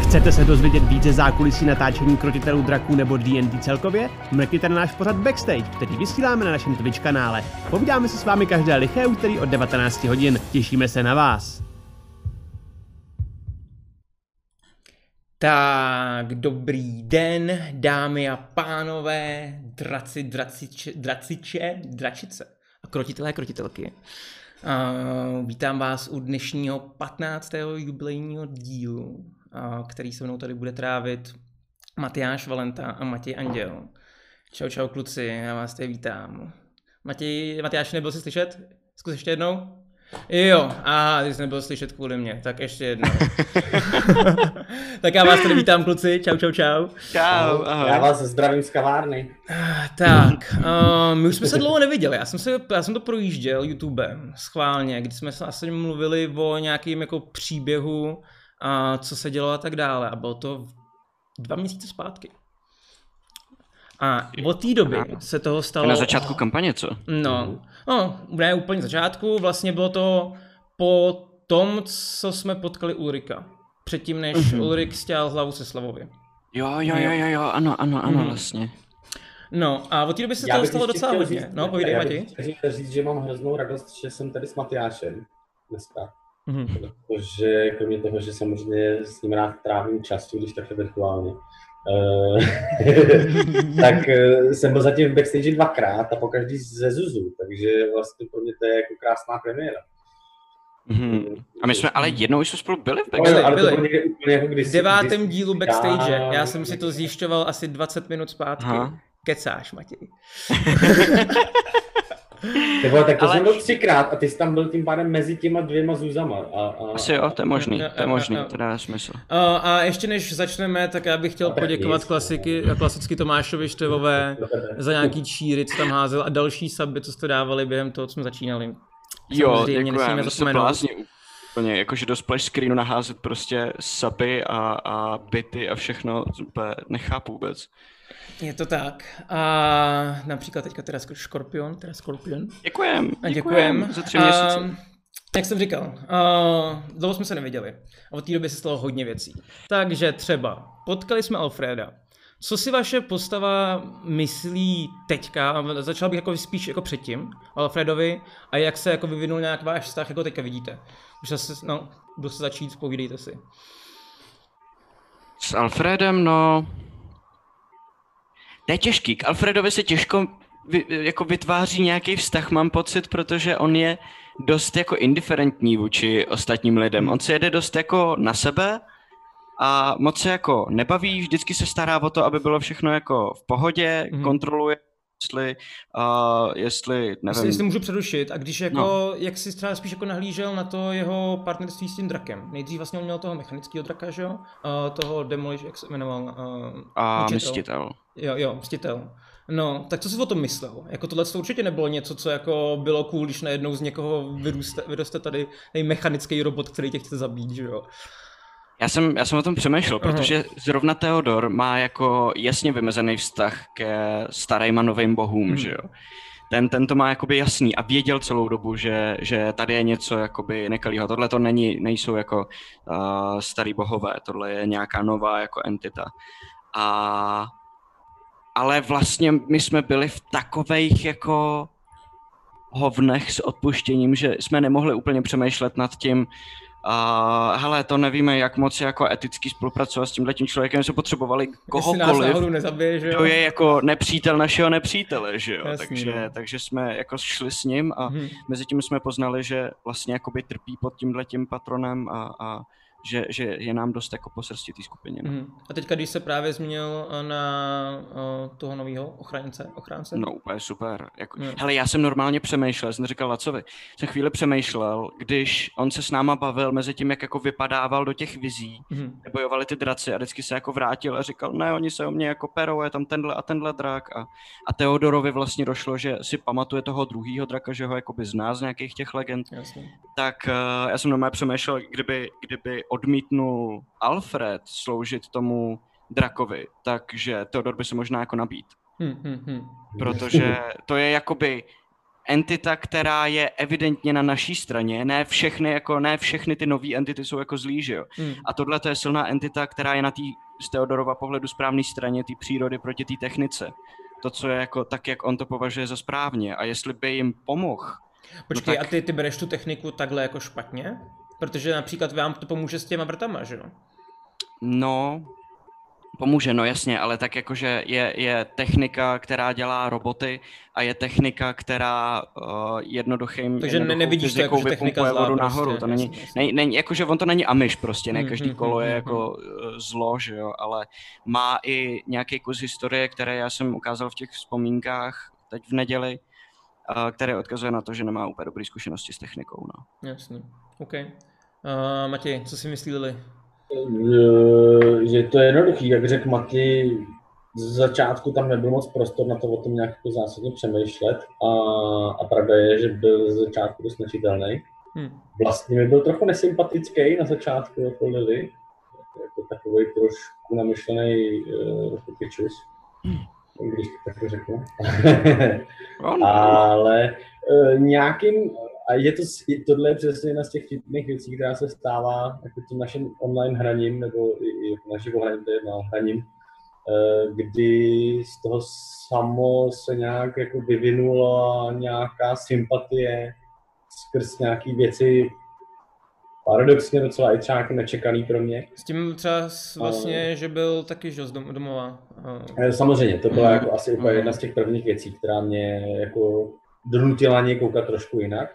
Chcete se dozvědět více zákulisí natáčení Krotitelů draků nebo D&D celkově? Mrkněte na náš pořad Backstage, který vysíláme na našem Twitch kanále. Povídáme se s vámi každé liché úterý od 19 hodin. Těšíme se na vás. Tak, dobrý den, dámy a pánové, dračice a krotitelé, krotitelky. Vítám vás u dnešního 15. jubilejního dílu, který se mnou tady bude trávit Matyáš Valenta a Matěj Anděl. Čau, čau kluci, já vás tady vítám. Matyáš, nebyl jsi slyšet? Zkus ještě jednou. Jo, ty jsi nebyl slyšet kvůli mě, tak ještě jednou. Tak já vás tady vítám kluci, čau, čau, čau. Čau, ahoj. Já vás zdravím z kavárny. Tak, my už jsme se dlouho neviděli, já jsem to projížděl YouTubem schválně, když jsme se asi mluvili o nějakým jako příběhu, co se dělo a tak dále, a bylo to 2 měsíce zpátky. A od té doby se toho stalo... Na začátku kampaně, co? No, ne úplně začátku, vlastně bylo to po tom, co jsme potkali Ulrika. Předtím, než Ulrik stěl hlavu se Slavovi. Jo, ano, vlastně. No, a od té doby se toho stalo docela hodně. No, povídej, Matěj. Já bych chtěl říct, že mám hroznou radost, že jsem tady s Matyášem dneska. Protože kromě toho, že samozřejmě s ním rád trávím čas, když takhle virtuálně, tak jsem byl zatím v backstage 2krát a pokaždý ze Zuzu, takže vlastně pro mě to je jako krásná premiéra. A my jsme ale jednou jsme spolu byli v backstage. Ale to bylo někde úplně jako v 9. dílu backstage, já jsem si to zjišťoval asi 20 minut zpátky. Kecáš, Matěj. Tak to jsem byl 3krát a ty jsi tam byl tím pádem mezi těma 2 Zuzama. Asi jo, to je možný, to dá smysl. A ještě než začneme, tak já bych chtěl poděkovat klasicky Tomášovi Števové za nějaký číry, co tam házel a další suby, co jste dávali během toho, co jsme začínali. Jo, děkujeme, to se blázní úplně, jakože do splash screenu naházet prostě suby a bity a všechno, úplně nechápu vůbec. Je to tak. A například teďka teda Skorpion. Děkujem. Za 3 měsíce. Jak jsem říkal, dlouho jsme se neviděli. A od té doby se stalo hodně věcí. Takže třeba potkali jsme Alfreda. Co si vaše postava myslí teďka? Začal bych jako spíš jako předtím Alfredovi a jak se jako vyvinul nějak váš vztah, jako teďka vidíte. Už zase, budu se začít, povídejte si. S Alfredem, to je těžký, k Alfredovi se těžko jako vytváří nějaký vztah, mám pocit, protože on je dost jako indiferentní vůči ostatním lidem. On se jede dost jako na sebe a moc se jako nebaví, vždycky se stará o to, aby bylo všechno jako v pohodě, kontroluje, jestli nevím. Jestli můžu přerušit, a když jako, jak jsi třeba spíš jako nahlížel na to jeho partnerství s tím drakem? Nejdřív vlastně on měl toho mechanického draka, že jo? Toho Demolish, jak se jmenoval? Mstitel. Jo, Mstitel. No, tak co jsi o tom myslel? Jako tohle to určitě nebylo něco, co jako bylo cool, když najednou z někoho vyroste tady mechanický robot, který tě chce zabít, že jo? Já jsem o tom přemýšlel, protože zrovna Theodor má jako jasně vymezený vztah ke starým a novým bohům, že jo. Ten to má jakoby jasný a věděl celou dobu, že tady je něco jakoby nekalýho. Tohle to nejsou jako starý bohové, tohle je nějaká nová jako entita. Ale vlastně my jsme byli v takovejch jako hovnech s odpuštěním, že jsme nemohli úplně přemýšlet nad tím, hele, to nevíme, jak moc jako eticky spolupracovat s tímhletím člověkem, jsme potřebovali kohokoliv, kdo je jako nepřítel našeho nepřítele, že jo, takže jsme jako šli s ním a mezi tím jsme poznali, že vlastně jakoby trpí pod tímhletím patronem a že je nám dost jako po srsti té skupině. A teďka, když se právě zmínil na toho nového ochránce? No úplně super. Hele, já jsem normálně přemýšlel, jsem říkal Lacovi, jsem chvíli přemýšlel, když on se s náma bavil mezi tím, jak jako vypadával do těch vizí, bojovali ty draci a vždycky se jako vrátil a říkal, ne, oni se o mě jako perou, je tam tenhle drak a Theodorovi vlastně došlo, že si pamatuje toho druhýho draka, že ho jakoby zná z nějakých těch legend. Jasně. Tak já jsem normálně přemýšlel, kdyby odmítnul Alfred sloužit tomu drakovi, takže Theodor by se možná jako nabít. Protože to je jakoby entita, která je evidentně na naší straně, ne všechny ty nové entity jsou jako zlí, že jo. A tohle to je silná entita, která je na té z Theodorova pohledu správné straně té přírody proti té technice. To, co je jako tak, jak on to považuje za správně. A jestli by jim pomohl. Počkej, no tak... a ty bereš tu techniku takhle jako špatně? Protože například vám to pomůže s těma vrtama, že jo? No, pomůže, no jasně, ale tak jakože je technika, která dělá roboty a je technika, která jednoduchým takže nevidíš to jako, že technika zlá vodu prostě, nahoru. To není, jakože on to není Amish prostě, ne každý kolo je jako zlo, že jo, ale má i nějaký kus historie, které já jsem ukázal v těch vzpomínkách teď v neděli, které odkazuje na to, že nemá úplně dobré zkušenosti s technikou, no. Jasně, OK. Matěj, co si myslí Lily? Že to je jednoduchý, jak řekl Maty, z začátku tam nebyl moc prostor na to o tom nějak zásadně přemýšlet a pravda je, že byl z začátku dost nečitelný. Vlastně mi byl trochu nesympatický na začátku jako Lily, jako takový trošku namyšlený pičus, když to tak řeknu. Ale nějakým, a tohle je přesně jedna z těch vtipných věcí, která se stává jako tím naším online hraním, nebo i na živo hraním, to je na hraním, kdy z toho samo se nějak jako vyvinula nějaká sympatie skrz nějaký věci, paradoxně docela i třeba nečekaný pro mě. S tím třeba vlastně, že byl taky z domova. Samozřejmě, to byla jako asi úplně jedna z těch prvních věcí, která mě jako donutila něj koukat trošku jinak.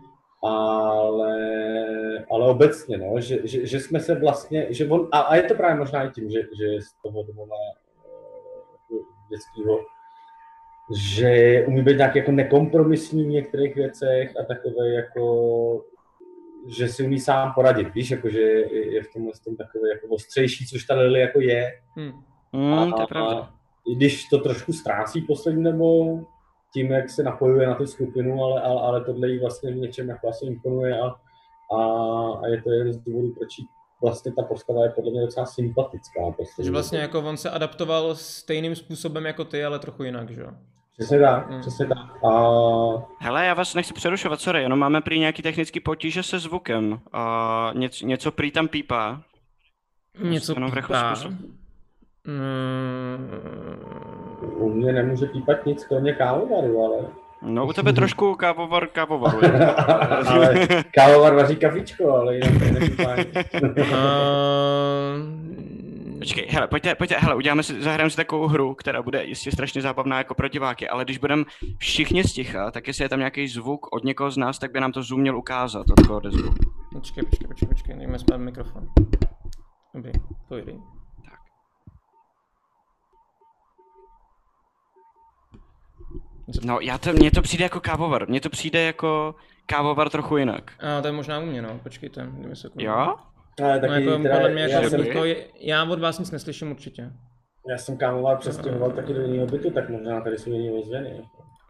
Ale obecně, no, že jsme se vlastně, že on, a je to právě možná i tím, že z toho domova dětského, že umí být nějak jako nekompromisní v některých věcech a takové jako, že si umí sám poradit, víš, jako, že je v tomhle takové jako ostřejší, což ta Lily jako je. To je pravda. I když to trošku ztrácí poslední dobou, tím, jak se napojuje na tu skupinu, ale tohle jí vlastně v něčem jako asi imponuje a je to jeden z důvodů, proč vlastně ta postava je podle mě docela sympatická. Takže vlastně jako on se adaptoval stejným způsobem jako ty, ale trochu jinak, že jo? Přesně tak, přesně tak. Hele, já vás nechci přerušovat, sorry, jenom máme prý nějaký technický potíže se zvukem. Něco prý tam pípá. Něco pípá. U mě nemůže pípat nic, kromě kávovaru, ale... No u tebe trošku kávovaru. Ale kávovar vaří kafičko, ale jinak to nepípá nic. Počkej, hele, pojďte, hele, zahrajeme si takovou hru, která bude jistě strašně zábavná jako pro diváky, ale když budeme všichni sticha, tak jestli je tam nějaký zvuk od někoho z nás, tak by nám to Zoom měl ukázat, od koho jde zvuk. Počkej, nejme spát mikrofon. Dobrý, pojď. No, mně to přijde jako kávovar. Mně to přijde jako kávovar trochu jinak. A to je možná u mě, no. Počkejte, dejme sekundu. Jo? Ale taky no, jako, teda, podle mě jako já od vás nic neslyším určitě. Já jsem kávovar přestěhoval taky do jiného bytu, tak možná tady jsou jiný ozvěny.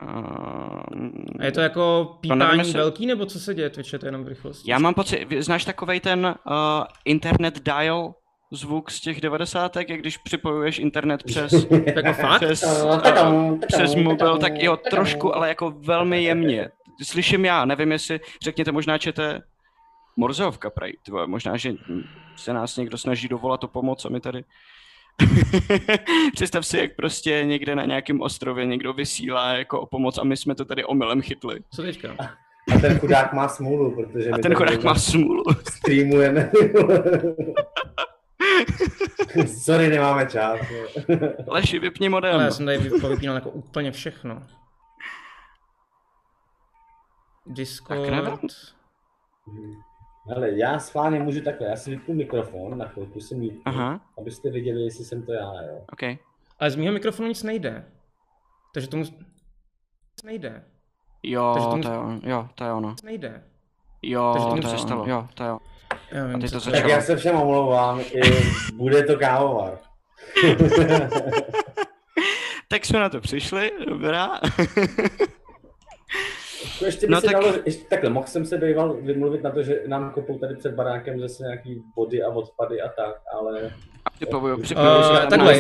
A je to jako pípání velký, nebo co se děje? Twitche, to jenom v rychlosti. Já mám pocit, znáš takovej ten internet dial zvuk z těch 90, jak když připojuješ internet přes přes mobil, tak jo, trošku, ale jako velmi jemně. Slyším já, nevím jestli, řekněte, možná čete Morzeovka prej, možná, že se nás někdo snaží dovolat o pomoc a my tady... Představ si, jak prostě někde na nějakém ostrově někdo vysílá jako o pomoc a my jsme to tady omylem chytli. Co teďka? A ten chudák má smůlu, protože... A ten chudák má smůlu. Streamujeme. Sorry, nemáme čas. Leši, vypni modem. Ale já jsem tady vypínal jako úplně všechno. Discord. Hele, já schválně můžu takhle, já si vypnu mikrofon, na chvilku si mítnu, abyste viděli, jestli jsem to já, jo. Okay. Ale z mého mikrofonu nic nejde. Takže tomu... nejde. Jo, to je ono. Nic nejde. Jo, to přestalo. Jo, to jo. Tak já se všem omlouvám, bude to kávovar. Tak jsme na to přišli, dobrá. Ještě by se dalo, ještě takhle, mohl jsem se býval vymluvit na to, že nám kopou tady před barákem zase nějaký body a odpady a tak, ale... Takhle,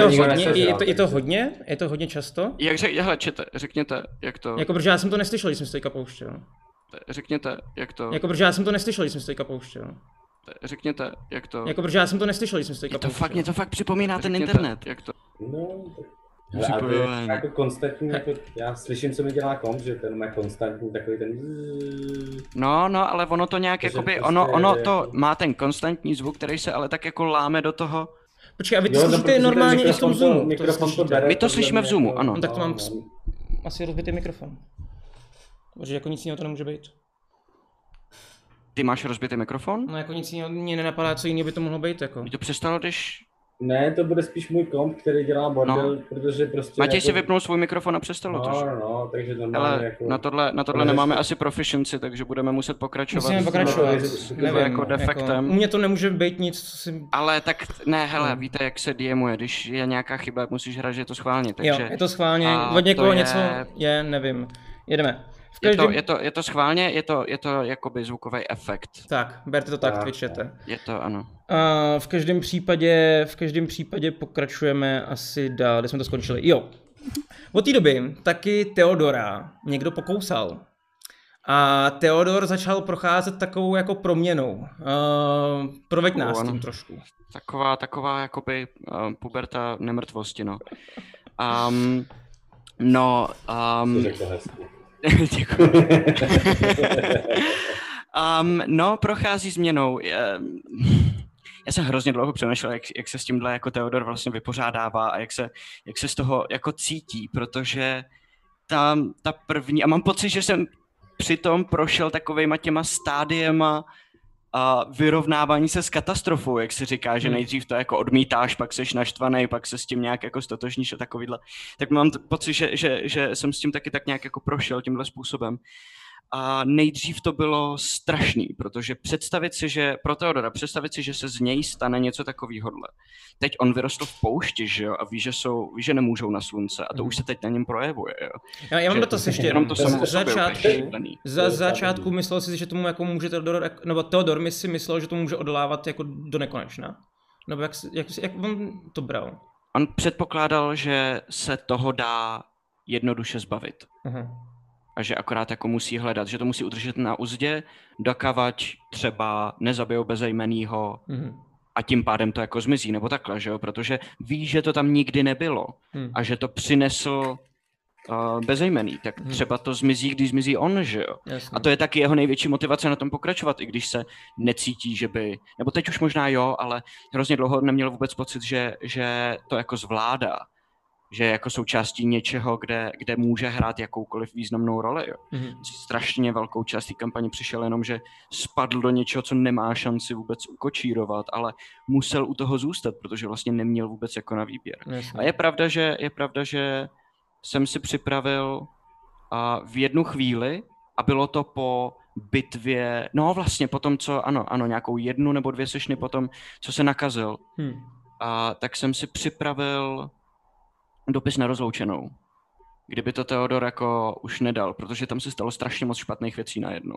je to hodně často? Hele, řekněte, jak to... Jako, protože já jsem to neslyšel, když jsem se teďka pouštěl. Řekněte, jak to... Jako, protože já jsem to neslyšel, když jsem se teďka pouštěl. Řekněte, jak to... Jako, protože já jsem to neslyšel, když jsem se teďka pouštěl. Mě to fakt připomíná ten internet, jak to... No, ale jako konstantní, jako já slyším, co mi dělá komp, že ten má konstantní takový ten... No, ale ono to nějak jakoby, ono to má ten konstantní zvuk, který se ale tak jako láme do toho. Počkej, a vy to slyšíte normálně i v tom Zoomu? My to slyšíme v Zoomu, ano. No tak to mám asi rozbitý mikrofon. Protože jako nic jiného to nemůže být. Ty máš rozbitý mikrofon? No jako nic jiného mě nenapadá, co jiného by to mohlo být jako. By to přestalo, když... Ne, to bude spíš můj komp, který dělá bordel, protože prostě... Matěj si vypnul svůj mikrofon a přestalo to. No, takže normálně jako... Na tohle nemáme asi proficiency, takže budeme muset pokračovat. Musíme pokračovat, nevím, jako defektem. U mě to nemůže být nic, co si... Ale tak ne, hele, víte, jak se DMuje, když je nějaká chyba, musíš hrát, že je to schválně, takže... Jo, je to schválně, od někoho něco je, nevím. Jedeme. Je to schválně, je to jakoby zvukový efekt. Tak, berte to tak, Twitchete. Je to, ano. V každém případě pokračujeme asi dál, kde jsme to skončili. Jo. Od té doby taky Theodora někdo pokousal. A Theodor začal procházet takovou jako proměnou. Proveď nás tím trošku. Taková jakoby puberta nemrtvosti, no. Děkuji. Prochází změnou. Já jsem hrozně dlouho přemýšlel, jak se s tímhle jako Theodor vlastně vypořádává a jak se z toho jako cítí, protože ta první, a mám pocit, že jsem přitom prošel takovejma těma stádiema a vyrovnávání se s katastrofou, jak se říká, že nejdřív to jako odmítáš, pak seš naštvaný, pak se s tím nějak jako stotožníš a takovýhle. Tak mám pocit, že jsem s tím taky tak nějak jako prošel tímhle způsobem. A nejdřív to bylo strašný, protože představit si, že se z něj stane něco takovýhodle. Teď on vyrostl v poušti, že jo, a ví, že nemůžou na slunce a to už se teď na něm projevuje, jo. Já mám dotaz ještě jenom to za začátku myslel si, že tomu jako může Theodor mi si myslel, že to může odolávat jako do nekonečna? Nebo jak on to bral? On předpokládal, že se toho dá jednoduše zbavit. A že akorát jako musí hledat, že to musí udržet na uzdě, dokavať třeba nezabijou bezejmenýho a tím pádem to jako zmizí, nebo takhle, že jo, protože ví, že to tam nikdy nebylo a že to přinesl bezejmenný, tak třeba to zmizí, když zmizí on, že jo. Jasně. A to je taky jeho největší motivace na tom pokračovat, i když se necítí, že by, nebo teď už možná jo, ale hrozně dlouho neměl vůbec pocit, že to jako zvládá. Že je jako součástí něčeho, kde může hrát jakoukoliv významnou roli. Jo. Strašně velkou část té kampaně přišel jenom, že spadl do něčeho, co nemá šanci vůbec ukočírovat, ale musel u toho zůstat, protože vlastně neměl vůbec jako na výběr. Jasně. A je pravda, že jsem si připravil v jednu chvíli, a bylo to po bitvě, no vlastně po tom, co, ano, nějakou 1 nebo 2 sešny po tom, co se nakazil, tak jsem si připravil dopis na rozloučenou, kdyby to Theodor jako už nedal, protože tam se stalo strašně moc špatných věcí najednou.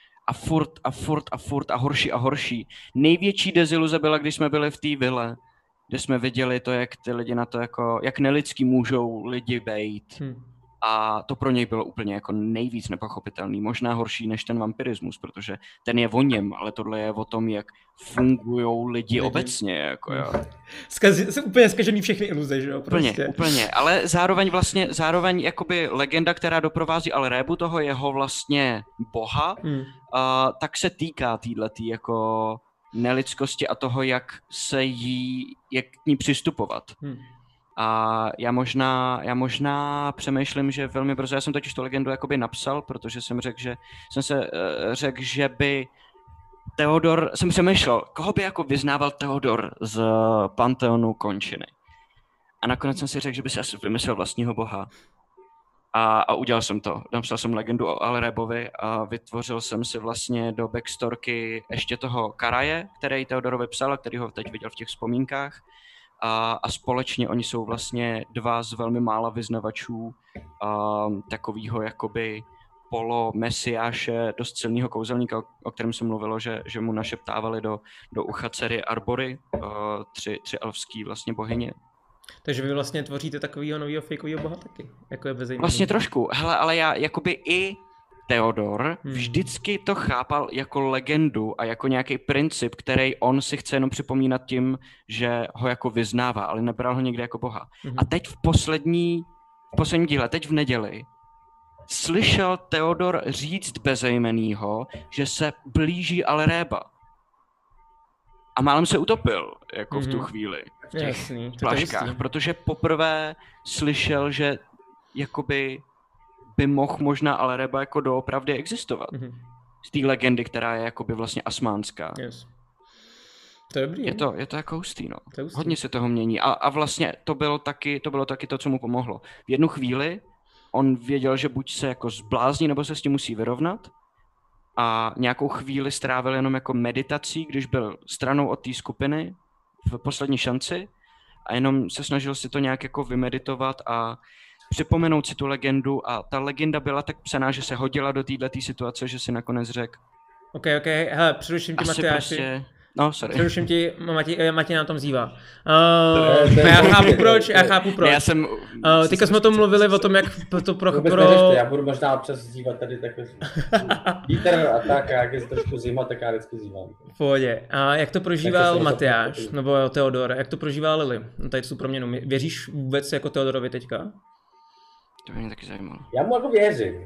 A furt a horší. Největší deziluze byla, když jsme byli v té vile, kde jsme viděli to, jak ty lidi na to jako, jak nelidský můžou lidi bejt. A to pro něj bylo úplně jako nejvíc nepochopitelný, možná horší než ten vampirismus, protože ten je o něm, ale tohle je o tom, jak fungujou lidi obecně, jako jo. Úplně zkažený všechny iluze, že jo? Úplně, ale zároveň jakoby legenda, která doprovází Al-Rébu, toho jeho vlastně boha, tak se týká týhletý jako nelidskosti a toho, jak k ní přistupovat. A já možná přemýšlím, že velmi brzo, já jsem totiž tu legendu jakoby napsal, protože jsem řekl, že by Theodor, jsem přemýšlel, koho by jako vyznával Theodor z Panteonu končiny. A nakonec jsem si řekl, že by si asi vymyslel vlastního boha. A udělal jsem to. Napsal jsem legendu o Al-Rébovi a vytvořil jsem si vlastně do backstorky ještě toho Karaje, který Theodorovi psal a který ho teď viděl v těch vzpomínkách. A společně oni jsou vlastně 2 z velmi mála vyznavačů takového jakoby polomesiáše, dost silného kouzelníka, o kterém se mluvilo, že mu našeptávali do ucha dcery Arbory, tři elfský vlastně bohyně. Takže vy vlastně tvoříte takovýho novýho fejkovýho boha taky, jako je bezejmenný. Vlastně trošku, hele, ale já jakoby i Theodor vždycky to chápal jako legendu a jako nějaký princip, který on si chce jenom připomínat tím, že ho jako vyznává, ale nebral ho někde jako boha. A teď v poslední díle, teď v neděli, slyšel Theodor říct bezejmenýho, že se blíží Alréba. A málem se utopil, jako v tu chvíli, v těch flaškách, protože poprvé slyšel, že jakoby by mohl možná Alréba jako doopravdy existovat. Z té legendy, která je jakoby vlastně asmánská. Yes. To je dobrý. Je to jako hustý, no. Hodně se toho mění. A vlastně to bylo taky to, co mu pomohlo. V jednu chvíli on věděl, že buď se jako zblázní, nebo se s tím musí vyrovnat. A nějakou chvíli strávil jenom jako meditací, když byl stranou od té skupiny v poslední šanci. A jenom se snažil si to nějak jako vymeditovat a připomenout si tu legendu. A ta legenda byla tak psaná, že se hodila do této situace, že si nakonec řekl. OK. Hele, přeruším tě, Matyáši. Prostě... No, sorry. Přeruším ti, Matěj nám tam zývá. Já chápu proč. Já jsem... Teďka jsme o tom mluvili, o tom, jak to Já budu možná občas zývat tady takhle. Vítr a tak, jak je trošku zima, tak já vždycky zývám. V pohodě. A jak to prožíval Matyáš, nebo Theodor, jak to prožívá Lily? Tady tu proměnu. Věříš vůbec jako Theodorovi teďka? To by mě taky zajímalo. Já mu jako věřím.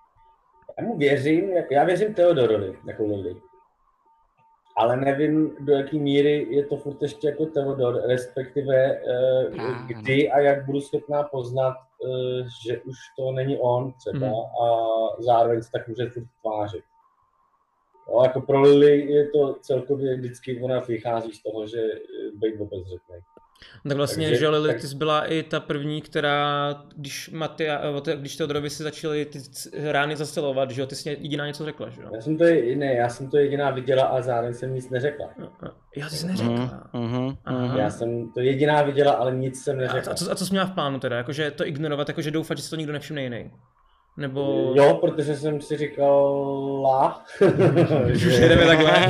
Já věřím Theodorovi, jako Lily. Ale nevím, do jaké míry je to furt ještě jako Theodor, respektive kdy a jak budu schopná poznat, že už to není on třeba a zároveň se tak může furt tvářit. No, jako pro Lily je to celkově vždycky, ona vychází z toho, že být obezřetnej. Tak vlastně, že Lily, ty jsi byla i ta první, která, když Theodorovi si začaly ty rány zacelovat, že jo, ty jsi jediná něco řekla, že jo? Já jsem to jediná viděla a zároveň jsem nic neřekla. Jo, ty jsi neřekla. Já jsem to jediná viděla, ale nic jsem neřekla. A co jsi měla v plánu teda? Jakože to ignorovat, jakože doufat, že si to nikdo nevšimne jiný? Nebo... Jo, protože jsem si říkala, že jdeme takhle.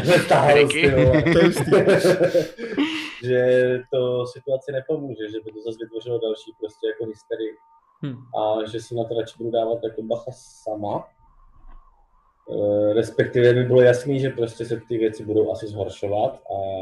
Že to situaci nepomůže, že by to zase vytvořilo další prostě jako hysterii. A že si na to radši budu dávat jako bacha sama. Respektive mi bylo jasný, že prostě se ty věci budou asi zhoršovat,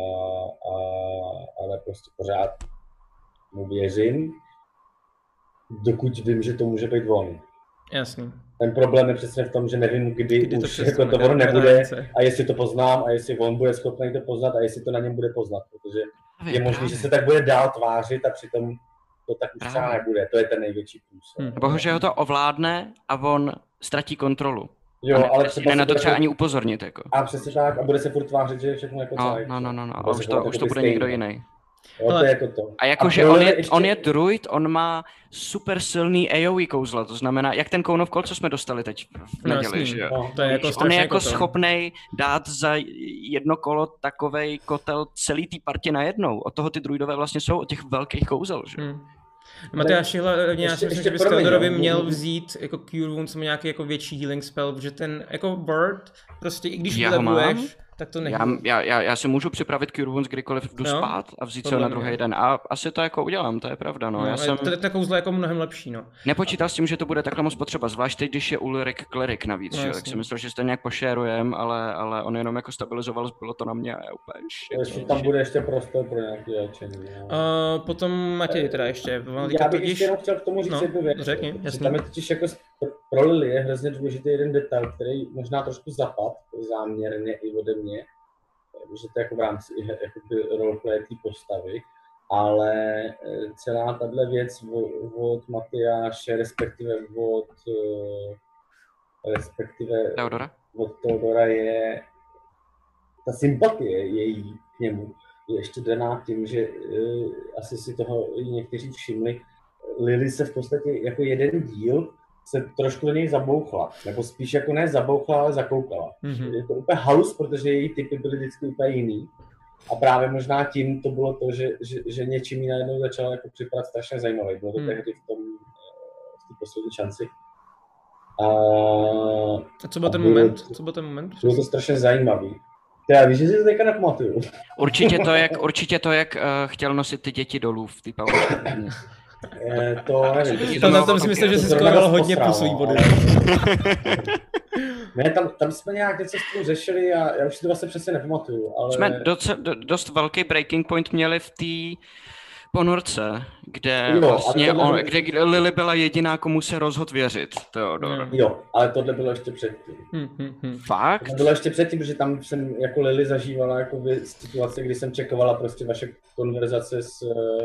ale prostě pořád mu věřím, dokud vím, že to může být on. Jasný. Ten problém je přesně v tom, že nevím, kdy už jako to ono nebude a jestli to poznám a jestli on bude schopný to poznat a jestli to na něm bude poznat, protože je možné, že se tak bude dál tvářit a přitom to tak už třeba nebude. To je ten největší plus. Bohužel ho to ovládne a on ztratí kontrolu. Jo, ale třeba na to třeba ani upozornit. Jako. A přesně tak a bude se furt tvářit, že je všechno jako celé. No. A už to bude někdo jiný. Jo, to je jako to. A jakože on je druid, on má super silný AoE kouzla, to znamená, jak ten Cone of Cold, co jsme dostali teď v neděli, že jo? To je jako on je jako schopnej dát za jedno kolo takovej kotel celý té partě najednou. Od toho ty druidové vlastně jsou, od těch velkých kouzel, že jo? Matyáši, já si myslím, že bys Theodorovi měl vzít jako Cure Wounds nějaký jako větší healing spell, protože ten jako Bird, prostě i když vylevuješ, tak to není. Já si můžu připravit Cure Wounds kdykoliv jdu spát a vzít se ho na druhý den a asi to jako udělám, to je pravda, no. To kouzlo je jako mnohem lepší, no. Nepočítal s tím, že to bude takhle moc potřeba, zvlášť teď, když je Ulrik Cleric navíc, že? Tak si myslel, že se to nějak pošérujem, ale on jenom jako stabilizoval, bylo to na mě a úplně tam bude ještě prostor pro nějaké léčení. Potom Matěj teda ještě. Já bych ještě jenom chtěl k tomu říct jednu věc. Řekni, jasně. Tam je totiž jako pro Lily je hrozně důležitý jeden detail, který možná trošku zapad záměrně i ode mě, že to je jako v rámci roleplay té postavy, ale celá tahle věc od Matyáše, respektive od Theodora je ta sympatie její k němu je ještě daná tím, že asi si toho i někteří všimli. Lily se v podstatě jako jeden díl se trošku do něj zabouchla, nebo spíš jako ne zabouchla, ale zakoukala. Je to úplně halus, protože její typy byly vždycky úplně jiný. A právě možná tím to bylo to, že něčím jí najednou začala jako připadat strašně zajímavý. Bylo to tehdy v té poslední šanci. A co byl ten moment? Co byl ten moment? Bylo to strašně zajímavý. Já víš, že si to teďka nepamatuju. Určitě to, jak chtěl nosit ty děti dolů v té powerpointě. To nevím. Tam si myslím, že jsi skoroval hodně plusový body. Ne, tam jsme nějak něco spolu řešili a já už si to vlastně přesně nepamatuju, ale... Jsme dost velký breaking point měli v té ponorce, kde vlastně kde Lily byla jediná, komu se rozhodl věřit, Theodor. Jo, ale tohle bylo ještě předtím. Fakt? To bylo ještě předtím, protože tam jsem jako Lily zažívala jako situace, kdy jsem čekovala prostě vaše konverzace s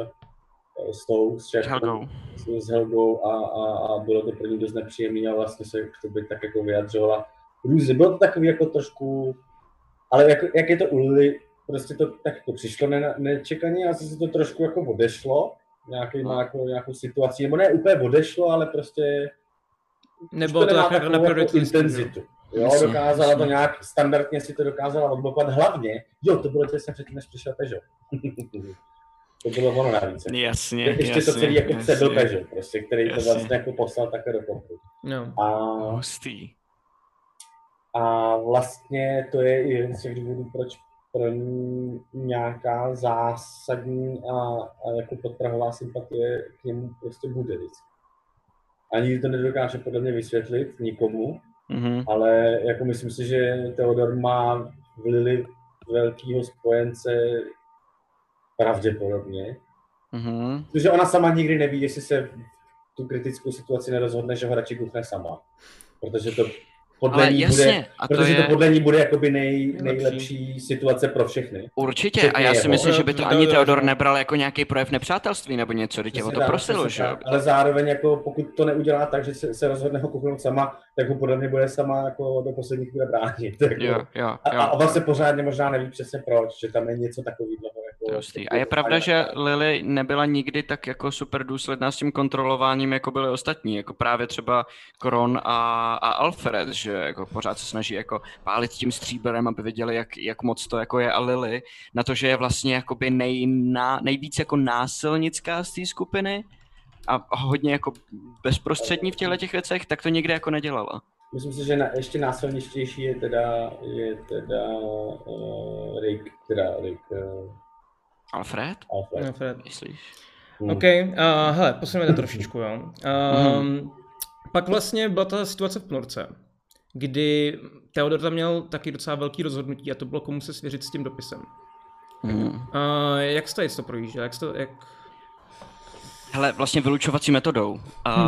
Helgou a bylo to pro ní dost nepříjemný a vlastně se k tobě tak jako vyjadřovala různě. Bylo to takový jako trošku, ale jak je to u Lily, prostě to tak jako přišlo nečekaně a se to trošku jako odešlo, nějakou situaci, nebo ne úplně odešlo, ale prostě nebylo to tak na intenzitu. Jo, dokázala to nějak standardně si to dokázala odblokovat, hlavně, to bylo těsně předtím, než přišel Peugeot. To bylo ono navíc. Jasně. Ještě to celý jako předl Peugeot, prostě, který to vlastně jako poslal také do konfliktu. No. Hustý. A vlastně to je i jeden z těch důvodů, proč pro ní nějaká zásadní a jako podprahová sympatie k němu prostě bude vždycky. Ani to nedokáže podle mě vysvětlit nikomu, ale jako myslím si, že Theodor má v Lily velkýho spojence pravděpodobně. Protože ona sama nikdy neví, jestli se v tu kritickou situaci nerozhodne, že ho radši kuchne sama. Protože to podle ní bude jakoby nejlepší situace pro všechny. Určitě, a já si myslím, že by to ani Theodor nebral jako nějaký projev nepřátelství nebo něco, když ho to prosilo, že jo? Ale zároveň jako pokud to neudělá tak, že se rozhodne ho kuchnout sama, tak ho podle mě bude sama jako do posledních bude bránit. Jako. Jo. A vlastně pořádně možná neví přesně proč, že tam je něco takového. Jako, a je pravda, že Lily nebyla nikdy tak jako super důsledná s tím kontrolováním, jako byly ostatní, jako právě třeba Kron a Alfred, že jako pořád se snaží jako pálit tím stříbrem, aby věděli, jak moc to jako je, a Lily na to, že je vlastně jakoby nejvíc jako násilnická z té skupiny a hodně jako bezprostřední v těchto věcech, tak to nikdy jako nedělala. Myslím si, že ještě násilnější je teda Rick. Alfred? Myslíš? OK, hele, posuneme to trošičku, jo. Pak vlastně byla ta situace v ponorce, kdy Theodor tam měl taky docela velký rozhodnutí a to bylo, komu se svěřit s tím dopisem. Jak jste to projížděl? Hele, vlastně vylučovací metodou.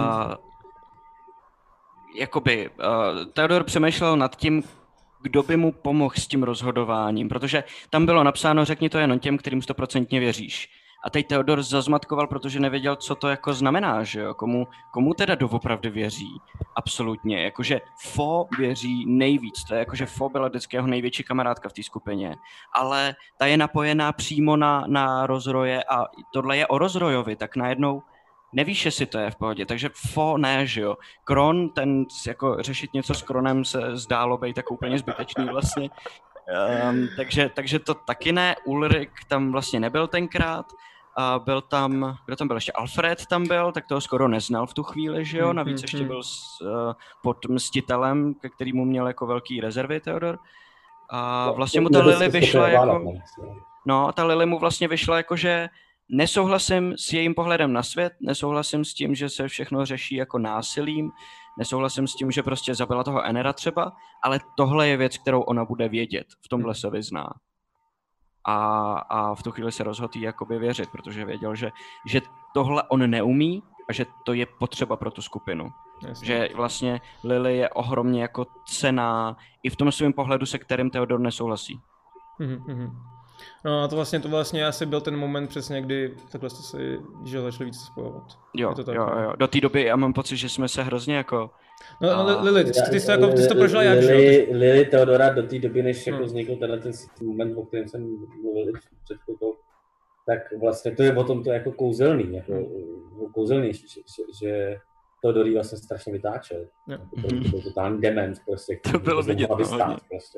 Theodor přemýšlel nad tím, kdo by mu pomohl s tím rozhodováním, protože tam bylo napsáno, řekni to jenom těm, kterým 100% věříš. A teď Theodor zazmatkoval, protože nevěděl, co to jako znamená, že jo? Komu teda doopravdy věří? Absolutně. Jakože Fo věří nejvíc. To je jakože Fo byla vždycky jeho největší kamarádka v té skupině. Ale ta je napojená přímo na Rozroje a tohle je o Rozrojovi, tak najednou nevíš, jestli to je v pohodě. Takže Fo ne, že jo? Kron, ten jako řešit něco s Kronem se zdálo být tak úplně zbytečný vlastně. Takže to taky ne. Ulrik tam vlastně nebyl tenkrát. Byl tam, kdo tam byl ještě? Alfred tam byl, tak toho skoro neznal v tu chvíli, že jo? Navíc ještě byl pod mstitelem, ke kterému měl jako velký rezervy Theodor. A vlastně mu ta Lily vyšla jako... No, ta Lily mu vlastně vyšla jako, že nesouhlasím s jejím pohledem na svět, nesouhlasím s tím, že se všechno řeší jako násilím, nesouhlasím s tím, že prostě zabila toho Enera třeba, ale tohle je věc, kterou ona bude vědět, v tomhle se vyzná. A v tu chvíli se rozhodl jí jakoby věřit, protože věděl, že tohle on neumí a že to je potřeba pro tu skupinu. Jasně. Že vlastně Lily je ohromně jako cenná i v tom svém pohledu, se kterým Theodor nesouhlasí. No a to vlastně asi byl ten moment přesně, kdy takhle jste si začali více spojovat. Jo. Do té doby já mám pocit, že jsme se hrozně jako... No, Lily, ty jsi to prožila jak, že? Lily Theodora do té doby, než jako vznikl ten moment, o kterém jsem mluvil před chvilkou, tak vlastně to je o tom to jako kouzelný, kouzelnější, že Theodor vlastně strašně vytáčel. To byl totální dement, prostě, to bylo vidět, prostě.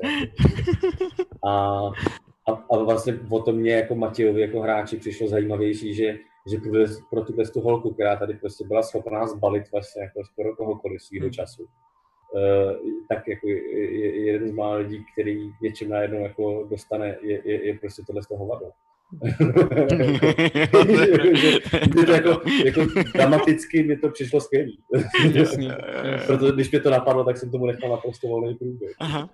A vlastně o tom mě jako Matějovi jako hráči přišlo zajímavější, že pro tu holku, která tady prostě byla schopná zbalit vlastně jako skoro kohokoliv svýho času. tak jako je jeden z mála lidí, který něčím najednou jako dostane, je prostě tohle z toho hovado. jako dramaticky mi to přišlo skvělý. Proto když mě to napadlo, tak jsem tomu nechal naprosto volný průběh.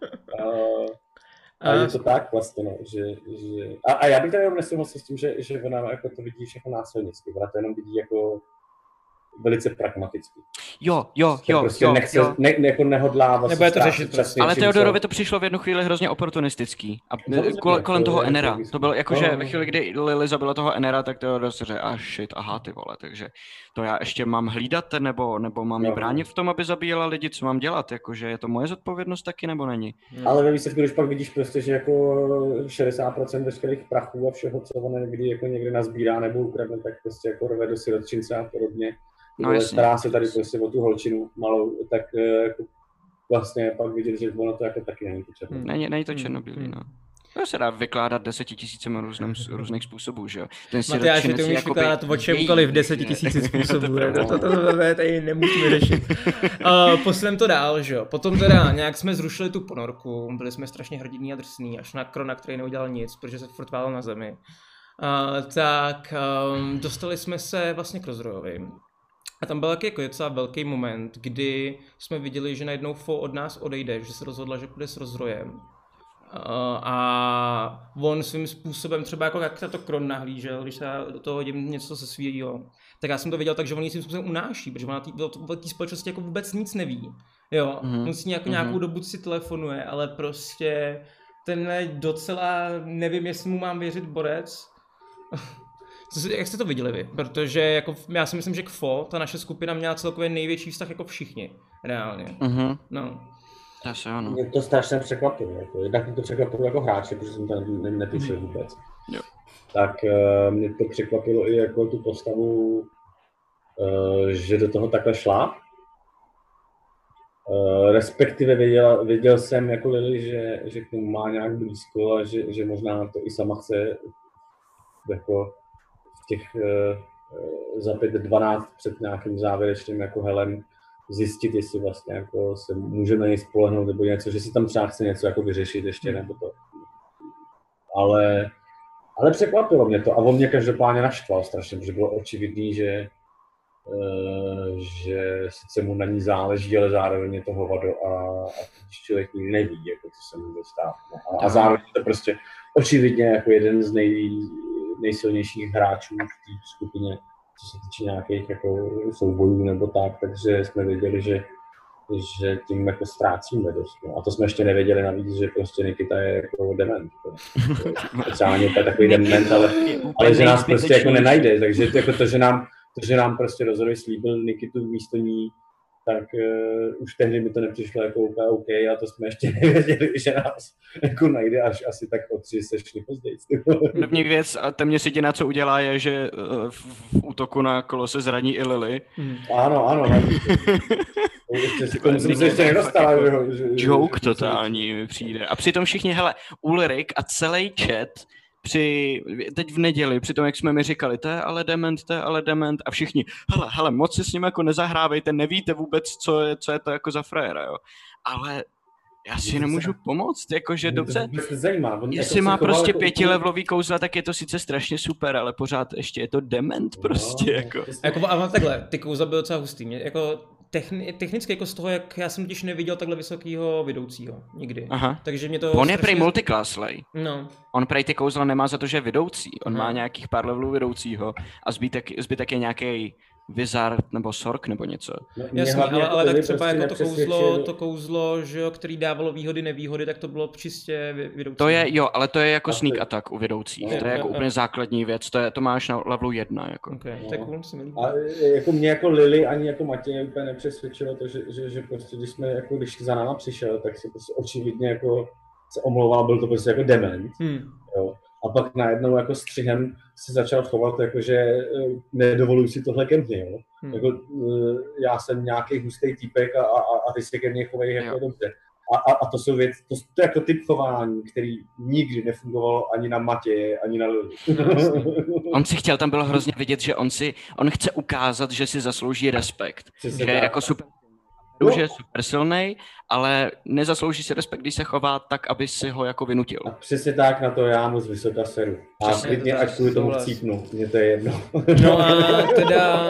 A je to tak vlastně, no, že a já bych tady jenom nesouhlasil s tím, že ona jako to vidí všechno násilnicky, ona to jenom vidí jako velice pragmaticky. Jo. Nechce, jako nehodlá vlastně. Nebo je to řešit prostě. Ale Theodorovi to přišlo v jednu chvíli hrozně oportunistický. A kolem toho Enera. To bylo jakože ve chvíli, kdy Lily zabila toho Enera, tak Theodor si řekl, shit, aha, ty vole, takže to já ještě mám hlídat, nebo mám jí bránit v tom, aby zabíjela lidi, co mám dělat, jakože je to moje zodpovědnost taky, nebo není? Ale ve výsledku, když pak vidíš prostě, že jako 60% veškerých prachů a všeho, co ona někdy jako někde nazbírá nebo ukradne, tak prostě jako rve do sirotčince a podobně. Stará se tady prostě o tu holčinu malou, tak jako vlastně pak vidět, že ono to jako taky není to černobílý. Není to černobílý, no. To se dá vykládat 10 000 různých způsobů, že jo. Matyáš, ty umíš vykládat o čemkoliv 10 000 způsobů, to tady nemůžeme řešit. Poslem to dál, že jo. Potom teda nějak jsme zrušili tu ponorku, byli jsme strašně hrdinní a drsní, až na Krona, který neudělal nic, protože se furt válel na zemi. Tak dostali jsme se vlastně k Rozrojovi. A tam byl taky jako docela velký moment, kdy jsme viděli, že najednou Fo od nás odejde, že se rozhodla, že půjde s Rozrojem. A on svým způsobem, třeba jako jak to Kron nahlížel, když já do toho hodím něco se svýho, tak já jsem to viděl tak, že on jí svým způsobem unáší, protože ona v té společnosti jako vůbec nic neví. Jo, on si nějakou dobu si telefonuje, ale prostě tenhle docela, nevím, jestli mu mám věřit borec. Jak jste to viděli vy? Protože jako, já si myslím, že k Fo, ta naše skupina měla celkově největší vztah jako všichni, reálně. No. Mě to strašně překvapilo. Jako. Jednak mě to překvapilo jako hráči, protože jsem to netušil vůbec. Jo. Tak mě to překvapilo i jako tu postavu, že do toho takhle šla. Respektive věděl jsem jako Lily, že k tomu má nějak blízko a že možná to i sama chce jako v těch za 5-12 před nějakým závěrečným jako helem zjistit, jestli vlastně jako se můžeme něj spolehnout nebo něco, že si tam třeba chce něco jako vyřešit ještě nebo to. Ale překvapilo mě to a on mě každopádně naštval strašně, protože bylo očividný, že sice mu na ní záleží, ale zároveň je to hovado a když člověk nikdy neví, jako co se může stát. A zároveň je to prostě očividně jako jeden z nejsilnějších hráčů v té skupině, co se týče nějakých jako soubojů nebo tak, takže jsme věděli, že tím jako ztrácíme dost. No. A to jsme ještě nevěděli navíc, že prostě Nikita je jako dement. Speciálně to je takový dement, ale že nás prostě jako nenajde, takže jako to, že nám prostě rozhodně slíbil Nikitu místo ní, tak už tehdy mi to nepřišlo jako úplně OK a to jsme ještě nevěděli, že nás jako najde až asi tak o 3 sešli později. První věc a téměř jediná, co udělá, je, že v útoku na kolo se zraní i Lily. Ano. Jsem se ještě nedostal. Joke totální mi přijde. A přitom všichni, hele, Ulrik a celý chat teď v neděli, při tom, jak jsme mi říkali, to je ale dement a všichni, hele, moc si s ním jako nezahrávejte, nevíte vůbec, co je to jako za frajera, jo. Ale já si nemůžu pomoct, jakože dobře, jestli má prostě 5levelový kouzla, tak je to sice strašně super, ale pořád ještě je to dement prostě, jako. Ale takhle, ty kouzla byly docela hustý, mě jako technicky jako z toho, jak já jsem totiž neviděl takhle vysokýho vedoucího nikdy. Aha. Takže mě to on je prej multiclasslej. No. On prej ty kouzla nemá za to, že je vedoucí. On má nějakých pár levelů vedoucího a zbytek je nějaký wizard nebo sork nebo něco. No, jasný, ale tak třeba prostě jako to kouzlo, že jo, který dávalo výhody, nevýhody, tak to bylo čistě vedoucí. To je, jo, ale to je jako sneak attack u vedoucích. To je jako úplně základní věc, to máš na levelu 1. Jako. Okay, to je cool, se mi líbí. A jako mě jako Lily ani jako Matěj úplně nepřesvědčilo to, že prostě když za náma přišel, tak se prostě očividně jako se omlouval, byl to prostě jako dement. Jo. A pak najednou jako střihem se začal chovat, jakože nedovoluji si tohle ke mně, jo. Jako, já jsem nějaký hustý týpek a ty se ke mně chovají jako dobře. A to jsou věci, to je jako typ chování, který nikdy nefungovalo ani na Matěje, ani na Lily. On si chtěl, tam bylo hrozně vidět, že on chce ukázat, že si zaslouží respekt. Že je jako super. Už je super silnej, ale nezaslouží si respekt, když se chová tak, aby si ho jako vynutil. A přesně tak, na to já mu z vysoka seru. A klidně až kvůli tomu chcípnu, mně to je jedno. No a teda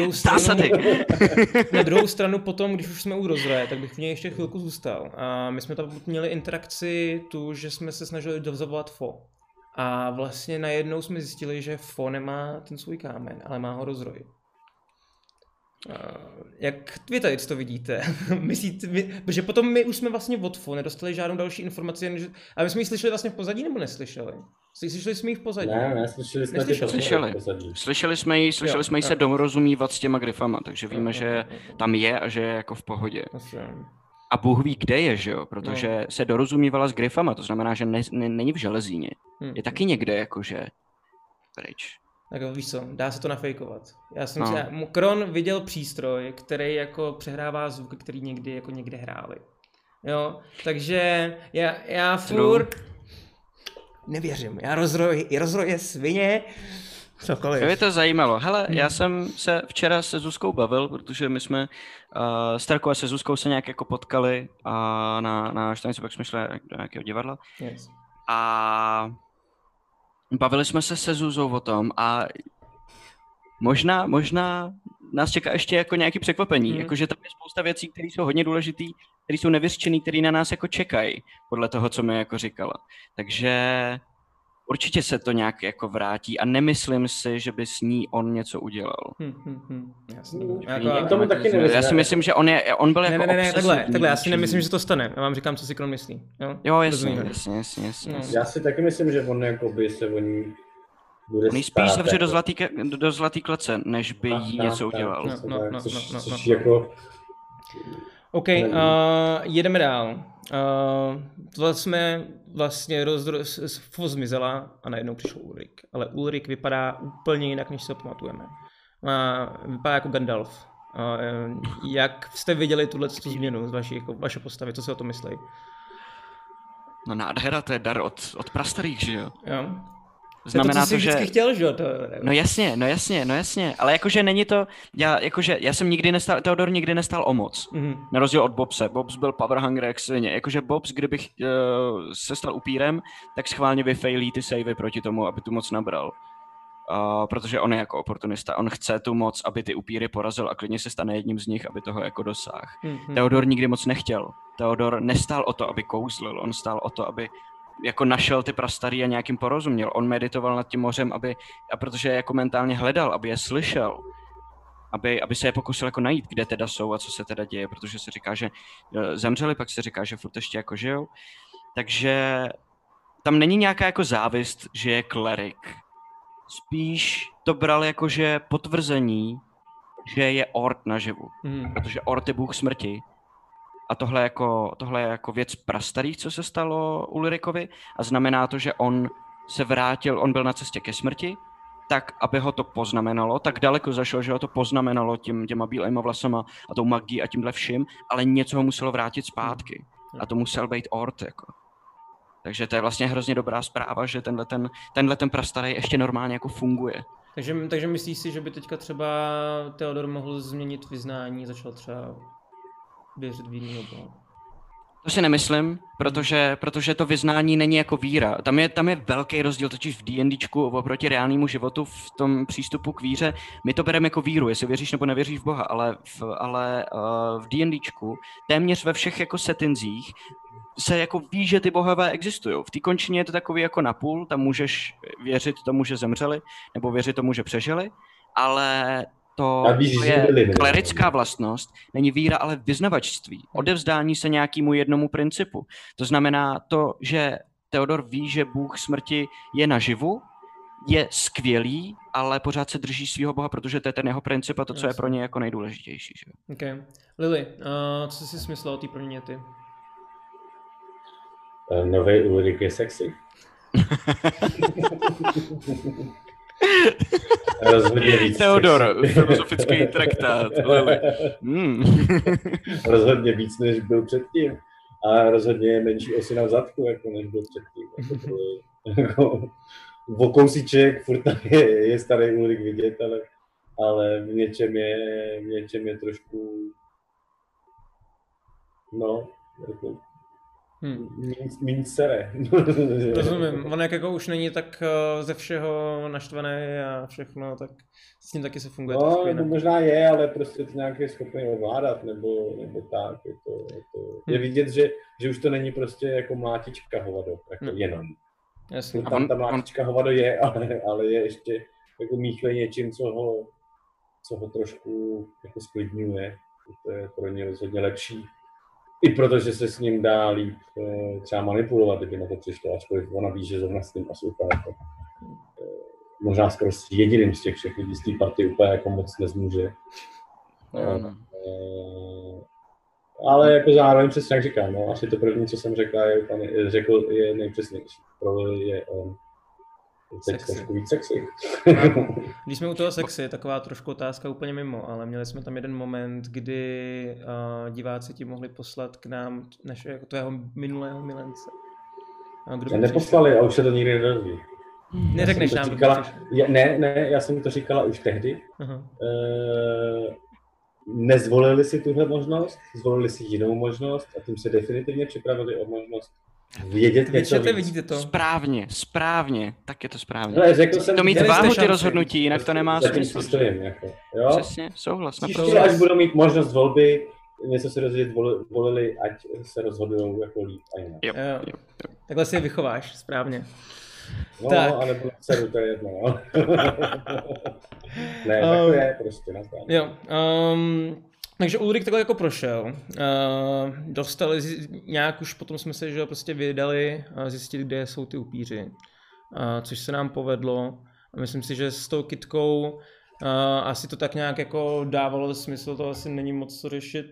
na druhou stranu potom, když už jsme u rozroje, tak bych v něj ještě chvilku zůstal. A my jsme tam měli interakci tu, že jsme se snažili dozavolat Fo. A vlastně najednou jsme zjistili, že Fo nemá ten svůj kámen, ale má ho rozroj. Jak vy tady to vidíte? Myslíte, protože potom my už jsme vlastně od Fo nedostali žádnou další informaci, ale my jsme ji slyšeli vlastně v pozadí nebo neslyšeli? Slyšeli jsme ji v pozadí? Ne, slyšeli jsme ty v pozadí. Slyšeli jsme ji se dorozumívat s těma gryfama, takže víme, že tam je a že je jako v pohodě. A Bůh ví, kde je, že jo? Protože se dorozumívala s gryfama, to znamená, že není v železíně. Je taky někde jakože pryč. Tak víš co, dá se to nafejkovat. Kron viděl přístroj, který jako přehrává zvuky, který někdy jako někde hráli. Jo, takže já furt nevěřím. Já rozroje svině. Cokoliv. Mě to zajímalo. Hele, já jsem se včera se Zuzkou bavil, protože my jsme s Terkou a se Zuzkou se nějak jako potkali na štanici, pak jsme šli do nějakého divadla. Yes. A bavili jsme se se Zuzou o tom a možná nás čeká ještě jako nějaké překvapení, jakože tam je spousta věcí, které jsou hodně důležité, které jsou nevyřčené, které na nás jako čekají, podle toho, co mi jako říkala. Takže určitě se to nějak jako vrátí a nemyslím si, že by s ní on něco udělal. Já si myslím, že on byl jako takhle, já si nemyslím, že to stane. Já vám říkám, co si Kron myslí. Jo, jasně. Já si taky myslím, že on jako by se o ní bude on spíš zavře do zlatý klece, než by jí něco udělal. Což jako... OK, jedeme dál. Tohle jsme vlastně Fo zmizela a najednou přišel Ulrik. Ale Ulrik vypadá úplně jinak, než se pamatujeme. Vypadá jako Gandalf. Jak jste viděli tuhle změnu z vaše postavy? Co si o to myslí? No nádhera, to je dar od prastarých, že jo? Jo. Znamená to, co jsi vždycky chtěl, že jo? No jasně, ale jakože není to, já jsem Theodor nikdy nestál o moc, na rozdíl od Bobse. Bobs byl power hungry jak svině, jakože Bobs, kdybych se stal upírem, tak schválně vyfailí ty savey proti tomu, aby tu moc nabral. Protože on je jako oportunista, on chce tu moc, aby ty upíry porazil a klidně se stane jedním z nich, aby toho jako dosáhl. Theodor nikdy moc nechtěl. Theodor nestál o to, aby kouzlil, on stál o to, aby jako našel ty prastarý a nějakým porozuměl. On meditoval nad tím mořem, a protože je jako mentálně hledal, aby je slyšel, aby se je pokusil jako najít, kde teda jsou a co se teda děje, protože se říká, že zemřeli, pak se říká, že furt ještě jako žijou. Takže tam není nějaká jako závist, že je klerik. Spíš to bral jako, že potvrzení, že je Ord naživu. Protože Ord je bůh smrti. A tohle je jako věc prastarých, co se stalo Ulrikovi, a znamená to, že on se vrátil, on byl na cestě ke smrti, tak, aby ho to poznamenalo, tak daleko zašel, že ho to poznamenalo těma bílejma vlasama a tou magií a tímhle vším, ale něco ho muselo vrátit zpátky. A to musel být Ord, jako. Takže to je vlastně hrozně dobrá zpráva, že tenhle ten prastarý ještě normálně jako funguje. Takže myslíš si, že by teďka třeba Theodor mohl změnit vyznání, začal třeba věřit v jiného boha? To si nemyslím, protože to vyznání není jako víra. Tam je velký rozdíl totiž v D&Dčku oproti reálnému životu v tom přístupu k víře. My to bereme jako víru, jestli věříš nebo nevěříš v Boha, ale v D&Dčku téměř ve všech jako settinzích se jako ví, že ty bohové existují. V té končině je to takový jako napůl, tam můžeš věřit tomu, že zemřeli, nebo věřit tomu, že přežili, ale to je klerická vlastnost, není víra, ale vyznavačství. Odevzdání se nějakému jednomu principu. To znamená to, že Theodor ví, že bůh smrti je naživu, je skvělý, ale pořád se drží svého boha, protože to je ten jeho princip a to, co je pro ně jako nejdůležitější. Že? Okay. Lily, co jsi myslela o té první ty? Nový Ulrik je sexy. Rozhodně víc. Theodor, filozofický traktát. Rozhodně víc, než byl předtím. A rozhodně je menší osina v zadku, jako než byl předtím. O kousíček, furt tam je starý Ulrik vidět, ale v něčem je trošku no, jako míň sere. Rozumím, on jak jako už není tak ze všeho naštvaný a všechno, tak s tím taky se funguje trošku No, jinak. možná je, ale prostě to nějak je schopný ovládat, nebo tak. Je vidět, že už to není prostě jako mlátička hovado, jako jenom. Jasně. Tam ta mlátička hovado je, ale je ještě jako míchlej něčím, co ho trošku jako sklidňuje. To je pro ně rozhodně lepší. I protože se s ním dá líp třeba manipulovat, kdyby na to přišlo, ačkoliv ona ví, že zrovna s tím asi úplně jako, možná skoro s jediným z těch všech lidí z té party úplně jako moc nezmůže. Ale jako zároveň přesně jak říkám, no, asi to první, co jsem řekl, je nejpřesnější. Pro je on teď trošku víc sexy. Když jsme u toho sexy, taková trošku otázka úplně mimo, ale měli jsme tam jeden moment, kdy diváci ti mohli poslat k nám jako tvého minulého milence. Neposlali a už se to nikdy nedozví. Neřekneš nám, Ne, já jsem to říkala už tehdy. Nezvolili si tuhle možnost, zvolili si jinou možnost a tím se definitivně připravili o možnost vědět něco víc. Vidíte to? Správně, tak je to správně. No, řekl jsem, to mít váhu ty rozhodnutí, jinak to nemá smysl. Jako, jo? Přesně, souhlas. Až budou mít možnost volby, něco se rozhodit volili, ať se rozhodují jako líp a jinak. Jo. Takhle si je vychováš, správně. No, tak. Ale bylo dceru, to je jedno, jo. Ne, tak to je prostě nastaveno. Jo, takže Ulrik takhle jako prošel. Dostali nějak už potom jsme se, že prostě vydali a zjistili, kde jsou ty upíři. Což se nám povedlo. A myslím si, že s tou kytkou asi to tak nějak jako dávalo smysl, to asi není moc co řešit.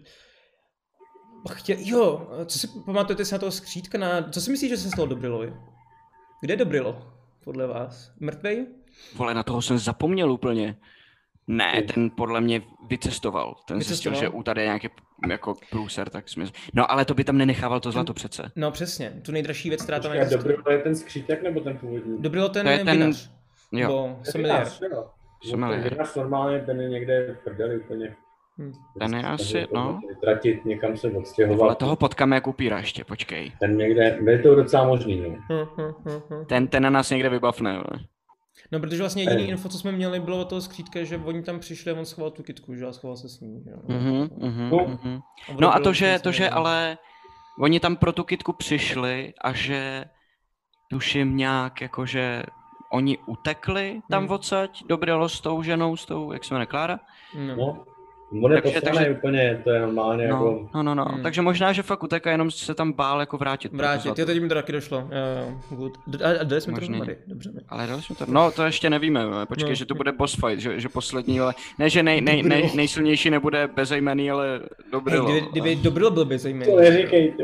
Co si pamatujete si na toho skřítka? Co si myslíš, že se stalo Dobrilovi? Kde je Dobrilo, podle vás? Mrtvej? Vole, na toho jsem zapomněl úplně. Ne, ten podle mě vycestoval. Ten zjistil, že u tady je nějaký jako průser, tak smysl. No ale to by tam nenechával to zlato přece. No přesně, tu nejdražší věc, která tam je. Dobrilo je ten skřítek nebo ten původní? Dobrilo ten vinař. Jo. Ten vinař normálně, ten je někde v prdeli úplně. Ten je asi, no. Vytratit, někam se odstěhovat. Ale toho potkáme jak upíra ještě, počkej. Ten někde, je to docela možný, no. Ten na nás někde vybavne, ale. No, protože vlastně jediný info, co jsme měli, bylo od toho skřítka, že oni tam přišli a on schoval tu kytku, že a schoval se s ní. No a to, že ale oni tam pro tu kytku přišli a že tuším nějak jakože oni utekli tam odsaď, Dobrilo s tou ženou, s tou, jak se jmenuje, Klára? No. On je poslaný úplně, to je normálně jako... No. Takže možná, že fakt uteká, jenom se tam bál jako vrátit. Jo, teď mi to taky došlo. Good. A dali jsme to dohromady, dobře. Ale dali jsme to, no to ještě nevíme, počkej, že to bude boss fight, že poslední, ale ne, že nejsilnější nebude bezejmenný, ale Dobrilo. Kdyby Dobrilo byl bezejmenný. To neříkejte.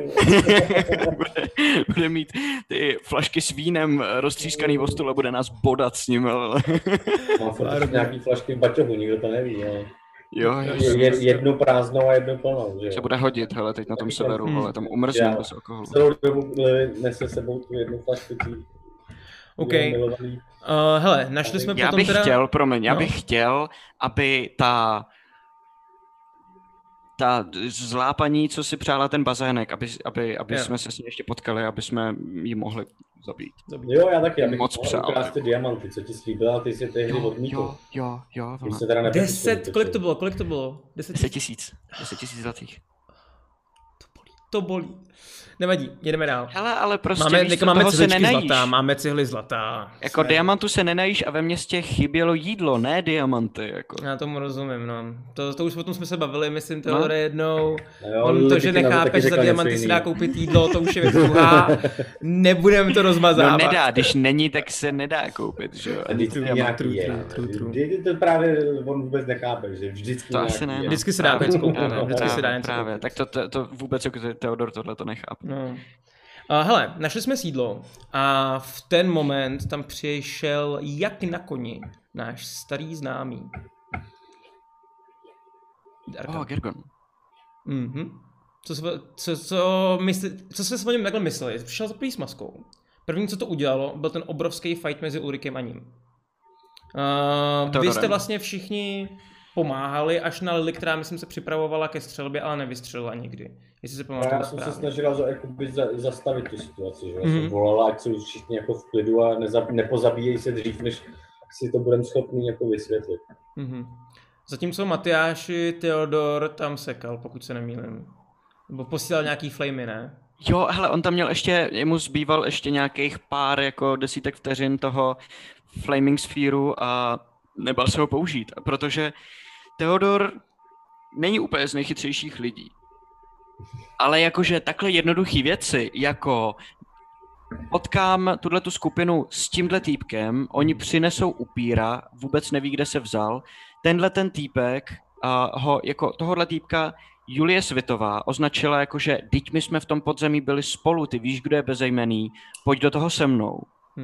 Bude mít ty flašky s vínem roztřískaný o stůl a bude nás bodat s ním, ale... Má furt nějaký flašky v baťohu, nikdo to neví, ale... Jo. Jednu prázdnou a jednu plnou, že? Se bude hodit, hele, teď na tom severu, ale tam umrzne bez alkoholu. Celou dobu nese sebou tu jednu flašku tý. OK. Hele, našli jsme potom Já bych chtěl, aby ta zlá paní, co si přála ten bazének, aby jsme se s ní ještě potkali, aby jsme ji mohli zabít. Jo, já taky, abych moc přál. ukrást ty diamanty, co ti slíbila, ty si tehdy odmítl. Jo. 10, kolik to bylo? 10 000 zlatých. To bolí. Nevadí, jedeme dál. Hele, ale prostě máme toho se nenajíš. Zlata, máme cihly zlata. Jako diamantu se nenajíš a ve městě chybělo jídlo, ne diamanty. Jako. Já tomu rozumím, no. To už o tom jsme se bavili, myslím, jednou. To, že nechápeš, že za diamanty si dá koupit jídlo, to už je věc druhá. Nebudeme to rozmazávat. No nedá, když není, tak se nedá koupit, že jo. True. To právě on vůbec nechápe, že vždycky to asi ne. Vždycky se dá něco koupit. Právě, tak to vůbec Teodor tohle to nechápe. No. Hele, našli jsme sídlo a v ten moment tam přišel jak na koni náš starý známý. Gergon. Co jsme s o něm takhle mysleli? Přišel za první s maskou. První, co to udělalo, byl ten obrovský fight mezi Ulrikem a ním. Vy jste vlastně všichni pomáhali až na Lily, která myslím se připravovala ke střelbě, ale nevystřelila nikdy. Jestli se pamatuju Já jsem se snažila zastavit tu situaci, že jsem volala, ať jsou všichni jako v klidu a nepozabíjejí se dřív, než si to budeme schopni jako vysvětlit. Zatímco Matyáši Theodor tam sekal, pokud se nemýlím. Nebo posílal nějaký flamey, ne? Jo, hele, on tam měl ještě, jemu zbýval ještě nějakých pár jako desítek vteřin toho flaming sféru a nebal se ho použít, protože Theodor není úplně z nejchytřejších lidí. Ale jakože takhle jednoduchý věci, jako potkám tuhletu skupinu s tímhle týpkem, oni přinesou upíra, vůbec neví, kde se vzal, tenhle ten týpek, jako tohohle týpka Julie Svitová označila jako, že teď my jsme v tom podzemí byli spolu, ty víš, kdo je bezejmenný, pojď do toho se mnou.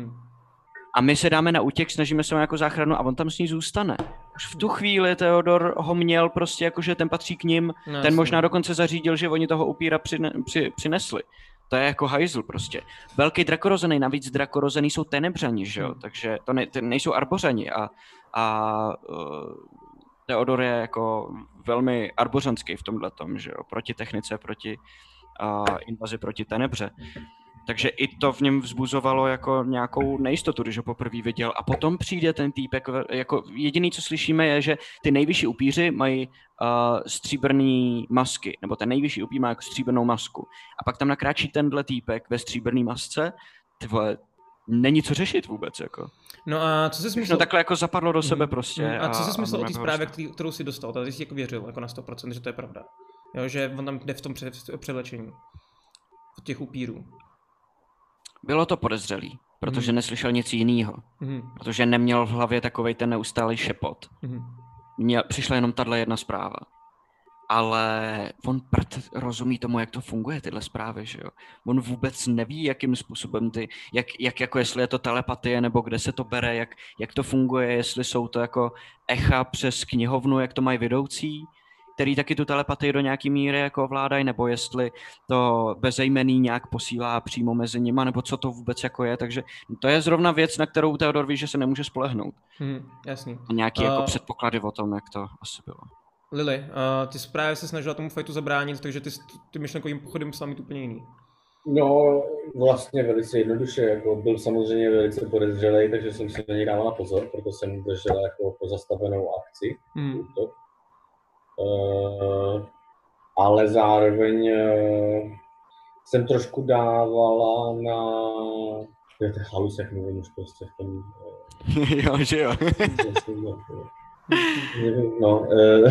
A my se dáme na útěk, snažíme se ho jako záchranu a on tam s ní zůstane. Už v tu chvíli Theodor ho měl prostě jako, že ten patří k nim, ten možná dokonce zařídil, že oni toho upíra přinesli. To je jako hajzl prostě. Velký drakorozený, navíc drakorozený jsou tenebřani, že jo, takže to nejsou arbořani a Theodor je jako velmi arbořanský v tomhletom, že jo, proti technice, proti invazi, proti tenebře. Takže i to v něm vzbuzovalo jako nějakou nejistotu, když ho poprvé viděl. A potom přijde ten týpek, jako jediný, co slyšíme, je, že ty nejvyšší upíři mají stříbrný masky, nebo ten nejvyšší upír má jako stříbrnou masku. A pak tam nakráčí tenhle týpek ve stříbrný masce, ty vole, není co řešit vůbec, jako. No a co jsi smyslel? No takhle jako zapadlo do sebe prostě. A co jsi smyslel o té zprávě, kterou jsi dostal? Tady jsi jako věřil jako na 100%, že to je pravda. Jo, že on tam jde v tom převlečení. Od těch upírů. Bylo to podezřelý, protože neslyšel nic jiného. Protože neměl v hlavě takovej ten neustálý šepot. Přišla jenom tahle jedna zpráva. Ale on rozumí tomu, jak to funguje, tyhle zprávy, že jo. On vůbec neví, jakým způsobem jak jako jestli je to telepatie, nebo kde se to bere, jak to funguje, jestli jsou to jako echa přes knihovnu, jak to mají vedoucí, který taky tu telepatii do nějaký míry jako ovládají, nebo jestli to bezejmenný nějak posílá přímo mezi nima, nebo co to vůbec jako je, takže to je zrovna věc, na kterou Theodor ví, že se nemůže spolehnout. Jasný. A nějaký jako předpoklady o tom, jak to asi bylo. Lily, ty právě se snažila tomu fajtu zabránit, takže ty myšlenkovým pochodem musela mít úplně jiný. No, vlastně velice jednoduše, jako byl samozřejmě velice podezřelej, takže jsem si na něj dával pozor, proto jsem držel jako pozastavenou akci. Ale zároveň jsem trošku dávala na... To je ten halus, jak mluvím už prostě v tom... Jo, že jo. No,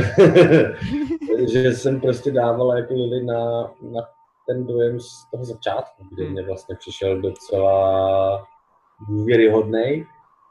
že jsem prostě dávala jako Lily na ten dojem z toho začátku, kdy mě vlastně přišel docela důvěryhodnej.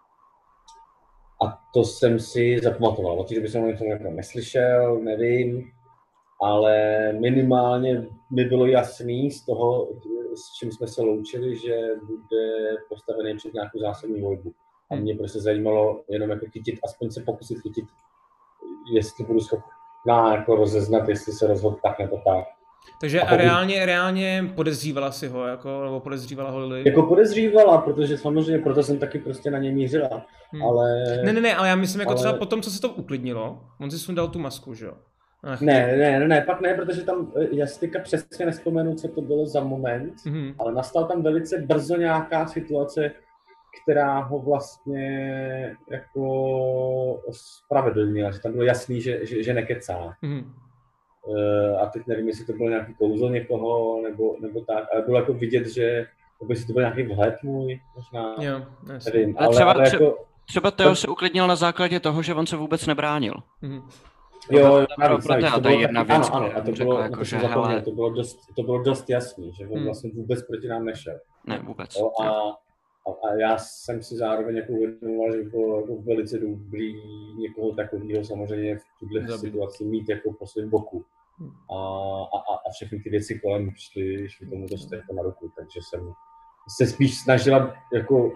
A to jsem si zapamatoval. O té době jsem o něm jako neslyšel, nevím, ale minimálně mi bylo jasný z toho, s čím jsme se loučili, že bude postavený před nějakou zásadní volbu. A mě prostě zajímalo jenom jako chytit, aspoň se pokusit chytit, jestli budu schopná jako rozeznat, jestli se rozhodl tak nebo tak. Takže reálně podezřívala si ho, jako, nebo podezřívala ho Lily? Jako podezřívala, protože samozřejmě proto jsem taky prostě na něj mířila, ale... Ne, ale já myslím jako třeba potom, co se to uklidnilo, on si sundal tu masku, že jo? Ne, pak ne, protože tam, já si teďka přesně nespomenu, co to bylo za moment, ale nastal tam velice brzo nějaká situace, která ho vlastně jako spravedlnila, že tam bylo jasný, že nekecá. A teď nevím, jestli to bylo nějaký kouzlo někoho, nebo tak, ale bylo jako vidět, že jestli to byl nějaký vhled můj, možná, jo, nevím. Ale třeba Theo se uklidnil na základě toho, že on se vůbec nebránil. Jo, to je jedna věc. Ano, a to bylo, jako, že zapomněl, to bylo dost jasný, že on vlastně vůbec proti nám nešel. Ne, vůbec. Jo, a já jsem si zároveň jako uvědomoval, že bylo jako velice dobrý někoho takového samozřejmě v tuhle situaci mít jako po svém boku. A všechny ty věci kolem šly tomu dost jako na ruku, takže jsem se spíš snažila jako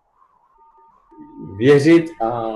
věřit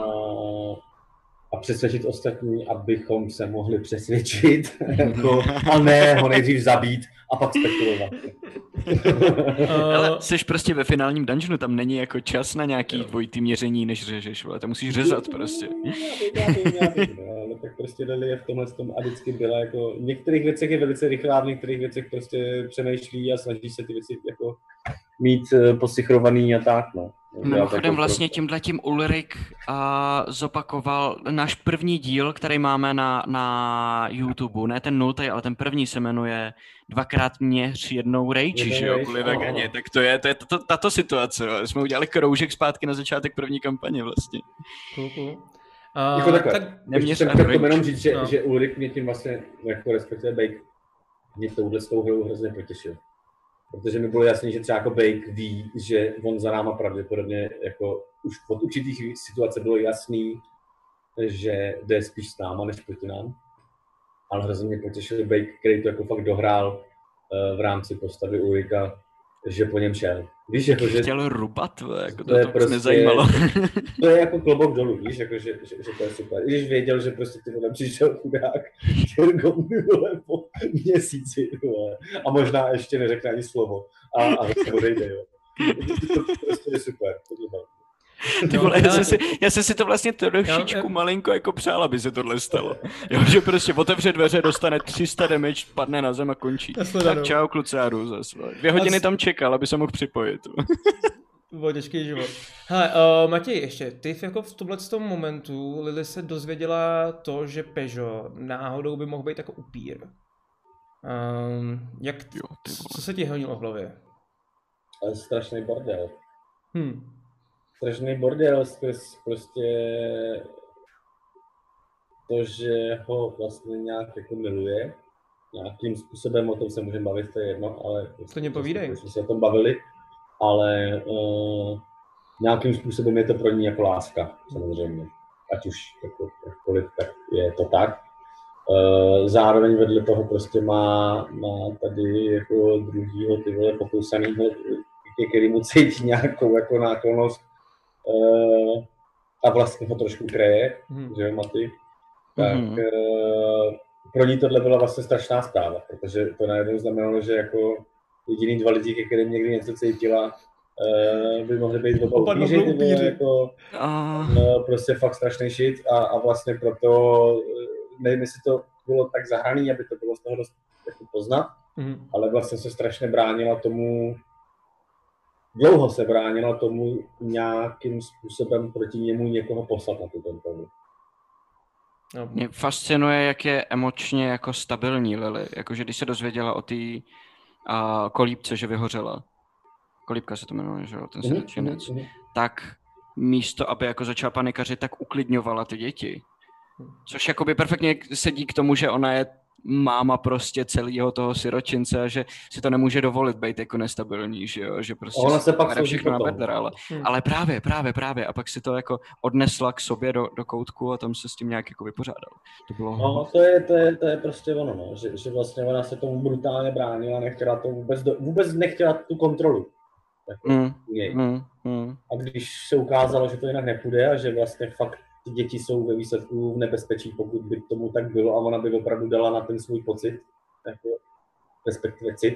a přesvědčit ostatní, abychom se mohli přesvědčit, jako, a ne ho nejdřív zabít a pak spekulovat. Ale jsi prostě ve finálním dungeonu, tam není jako čas na nějaký dvojitý měření, než řežeš, vole, tam musíš řezat prostě. Ale tak prostě Lily je v tomhle tom a vždycky byla jako, v některých věcech je velice rychlá, v některých věcech prostě přemýšlí a snaží se ty věci jako mít posichrovaný a tak, no. Mimochodem vlastně tímhletím Ulrik zopakoval náš první díl, který máme na YouTube, ne ten 0, ale ten první se jmenuje Dvakrát měř jednou rejči, že jo, kvůli veganě, tak to je tato situace, jo. Jsme udělali kroužek zpátky na začátek první kampaně vlastně. Cool. Jako takhle, tak neměř jsem chtěl jenom říct, že Ulrik mě tím vlastně, jako respektive Bake, mě touhle s tou hrou hrozně potěšil. Protože mi bylo jasný, že třeba jako Bake ví, že on za náma pravděpodobně jako už od určitých situací bylo jasný, že jde spíš s náma než proti nám. Ale hrozně mě potěšil Bake, který to jako fakt dohrál v rámci postavy Ulrika, že po něm šel. Víš, jako, že chtěl rubat, jako to je prostě, nezajímalo. To je jako klobouk dolů, víš, jako, že to je super. I když věděl, že prostě ty vole přišel chudák Kergon, vole, po měsíci, vole, a možná ještě neřekne ani slovo a zase odejde, jo. To prostě je super, to je Ty vole, já jsem si to vlastně trošičku malinko jako přál, aby se tohle stalo. Jo, že prostě otevře dveře, dostane 300 damage, padne na zem a končí. Tak čau, klucáru zase. 2 hodiny tam čekal, aby se mohl připojit. Bylo těžký život. Hele, Matěj, ještě, ty jako v tomhletom momentu Lily se dozvěděla to, že Peugeot náhodou by mohl být jako upír. Co se ti honilo v hlavě? Ale strašný bordel. Strašný bordel, prostě to, že ho vlastně nějak jako miluje, nějakým způsobem, o tom se můžeme bavit, to je jedno, ale to mě povídej. Jsme se o tom bavili, ale nějakým způsobem je to pro ní jako láska, samozřejmě, ať už jakkoliv, tak je to tak. Zároveň vedle toho prostě má tady jako druhýho ty vole pokousanýho, který mu cítí nějakou jako náklonnost a vlastně ho trošku kreje, že jo, Maty, tak pro ní tohle byla vlastně strašná zpráva, protože to najednou znamenalo, že jako jediný 2 lidi, ke kterým někdy něco cítila, by mohli být oba upíři, jako prostě fakt strašný shit a vlastně proto, nevím, jestli to bylo tak zahraný, aby to bylo z toho dost jako poznat, ale vlastně se strašně bránila tomu, dlouho se bránila tomu nějakým způsobem proti němu někoho poslat na tu kontrolu. Mě fascinuje, jak je emočně jako stabilní Lily. Jakože když se dozvěděla o té kolíbce, že vyhořela. Kolíbka se to jmenuje, že jo, ten srdčinec. Tak místo, aby jako začala panikařit, tak uklidňovala ty děti. Což jakoby perfektně sedí k tomu, že ona je máma prostě celého toho siročince a že si to nemůže dovolit být jako nestabilní, že jo, že prostě ona se pak všechno na bedra, ale právě a pak si to jako odnesla k sobě do koutku a tam se s tím nějak jako vypořádal. To bylo... No, to je prostě ono, no, že vlastně ona se tomu brutálně bránila, nechtěla to vůbec nechtěla tu kontrolu. Jako A když se ukázalo, že to jinak nepůjde a že vlastně fakt ty děti jsou ve výsledku v nebezpečí, pokud by tomu tak bylo a ona by opravdu dala na ten svůj pocit, jako, respektive cit,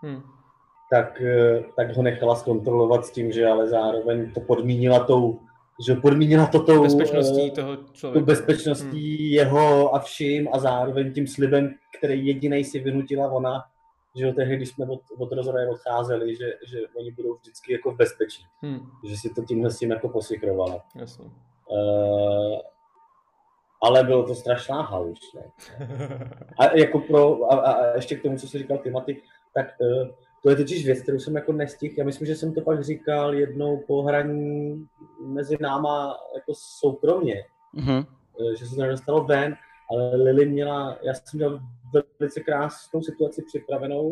tak ho nechala zkontrolovat s tím, že ale zároveň to podmínila tou bezpečností toho člověka. Bezpečností jeho a vším a zároveň tím slibem, který jedinej si vynutila ona, že jo, tehdy, když jsme od rozhodaje odcházeli, že oni budou vždycky jako v bezpečí. Že si to tímhle s tím jako posikrovala. Jasně. Ale bylo to strašná haluš, ne? A ještě k tomu, co jsi říkal ty, Maty, tak to je totiž věc, kterou jsem jako nestihl. Já myslím, že jsem to pak říkal jednou po hraní mezi náma jako soukromně, že se to nedostalo ven, ale Lily já jsem měl velice krásnou situaci připravenou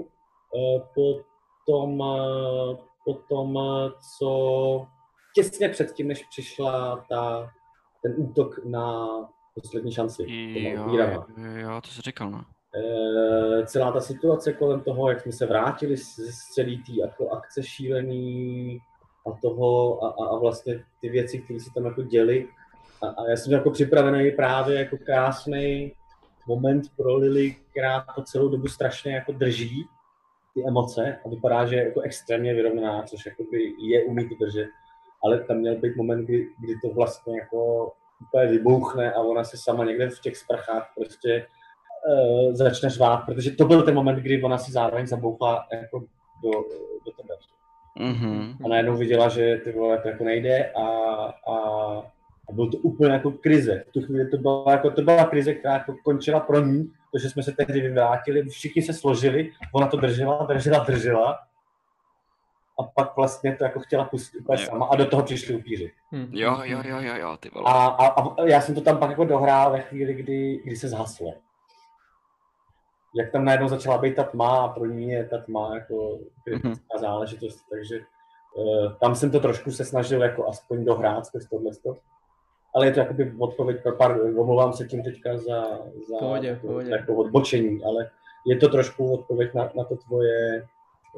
po tom, co těsně předtím, než přišla ten útok na poslední šanci. Jo, to jsi říkal, no. Celá ta situace kolem toho, jak jsme se vrátili z celé té jako akce šílený a vlastně ty věci, které se tam jako děly. A já jsem jako připravený právě jako krásný moment pro Lily, která to celou dobu strašně jako drží ty emoce a vypadá, že je jako extrémně vyrovnaná, což jakoby je umí to držet, ale tam měl být moment, kdy to vlastně jako úplně vybouchne a ona se sama někde v těch sprchách prostě začne řvát, protože to byl ten moment, kdy ona si zároveň zabouchla jako do tebe. Mm-hmm. A najednou viděla, že ty vole to jako nejde a bylo to úplně jako krize. V tu chvíli to byla krize, která jako končila pro ní, protože jsme se tehdy vyvrátili, všichni se složili, ona to držela a pak vlastně to jako chtěla pustit úplně sama a do toho přišli upíři. Jo, ty vole. A já jsem to tam pak jako dohrál ve chvíli, kdy se zhaslo. Jak tam najednou začala být ta tma a pro ní je ta tma jako kritická záležitost, takže tam jsem to trošku se snažil jako aspoň dohrát skrz tohleto. Ale je to jakoby odpověď, omlouvám se tím teďka za pohodě. Jako odbočení, ale je to trošku odpověď na to tvoje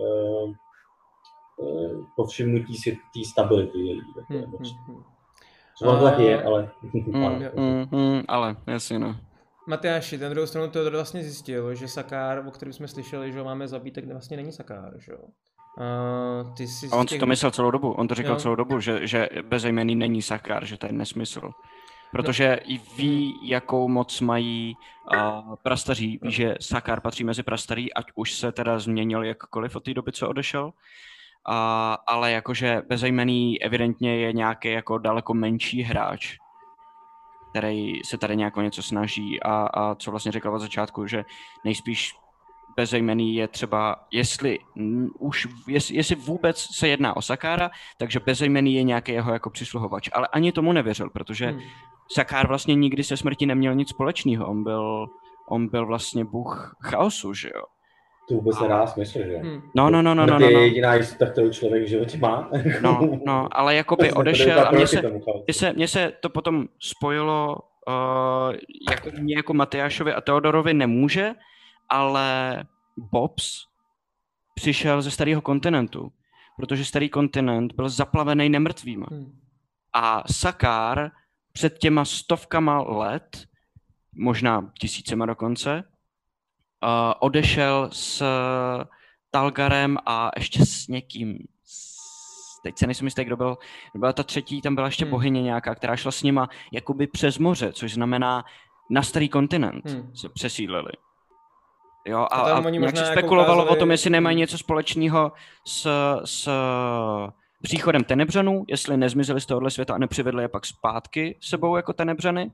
povšimnutí si té stability. Ono to taky je, ale... ale jasně no. Matyáši, ten druhou stranu to vlastně zjistil, že Sakár, o kterém jsme slyšeli, že ho máme zabít, tak vlastně není Sakár, že jo? A on si to myslel celou dobu, on to říkal celou dobu, že bezejmenný není Sakár, že to je nesmysl. Protože i ví, jakou moc mají prastaří, ví, že Sakár patří mezi prastarý, ať už se teda změnil jakkoliv od té doby, co odešel. Ale jakože bezejmenný evidentně je nějaký jako daleko menší hráč, který se tady nějak něco snaží a co vlastně říkal od začátku, že nejspíš bezejmenný je třeba, jestli vůbec se jedná o Sakára, takže bezejmenný je nějaký jeho jako přisluhovač. Ale ani tomu nevěřil, protože Sakár vlastně nikdy se smrti neměl nic společného. On byl vlastně bůh chaosu, že jo? To vůbec nedá smysl, že jo? No. To je jediná jistota, kterou člověk v životě má. No, ale jakoby odešel a mně se to potom spojilo, jako mě jako Matyášovi a Teodorovi nemůže, ale Bobs přišel ze starého kontinentu, protože starý kontinent byl zaplavený nemrtvýma. A Sakár před těma 100 let, možná 1000 dokonce, odešel s Talgarem a ještě s někým. Teď se nejsem jistý, kdo byl. Byla ta třetí, tam byla ještě bohyně nějaká, která šla s nima jakoby přes moře, což znamená na starý kontinent se přesídlili. Jo, a nějak se spekulovalo o tom, jestli nemají něco společného s příchodem Tenebřanů, jestli nezmizeli z tohohle světa a nepřivedli je pak zpátky sebou jako Tenebřany.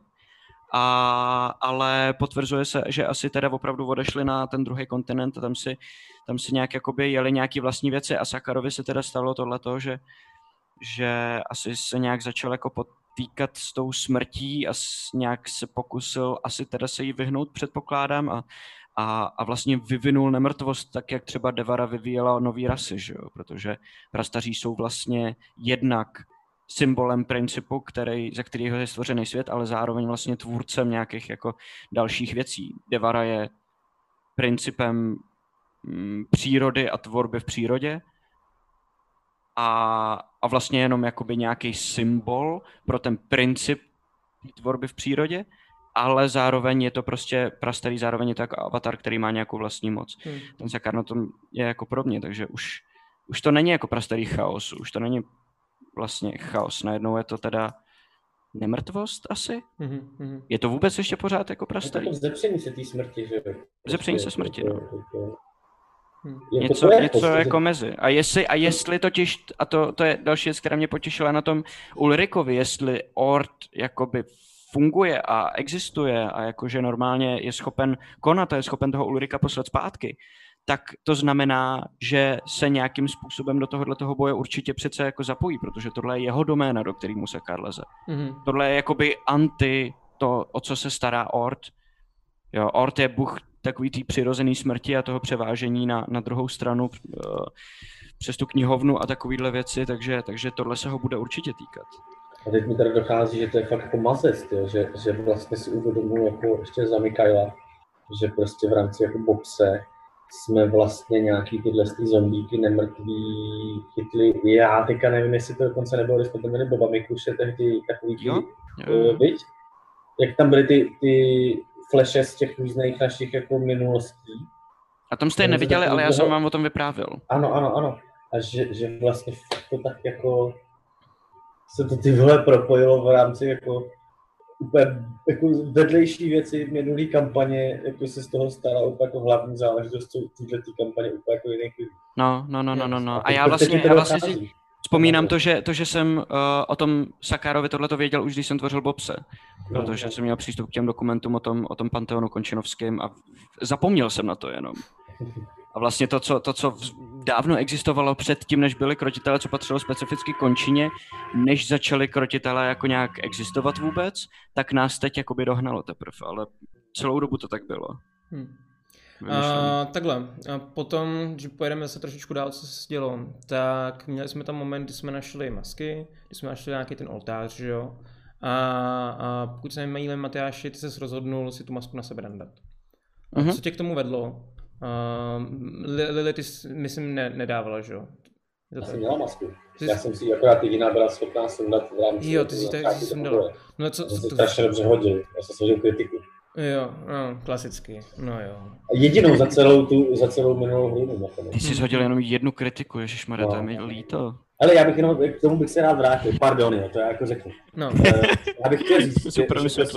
Ale potvrzuje se, že asi teda opravdu odešli na ten druhý kontinent a tam si nějak jakoby jeli nějaký vlastní věci a Sakarovi se teda stalo tohleto, že asi se nějak začal jako potýkat s tou smrtí a nějak se pokusil asi teda se jí vyhnout, předpokládám, a vlastně vyvinul nemrtvost tak, jak třeba Devara vyvíjela nový rasy, že jo? Protože prastaří jsou vlastně jednak symbolem principu, ze kterého je stvořený svět, ale zároveň vlastně tvůrcem nějakých jako dalších věcí. Devara je principem přírody a tvorby v přírodě a vlastně jenom jakoby nějaký symbol pro ten princip tvorby v přírodě, ale zároveň je to prostě prastarý, zároveň je to jako avatar, který má nějakou vlastní moc. Ten Sakár na tom je jako podobně, takže už to není jako prastarý chaos, už to není vlastně chaos. Najednou je to teda nemrtvost asi? Je to vůbec ještě pořád jako prastarý? Je to vzepření se té smrti, že jo? Vzepření se smrti, no. Něco jako mezi. A jestli totiž, a to je další věc, která mě potěšila na tom Ulrikovi, jestli Ord jakoby funguje a existuje a jakože normálně je schopen konat a je schopen toho Ulrika poslat zpátky, tak to znamená, že se nějakým způsobem do tohoto boje určitě přece jako zapojí, protože tohle je jeho doména, do kterému se Sakár leze. Tohle je jakoby anti to, o co se stará Ord. Jo, Ord je bůh takový tý přirozený smrti a toho převážení na druhou stranu přes tu knihovnu a takovýhle věci, takže tohle se ho bude určitě týkat. A teď mi teda dochází, že to je fakt jako mazec, že vlastně si uvědomuji jako ještě za Mikaela, že prostě v rámci jako Bobse jsme vlastně nějaký tyhle zombíky nemrtví chytli. Já teďka nevím, jestli to dokonce nebylo, když jsme tam měli Boba Mikuše, tehdy takový viď? Jak tam byly ty flashe z těch různých našich jako minulostí. A tom jste je neviděli, ale já jsem vám o tom vyprávěl. Ano. A že vlastně to tak jako se to ty vole propojilo v rámci jako úplně jako vedlejší věci minulý kampaně, jako se z toho stala úplně jako hlavní záležitost této kampaně úplně jako jiných lidí. No. A já vlastně si vzpomínám to, že jsem o tom Sakárovi tohleto věděl už, když jsem tvořil Bobse. Protože jsem měl přístup k těm dokumentům o tom Panteonu Končinovském a zapomněl jsem na to jenom. A vlastně to, co dávno existovalo předtím, než byli krotitelé, co patřilo specificky Končině, než začali krotitelé jako nějak existovat vůbec, tak nás teď jakoby dohnalo teprve, ale celou dobu to tak bylo. Takhle, potom, když pojedeme se trošičku dál, co se dělo, tak měli jsme tam moment, kdy jsme našli masky, kdy jsme našli nějaký ten oltář, že jo? A pokud se nemýlím, Matyáši, ty ses rozhodnul si tu masku na sebe dandat. Co tě k tomu vedlo? Lily, ty myslím nedávala, že jo? Já jsem měla masku. Já jsem si akorát jediná byla schopná sundat v rámci. Jo, ty jsi tak sundala. No co to strašně dobře hodil. Já jsem hodil kritiku. Jo, no, klasicky. No jo. A jedinou za celou minulou hru. Ty jsi hodil jenom jednu kritiku, ježišmarja, to je mi líto. Ale já bych jenom, k tomu bych se rád vrátil. Pardon, jo, to já jako řeknu. No. Já bych chtěl říct, že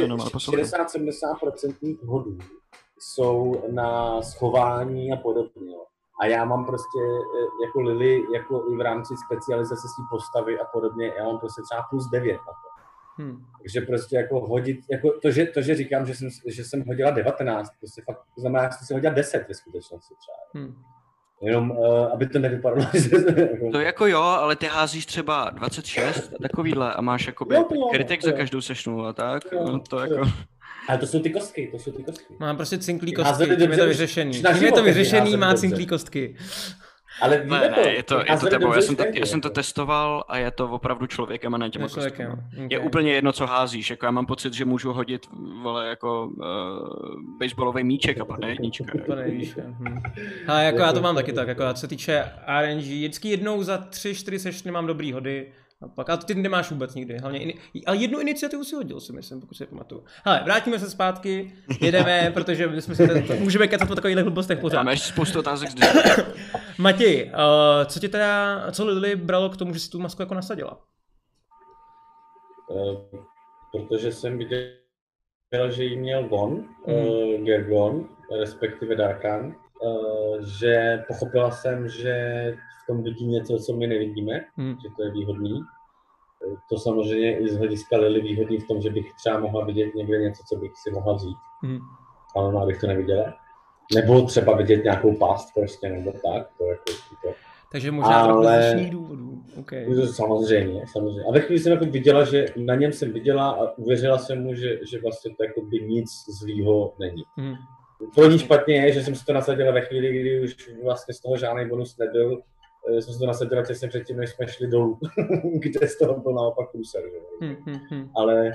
60-70% hodů jsou na schování a podobně. A já mám prostě jako Lily, jako i v rámci specializace svý postavy a podobně, já mám prostě třeba plus 9 na to. Takže prostě jako hodit, jako to, že říkám, že jsem hodila 19, prostě fakt, to znamená, že jsem si hodila 10 ve skutečnosti třeba. Jenom, aby to nevypadalo, že to jako jo, ale ty házíš třeba 26 a takovýhle a máš jakoby kritik za každou sešnu a tak, no, to jako... Ale to jsou ty kostky. Mám prostě cinklý kostky, tím je to vyřešený. Má cinklý kostky. Ale je to tebou, já jsem to testoval a je to opravdu člověkem a ne těma kostkama. Okay. Je úplně jedno, co házíš, jako já mám pocit, že můžu hodit vole jako baseballový míček a padne jednička. To nevíš. Ale jako já to mám taky tak, jako co se týče RNG, vždycky jednou za 3-4 sešny mám dobrý hody. A ty nemáš vůbec nikdy, hlavně ale jednu iniciativu si hodil, si myslím, pokud si pamatuju. Hele, vrátíme se zpátky, jedeme, protože my jsme můžeme kecat o takových blbostech pořád. Máme ještě spoustu otázek zde. Matěj, co Lily bralo k tomu, že si tu masku jako nasadila? Protože jsem viděl, že jí měl von, Gergon, respektive Darkan, že pochopila jsem, že v tom vidí něco, co my nevidíme, že to je výhodný. To samozřejmě i z hlediska Lily výhodný v tom, že bych třeba mohla vidět někde něco, co bych si mohla vzít. Ale ona bych to neviděla. Nebo třeba vidět nějakou past prostě, nebo tak. To jako, takže možná trochu z lišných důvodů. Okay. Samozřejmě. A ve chvíli jsem jako viděla, že na něm jsem viděla a uvěřila jsem mu, že vlastně to jako by nic zlýho není. Pro ní špatně je, že jsem si to nasadila ve chvíli, kdy už vlastně z toho žádný bonus nebyl. Jsem si to nasadila těsně předtím, než jsme šli dolů, kde z toho byl naopak průser. Ale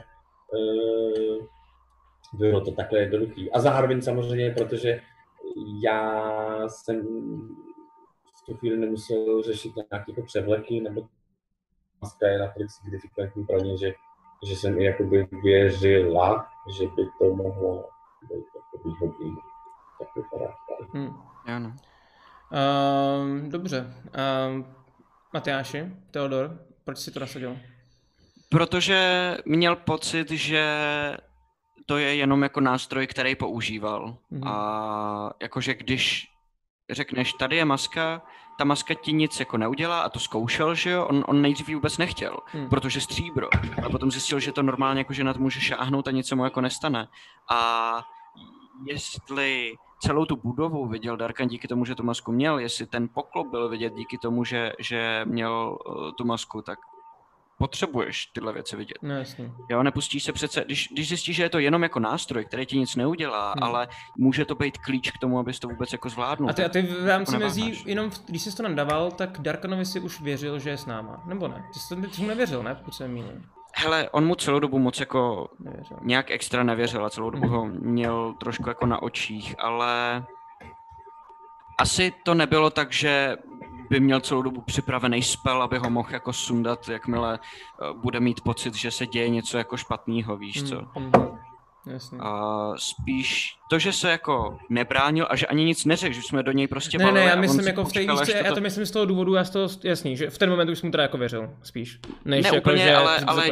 bylo to takhle jednoduchý. A zároveň samozřejmě, protože já jsem v tu chvíli nemusel řešit nějaké jako převleky, nebo maska je natolik signifikantní pro ně, že jsem i jakoby věřila, že by to mohlo být jako výhodný. Tak vypadá. Ano. Dobře. Matyáši, Theodor, proč si to nasadil? Protože měl pocit, že to je jenom jako nástroj, který používal. A jakože když řekneš, tady je maska, ta maska ti nic jako neudělá a to zkoušel, že jo? On nejdřív vůbec nechtěl, protože stříbro. A potom zjistil, že to normálně jakože na to může šáhnout a nic se mu jako nestane. A jestli celou tu budovu viděl Darkan díky tomu, že tu masku měl, jestli ten poklop byl vidět díky tomu, že měl tu masku, tak potřebuješ tyhle věci vidět. No jasně. Jo, nepustíš se přece, když zjistíš, že je to jenom jako nástroj, který ti nic neudělá, ale může to být klíč k tomu, abys to vůbec jako zvládnul. A ty v rámci mezí, jenom když jsi to nadával, tak Darkanovi si už věřil, že je s náma, nebo ne? Ty jsi mu nevěřil, ne? Pokud se mýlím. Hele, on mu celou dobu moc jako nějak extra nevěřil a celou dobu ho měl trošku jako na očích, ale asi to nebylo tak, že by měl celou dobu připravený spell, aby ho mohl jako sundat, jakmile bude mít pocit, že se děje něco jako špatného, víš co? Jasně. Spíš to, že se jako nebránil a že ani nic neřekl, že jsme do něj prostě Ne, balili já a on myslím si jako v té počkal, až výšce, já to myslím z toho důvodu, jasný, že v ten moment už jsem mu teda jako věřil, spíš. Než ne jako, úplně, že ale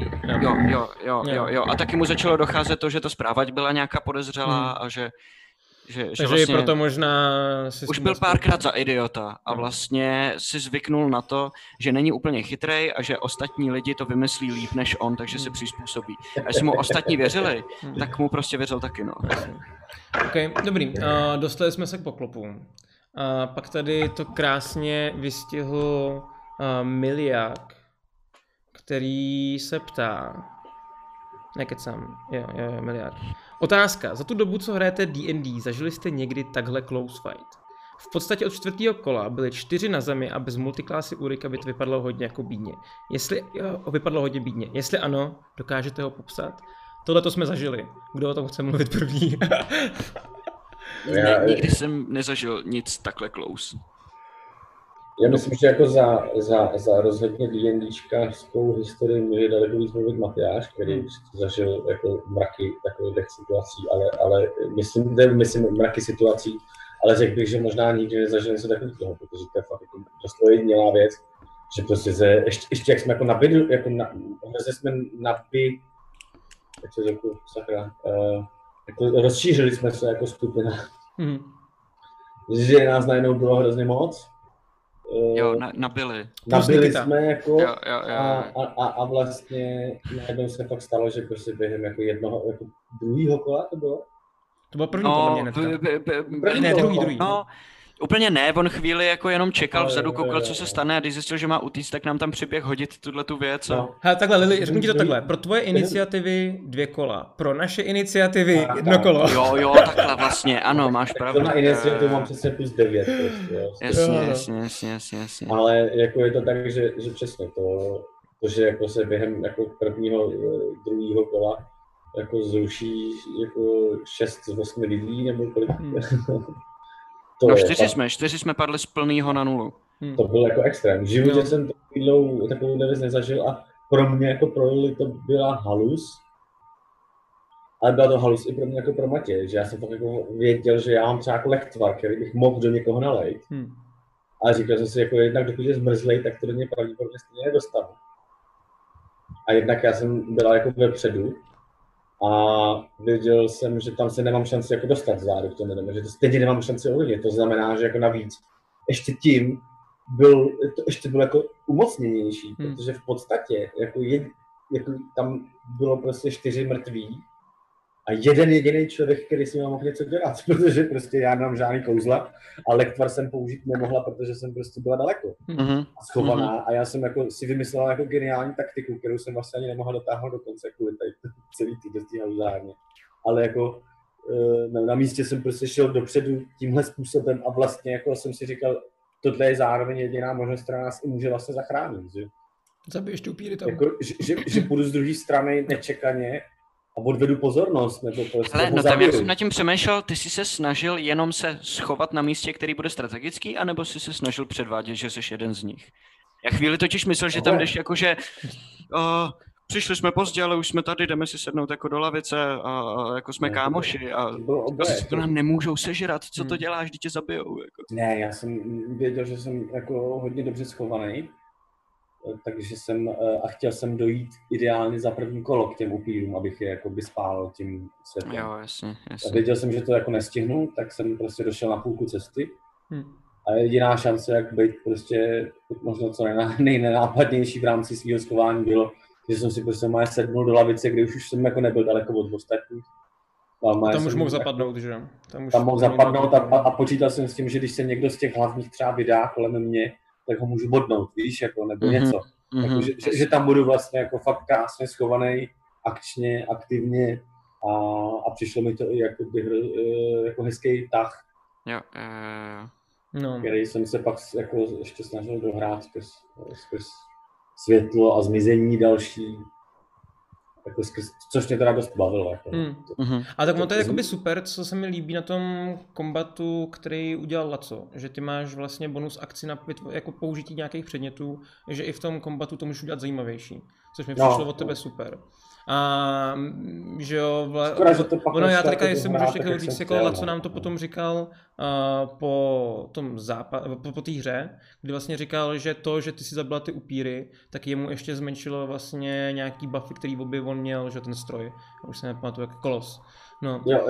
Jo. A taky mu začalo docházet to, že ta zpráva byla nějaká podezřelá a že Takže vlastně i proto možná už byl párkrát za idiota a vlastně si zvyknul na to, že není úplně chytrej a že ostatní lidi to vymyslí líp než on, takže se přizpůsobí. A jestli mu ostatní věřili, tak mu prostě věřil taky, no. Ok, dobrý. Dostali jsme se k poklopům. Pak tady to krásně vystihl Miliak, který se ptá... Nekecám, jo, Miliak. Otázka. Za tu dobu, co hrajete D&D, zažili jste někdy takhle close fight? V podstatě od 4. kola byly 4 na zemi a bez multiklasy Ulrika by to vypadalo hodně jako bídně. Jestli ano, dokážete ho popsat? Tohle jsme zažili. Kdo o tom chce mluvit první? Nikdy jsem nezažil nic takhle close. Já myslím, že jako za rozhodně D&Dčkařskou historii může daleko víc mluvit Matyáš, který zažil jako mraky takových situací, ale myslím mraky situací, ale řekl bych, že možná nikdy nezažil něco takového, protože to je fakt jako dost ojedinělá věc, že prostě ještě jak jsme jako nabili, jsme jak se řekl, sakra, jako rozšířili jsme se jako skupina, že nás najednou bylo hrozně moc. Jo, nabili. Nabili jsme jako jo. A vlastně najednou se fakt stalo, že prostě během jako druhého kola to bylo? To bylo první podle mě Ne, druhý. No, úplně ne, on chvíli jako jenom čekal vzadu, koukal, co se stane a když zjistil, že má utíct, tak nám tam přiběh hodit tu věc. No. Hele, takhle, Lili, řeknu ti to takhle. Pro tvoje iniciativy 2 kola, pro naše iniciativy 1 kolo. Jo, takhle vlastně, ano, máš pravdu. Na iniciativu mám přesně plus 9. Prostě, Jasně. Ale jako je to tak, že přesně to že jako se během jako prvního, druhého kola jako zruší jako 6 z 8 lidí nebo kolik. No 4 jsme padli z plnýho na 0. To byl jako extrém. V životě jsem takovou věc nezažil a pro mě jako pro Lili to byla halus. Ale byla to halus i pro mě jako pro Matěje, že já jsem fakt jako věděl, že já mám třeba jako lektvar, který bych mohl do někoho nalejt. A říkal jsem si, jako jednak dokud je zmrzlej, tak to do něj pravděpodobně stejně nedostanu. A jednak já jsem byla jako vepředu a věděl jsem, že tam se nemám šanci jako dostat zádu k tomu domu, že to stejně nemám šanci ovlivnit. To znamená, že jako navíc ještě tím byl jako umocněnější, protože v podstatě jako tam bylo prostě 4 mrtví a jeden jediný člověk, který si mohl něco dělat, protože prostě já nemám žádný kouzla a lektvar jsem použít nemohla, protože jsem prostě byla daleko a schovaná a já jsem jako si vymyslela jako geniální taktiku, kterou jsem vlastně ani nemohla dotáhnout do konce kvůli tady celý týdností hauzárně. Ale jako na místě jsem prostě šel dopředu tímhle způsobem a vlastně jako jsem si říkal, tohle je zároveň jediná možnost, která nás i může vlastně zachránit, že? Zabiješ tu upíry tam. Jako, že půjdu z druhé strany nečekaně a odvedu pozornost, nebo prostě ale no tam jak jsem nad tím přemýšlel, ty jsi se snažil jenom se schovat na místě, který bude strategický, anebo jsi se snažil předvádět, že jsi jeden z nich? Já chvíli totiž myslel, že tam jdeš jakože přišli jsme pozdě, ale už jsme tady, jdeme si sednout jako do lavice a jako jsme kámoši a to nám nemůžou sežrat, co to děláš, když tě zabijou. Jako. Ne, já jsem věděl, že jsem jako hodně dobře schovaný, takže chtěl jsem dojít ideálně za první kolo k těm upírům, abych je jako by spálil tím světlem. Jo, jasně. A věděl jsem, že to jako nestihnu, tak jsem prostě došel na půlku cesty. A jediná šance, jak být prostě možná co nejnenápadnější v rámci svého schování bylo, že jsem si prostě sednul do lavice, kde už jsem jako nebyl daleko od ostatních. Tam už mohl zapadnout, že? Tam mohl zapadnout a počítal jsem s tím, že když se někdo z těch hlavních třeba vydá kolem mě, tak ho můžu bodnout, víš, jako, nebo něco. Jako, že tam budu vlastně jako fakt krásně schovaný, akčně, aktivně a přišlo mi to i jako hezký tah, který jsem se pak jako ještě snažil dohrát skrz světlo a zmizení další. Jako což mě teda dost bavilo. Jako. A tak to je jakoby super, co se mi líbí na tom kombatu, který udělal Laco, že ty máš vlastně bonus akci na jako použití nějakých předmětů, že i v tom kombatu to můžeš udělat zajímavější, což mi přišlo od tebe super. A že jo, já teďka jsem můžu ještě říct, jako Laco nám to potom říkal po tom po té hře, kdy vlastně říkal, že to, že ty si zabila ty upíry, tak jemu ještě zmenšilo vlastně nějaký buffy, který on měl, že ten stroj. Já už se nepamatuju, jak kolos. No. Jo.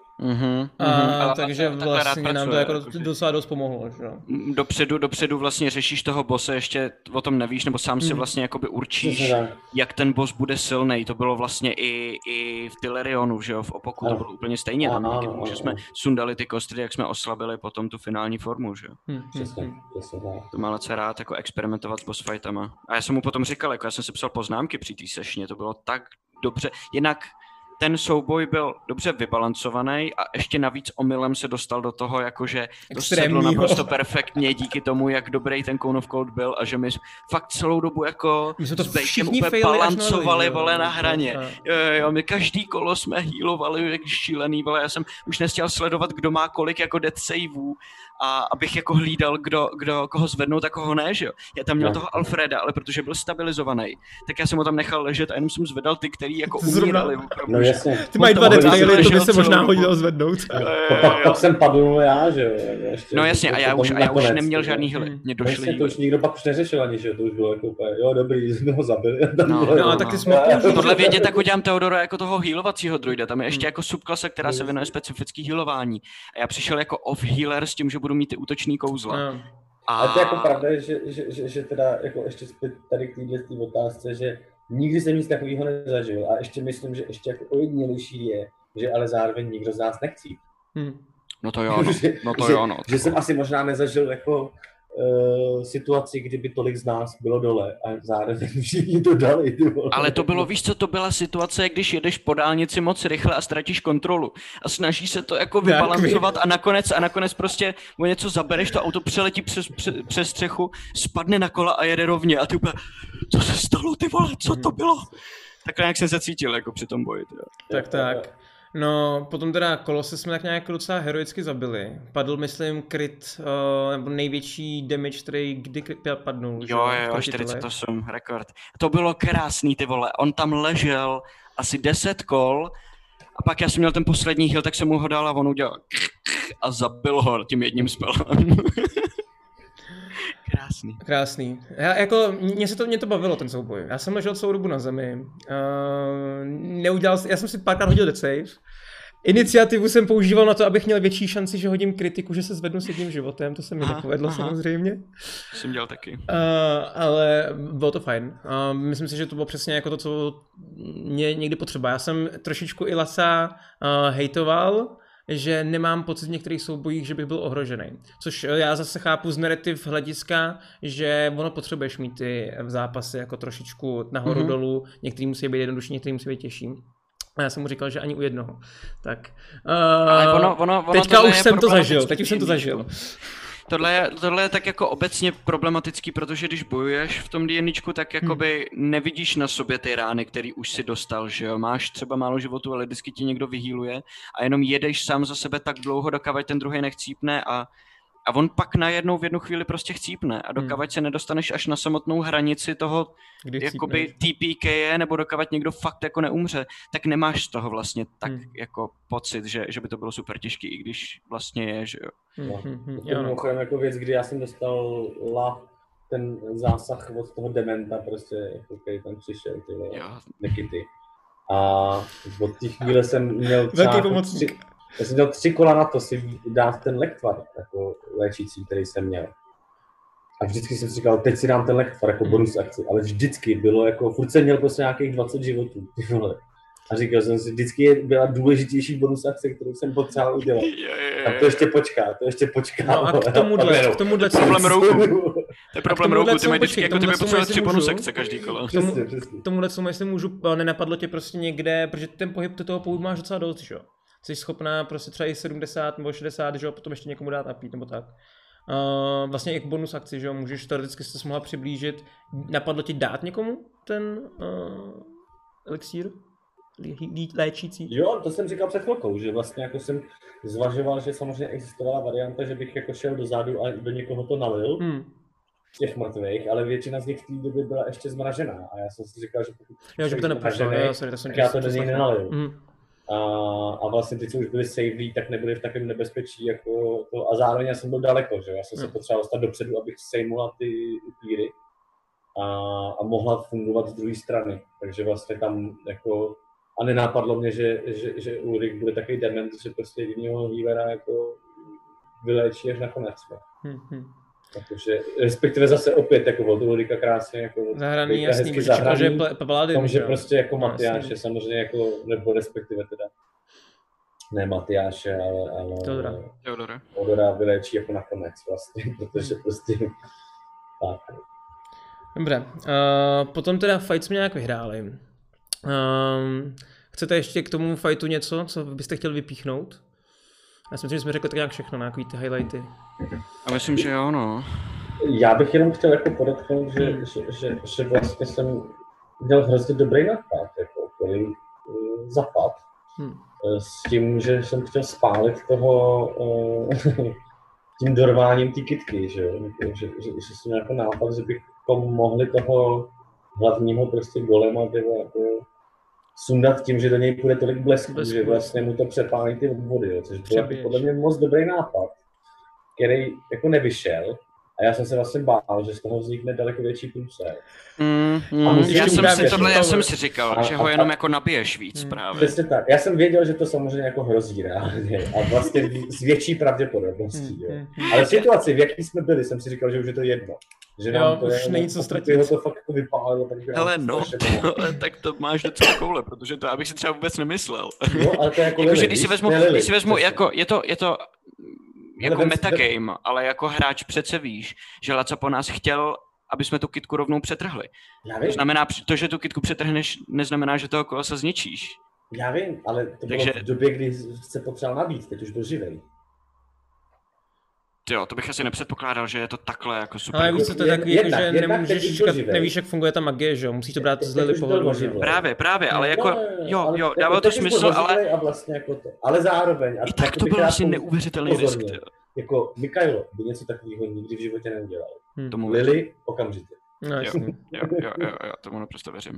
Takže vlastně nám to jako docela dost pomohlo. Že? Dopředu vlastně řešíš toho bosse, ještě o tom nevíš, nebo sám si vlastně jakoby určíš, jak ten boss bude silnej. To bylo vlastně i v Tylerionu, že jo, v Opoku to bylo úplně stejně. Tam díky tomu, že jsme sundali ty kostry, jak jsme oslabili potom tu finální formu, že jo. Přesně. To má Laco rád jako experimentovat s boss fightama. A já jsem mu potom říkal, jako já jsem si psal poznámky při té sešně, to bylo tak dobře. Jinak ten souboj byl dobře vybalancovaný a ještě navíc omylem se dostal do toho, jakože to sedlo naprosto perfektně díky tomu, jak dobrý ten Cone of Cold byl a že my fakt celou dobu jako s Bakem úplně balancovali, vole, na hraně. Jo, my každý kolo jsme healovali jak šílený, vole, já jsem už nechtěl sledovat, kdo má kolik jako death saveů a abych jako hlídal, kdo koho zvednout a koho ne, že jo. Já tam měl toho Alfreda, ale protože byl stabilizovaný, tak já jsem ho tam nechal ležet a jenom jsem zvedal ty, který jako umírali. No jasně. Ty mají 2 detaily, to by se možná hodilo zvednout. Pak jsem padl já, že jo. No jasně, a já už neměl žádný healy. Mě došli. To už nikdo pak už neřešil ani, že to už bylo jako úplně, jo dobrý, jsme ho zabili. No, tak ty jsme podle vědě tak udělám Teodora jako toho healovacího druida, tam je ještě jako subklasa, která se věnuje specifický healování. A já přišel jako off-healer s tím, že budu mít ty útoční kouzla. A to je jako pravda, že teda jako ještě zpět tady k této otázce, že nikdy jsem nic takového nezažil a ještě myslím, že ještě jako ojedinělejší je, že ale zároveň nikdo z nás nechce. No to jo, no. Že jsem asi možná nezažil jako situaci, kdyby tolik z nás bylo dole a zároveň všichni to dali. Ale to bylo, víš co, to byla situace, když jedeš po dálnici moc rychle a ztratíš kontrolu a snažíš se to jako vybalancovat a nakonec prostě o něco zabereš, to auto přeletí přes střechu, spadne na kola a jede rovně a ty úplně, co se stalo, ty vole, co to bylo? Takhle jak jsem se cítil jako při tom boji. Tak. No, potom teda Kolose jsme tak nějak docela heroicky zabili. Padl, myslím, crit, nebo největší damage, který kdy padnul. Jo, 48, rekord. To bylo krásný, ty vole. On tam ležel asi 10 kol a pak já jsem měl ten poslední heal, tak jsem mu ho dal a on udělal a zabil ho tím jedním spelem. Krásný. Mě to bavilo, ten souboj. Já jsem ležel celou dobu na zemi. Já jsem si párkrát hodil death save. Iniciativu jsem používal na to, abych měl větší šanci, že hodím kritiku, že se zvednu s jedním životem. To se mi nepovedlo samozřejmě. Jsem dělal taky. Ale bylo to fajn. Myslím si, že to bylo přesně jako to, co mě někdy potřeba. Já jsem trošičku i Lasa hejtoval, že nemám pocit v některých soubojích, že bych byl ohrožený. Což já zase chápu z narrativ hlediska, že ono potřebuješ mít ty v zápasy jako trošičku nahoru dolů, některý musí být jednodušší, některý musí být těžší. A já jsem mu říkal, že ani u jednoho. Tak. Ale ono teďka už jsem to zažil. Tohle je tak jako obecně problematický, protože když bojuješ v tom D&Dčku, tak jakoby nevidíš na sobě ty rány, který už si dostal, že jo. Máš třeba málo životu, ale vždycky ti někdo vyhýluje a jenom jedeš sám za sebe tak dlouho, dokud ten druhý nechcípne a on pak najednou v jednu chvíli prostě chcípne a dokud se nedostaneš až na samotnou hranici toho jakoby TPK nebo dokud někdo fakt jako neumře, tak nemáš z toho vlastně tak jako pocit, že by to bylo super těžký, i když vlastně je, že jo. To mimochodem jako věc, kdy já jsem dostal ten zásah od toho dementa prostě, který tam přišel, ty Nekity. A od té chvíle jsem měl já jsem měl 3 kola na to si dát ten lektvar jako léčící, který jsem měl. A vždycky jsem si říkal, teď si dám ten lektvar jako bonus akci, ale vždycky bylo jako, furt jsem měl prostě nějakých 20 životů, ty vole. A říkal jsem si, vždycky byla důležitější bonus akce, kterou jsem potřeboval udělat. Tak to ještě počká. No a k tomuhle problém rouku. To je problém rouku, ty mají vždycky jako ty by potřeboval 3 bonus akce každý kolo. K tomuhle jestli můžu, nenapadlo tě prostě někde, protože ten pohyb toho pohybu máš docela dost, že jo? Jsi schopná prostě třeba i 70 nebo 60, že jo, potom ještě někomu dát napít nebo tak. Vlastně jak bonus akci, že jo, můžeš teoreticky se mohla přiblížit. Napadlo ti dát někomu ten elixír? Léčící? Jo, to jsem říkal před chvilkou, že vlastně jako jsem zvažoval, že samozřejmě existovala varianta, že bych jako šel dozadu a do někoho to nalil. těch mrtvých, ale většina z nich v té době byla ještě zmražená. A já jsem si říkal, že pokud že by to neprošlo, tak já to do něj nenaliju. A vlastně ty, co už byli saveví, tak nebyli v takovém nebezpečí jako to. A zároveň já jsem byl daleko, že já jsem se potřeboval dostat dopředu, abych sejmula ty upíry a mohla fungovat z druhé strany. Takže vlastně tam jako a nenápadlo mě, že Ulrich bude takový dement, že prostě jedinýho healera jako vyléčí až nakonec. Takže, respektive zase opět jako od Ulricha krásně jako zahraný, jasný, protože čekal, že je Paladin. Tom, že prostě jako Matyáš je samozřejmě jako, nebo respektive teda ne Matyáše, ale Teodora vyléčí jako nakonec vlastně, protože prostě tak. Dobře, potom teda fight jsme nějak vyhráli. Chcete ještě k tomu fightu něco, co byste chtěli vypíchnout? Já si myslím, že jsme řekli tak nějak všechno, na nějaký ty highlighty. A myslím, že jo, no. Já bych jenom chtěl jako podotknout, že vlastně jsem měl hrozně dobrý nápad, jako který zapad. S tím, že jsem chtěl spálit toho tím dorváním té kytky, že jo? Že jsem měl jako nápad, že bychom mohli toho hlavního prostě golema jako sundat tím, že do něj půjde tolik blesku, že vlastně mu to přepálí ty obvody, což byl jako podle mě moc dobrý nápad, který jako nevyšel. A já jsem se vlastně bál, že z toho vznikne daleko větší průser. Já jsem si říkal, že ho jenom jako nabiješ víc právě. Přesně tak. Já jsem věděl, že to samozřejmě jako hrozí reálně a vlastně s větší pravděpodobností. Ale v situaci, v jaký jsme byli, jsem si říkal, že už je to jedno. Že nám to už není co ztratit. To fakt jako vypálilo. Hele no, tak to máš docela koule, protože to abych si třeba vůbec nemyslel. No, ale to je jako Lily, když si vezmu jako, je to jako metagame, ale jako hráč přece víš, že Laca po nás chtěl, aby jsme tu kytku rovnou přetrhli. To znamená, to, že tu kytku přetrhneš, neznamená, že toho kolesa zničíš. Já vím, ale to bylo v době, kdy se potřeboval nabít, teď už byl živej. Jo, to bych asi nepředpokládal, že je to takhle jako super. Ale víš co, to je takový, jako, že nemůžeš říkat, nevíš, jak funguje ta magie, že jo, musíš to brát z Lily pohledu. Právě, ale jako, jo, dávalo to smysl, ale... A vlastně jako to, ale zároveň... I tak to byl asi neuvěřitelný risk, jo. Jako Mikailo by něco takového nikdy v životě neudělal. Lily okamžitě. No, jo, tomu naprosto věřím.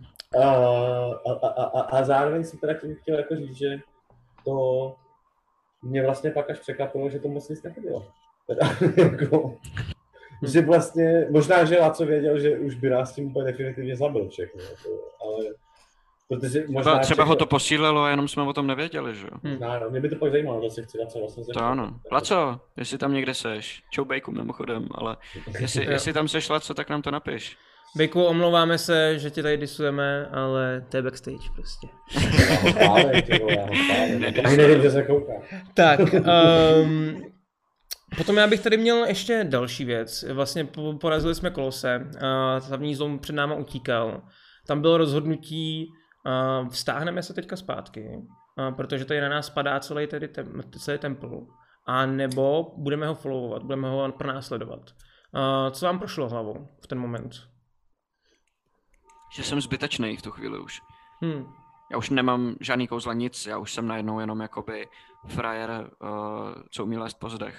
A zároveň jsem teda tím chtěl jako říct, že to mě vlastně pak až překvapilo, že to moc nic nechodilo. Jako, že vlastně, možná, že Laco věděl, že už by nás tím úplně definitivně zabil všechno, ale protože možná třeba ho to posílilo a jenom jsme o tom nevěděli, že jo? No, mě by to pak zajímalo, že si chci Laco vlastně to ano. Laco, jestli tam někde seš, čau Bejku mimochodem, ale jestli tam seš Laco, tak nám to napiš. Bejku, omlouváme se, že tě tady disujeme, ale to je backstage prostě. Nevím, že se kouká. Tak, potom já bych tady měl ještě další věc. Vlastně porazili jsme Kolose, hlavní zlom před náma utíkal. Tam bylo rozhodnutí, vztáhneme se teďka zpátky, protože tady na nás padá celý templ, a nebo budeme ho followovat, budeme ho pronásledovat. Co vám prošlo hlavou v ten moment? Že jsem zbytečný v tu chvíli už. Já už nemám žádný kouzla, nic, já už jsem najednou jenom jakoby frajer, co umí lézt po zdech.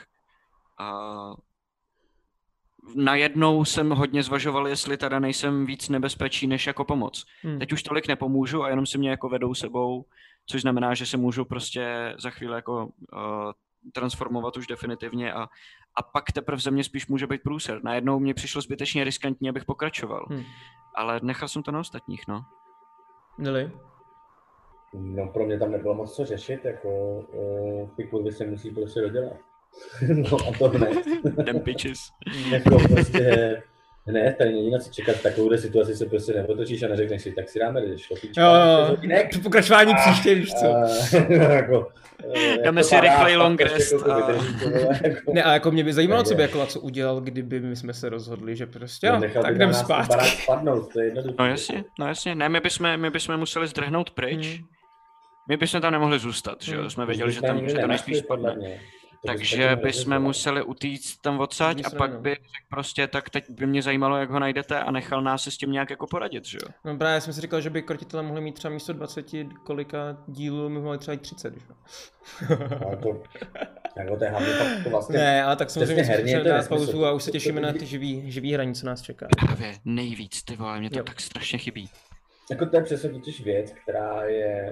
Najednou jsem hodně zvažoval, jestli teda nejsem víc nebezpečí než jako pomoc. Teď už tolik nepomůžu a jenom si mě jako vedou sebou, což znamená, že se můžu prostě za chvíli jako transformovat už definitivně a pak teprve ze mě spíš může být průser. Najednou mě přišlo zbytečně riskantní, abych pokračoval. Ale nechal jsem to na ostatních, no. Lily? No pro mě tam nebylo moc co řešit, jako ty kurvy se musí prostě dodělat. No a to hned. Damn bitches. Jako prostě, ne, tady není na co čekat, v takovouhle situaci se prostě neotočíš a neřekneš si, tak si dáme šlopíčka. Jo, pokračování příště, víš co. Jako, dáme si rychlej long rest. Ne, a jako mě by zajímalo, co by jako Laco udělal, kdyby my jsme se rozhodli, že prostě jo, tak jdem zpátky. No jasně, ne, my bychom museli zdrhnout pryč. My bychom tam nemohli zůstat, že jo, jsme věděli, že to nejspíš spadne. Takže bychom museli utíct tam odsaď a pak by prostě, tak teď by mě zajímalo, jak ho najdete a nechal nás se s tím nějak jako poradit, že jo? No právě jsem si říkal, že by krotitelé mohli mít třeba místo 20 kolika dílů, my mohli třeba i 30, že jo? Jako to je hlavně fakt to vlastně... Ne, ale tak samozřejmě herně musíme dát pauzu a už se těšíme na ty živý hraní, co nás čeká. Právě nejvíc, ty vole, mě to tak strašně chybí. Jako to je přesně totiž věc, která je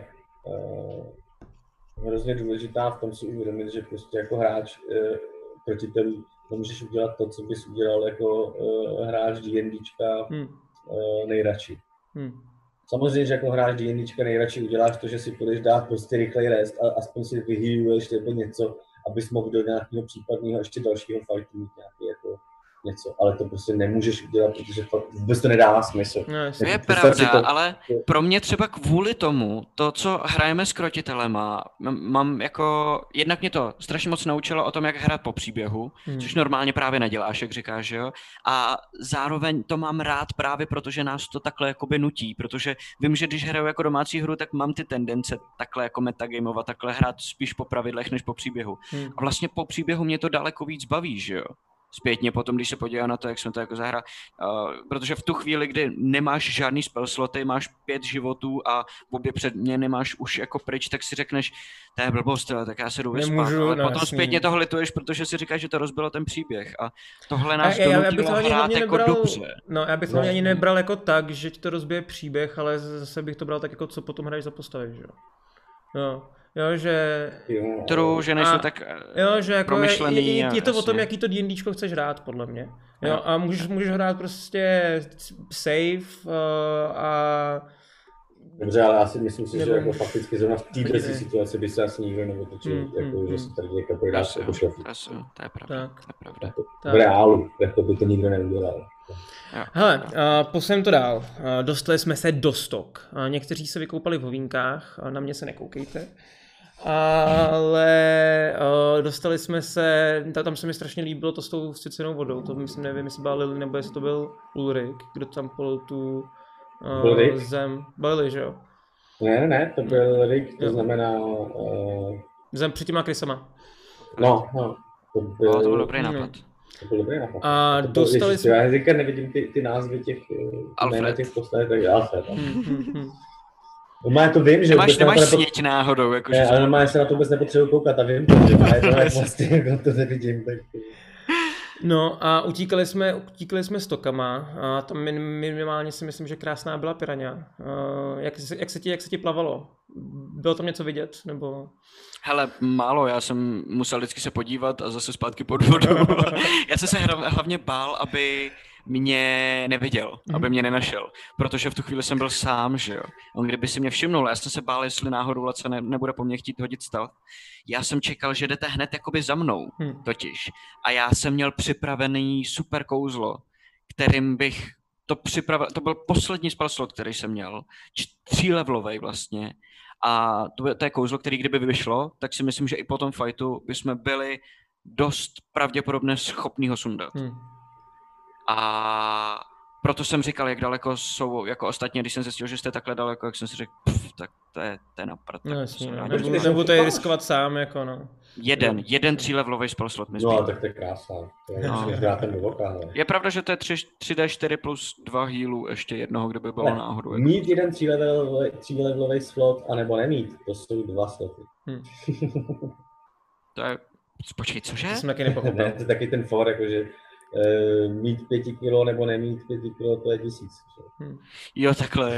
hrozně důležitá v tom si uvědomit, že prostě jako hráč proti tebe nemůžeš udělat to, co bys udělal jako hráč D&Dčka nejradši. Samozřejmě, že jako hráč D&Dčka nejradši uděláš to, že si půjdeš dát prostě rychlej rest a aspoň si vyhýluješ nebo něco, abys mohl do nějakého případného ještě dalšího fightu mít nějaký jako něco, ale to prostě nemůžeš udělat, protože to vůbec to nedává smysl. To je pravda, ale pro mě třeba kvůli tomu, to, co hrajeme s krotitelema, mám jako, jednak mě to strašně moc naučilo o tom, jak hrát po příběhu, což normálně právě neděláš, jak říkáš, jo, a zároveň to mám rád právě, protože nás to takhle jakoby nutí, protože vím, že když hraju jako domácí hru, tak mám ty tendence takhle jako metagameovat, takhle hrát spíš po pravidlech, než po příběhu. A vlastně po příběhu mě to daleko víc baví, že jo. Zpětně potom, když se podívám na to, jak jsme to jako zahrali, protože v tu chvíli, kdy nemáš žádný spell sloty, máš 5 životů a obě předměny máš už jako pryč, tak si řekneš, to je blbost, tak já se jdu vyspat, ale potom zpětně toho lituješ, protože si říkáš, že to rozbilo ten příběh a tohle nás donutilo hrát jako dobře. No, já bych to ani nebral jako tak, že ti to rozbije příběh, ale zase bych to bral tak jako, co potom hraješ za postavy, že jo. No. Jo, že... že nejsou tak že jako promyšlený. Je to o tom, jaký to D&Dčko chceš hrát, podle mě. Jo, a můžeš hrát prostě safe a... Dobře, ale já si myslím si, že jako fakticky zrovna v této situaci by se asi nikdo neotočil, jako, že se tady jako prodáš jako šlefu. To je pravda. V reálu, jako by to nikdo neudělal. Hele, posuneme to dál. Dostali jsme se do stok. Někteří se vykoupali v hovínkách, na mě se nekoukejte. Ale dostali jsme se, tam se mi strašně líbilo to s tou vstycenou vodou, to myslím, nevím, jestli byla Lily, nebo jestli to byl Ulrik, kdo tam polil tu zem. Byl, že jo? Ne, to byl Rick, to znamená... Zem před těma krysama. No, to byl dobrý nápad. To byl dobrý nápad. A dostali jsme... Já říkám, nevidím ty názvy těch postav, takže Alfred. Normálně to vím, že... Nemáš sněť náhodou, jakože... Ne, ale normálně se na to vůbec nepotřebuji koukat a vím to, že vlastně jako to nevidím, tak... No a utíkali jsme stokama a tam minimálně si myslím, že krásná byla piraňa. Jak se ti plavalo? Bylo tam něco vidět, nebo... Hele, málo, já jsem musel vždycky se podívat a zase zpátky pod vodu. Já jsem se hlavně bál, aby mě neviděl, aby mě nenašel, protože v tu chvíli jsem byl sám, že jo. On kdyby si mě všimnul, já jsem se bál, jestli náhodou Laca nebude po mně chtít hodit stealth. Já jsem čekal, že jdete hned jakoby za mnou, totiž. A já jsem měl připravený super kouzlo, kterým bych to připravil, to byl poslední spell slot, který jsem měl, 3levelovej vlastně. A to je kouzlo, který kdyby vyšlo, tak si myslím, že i po tom fightu bychom byli dost pravděpodobně schopní ho sundat. A proto jsem říkal, jak daleko jsou jako ostatně, když jsem zjistil, že jste takhle daleko, jak jsem si řekl, tak to je na prd. No jasně, nebudu to riskovat sám, jako no. Jeden 3levelový spell slot mi zbývá. No, tak to je krásná. Je pravda, že to je 3D4 plus 2 healů, ještě jednoho, kdyby bylo náhodou. Mít jeden 3levelový slot, anebo nemít, to jsou 2 sloty. To je... Počkej, cože? To jsem taky nepochopil. Ne, to je taky ten for, jakože mít 5 kilo nebo nemít 5 kilo, to je 1000. Jo, takhle.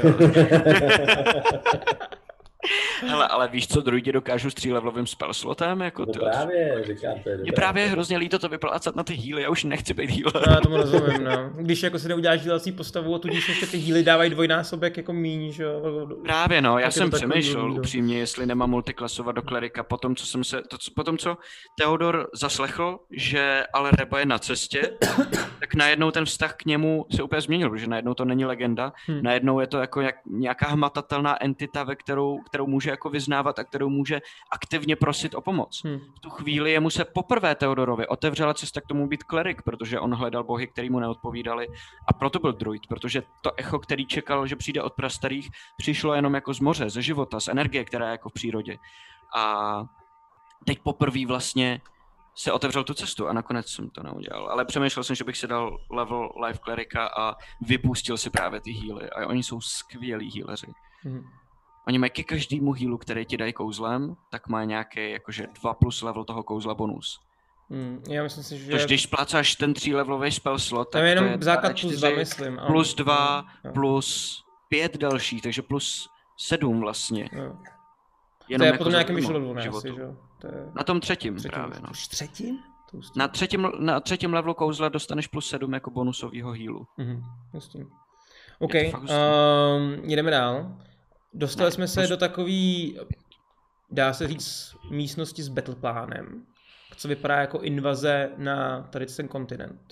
Hele, ale víš co, druidi dokážou s 3levelovým spell slotem? Jako to právě, říkám, to je dobré. Je právě hrozně líto to vyplácat na ty healy, já už nechci být healer. No, já tomu rozumím, no. Když jako si neuděláš healací postavu a tudíž ještě ty healy dávají dvojnásobek jako míň, že jo. Právě no, já jsem přemýšlel upřímně, jestli nemám multiklasovat do klerika potom co Theodor zaslechl, že ale Reba je na cestě, tak najednou ten vztah k němu se úplně změnil, protože najednou to není legenda, najednou je to jako nějaká hmatatelná entita, kterou může jako vyznávat a kterou může aktivně prosit o pomoc. V tu chvíli jemu se poprvé Theodorovi otevřela cesta k tomu být klerik, protože on hledal bohy, který mu neodpovídali, a proto byl druid, protože to echo, který čekal, že přijde od prastarých, přišlo jenom jako z moře, ze života, z energie, která je jako v přírodě. A teď poprvé vlastně se otevřel tu cestu a nakonec jsem to neudělal. Ale přemýšlel jsem, že bych si dal level life klerika a vypustil si právě ty healy. A oni jsou skvělí healeři. oni mají ke každému healu, který ti dají kouzlem, tak má nějaký jakože 2+ level toho kouzla bonus. Já myslím si, že... Takže když splácáš ten 3levelový spell slot, tak to je jenom to je základ plus 2, myslím. Plus 2, plus 5 dalších, takže plus 7 vlastně. To je potom nějakým vyšlolu, ne? Asi, že? Na tom třetím právě, no. Už třetím? Na třetím levelu kouzla dostaneš plus 7 jako bonusovýho healu. OK, jdeme dál. Dostali jsme se do takový, dá se říct, místnosti s battleplánem, co vypadá jako invaze na tady ten kontinent.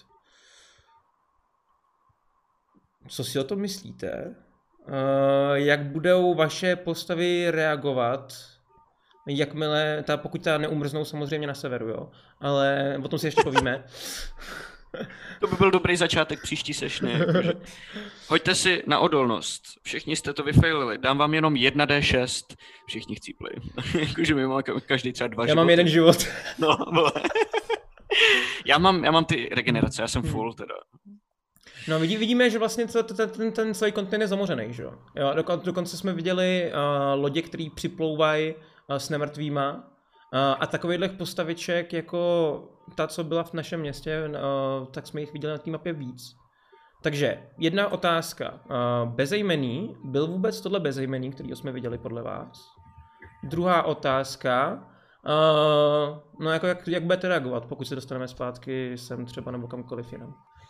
Co si o tom myslíte? Jak budou vaše postavy reagovat, jakmile, pokud neumrznou samozřejmě na severu, jo? Ale o tom si ještě povíme. To by byl dobrý začátek příští sešny. Jakože. Hoďte si na odolnost. Všichni jste to vyfailili. Dám vám jenom 1d6. Všichni chcípli. Jakože my máme každý třeba 2 životy. Já mám 1 život. No, vole. já mám ty regenerace, já jsem full teda. No vidíme, že vlastně ten celý kontinent je zamořený, že jo? Dokonce jsme viděli lodě, které připlouvají s nemrtvýma. A takovýchhle postaviček jako ta, co byla v našem městě, tak jsme jich viděli na té mapě víc. Takže jedna otázka. Bezejmenný, byl vůbec tohle bezejmenný, který jsme viděli podle vás? Druhá otázka. No jako jak budete reagovat, pokud se dostaneme zpátky sem třeba nebo kamkoliv jinam?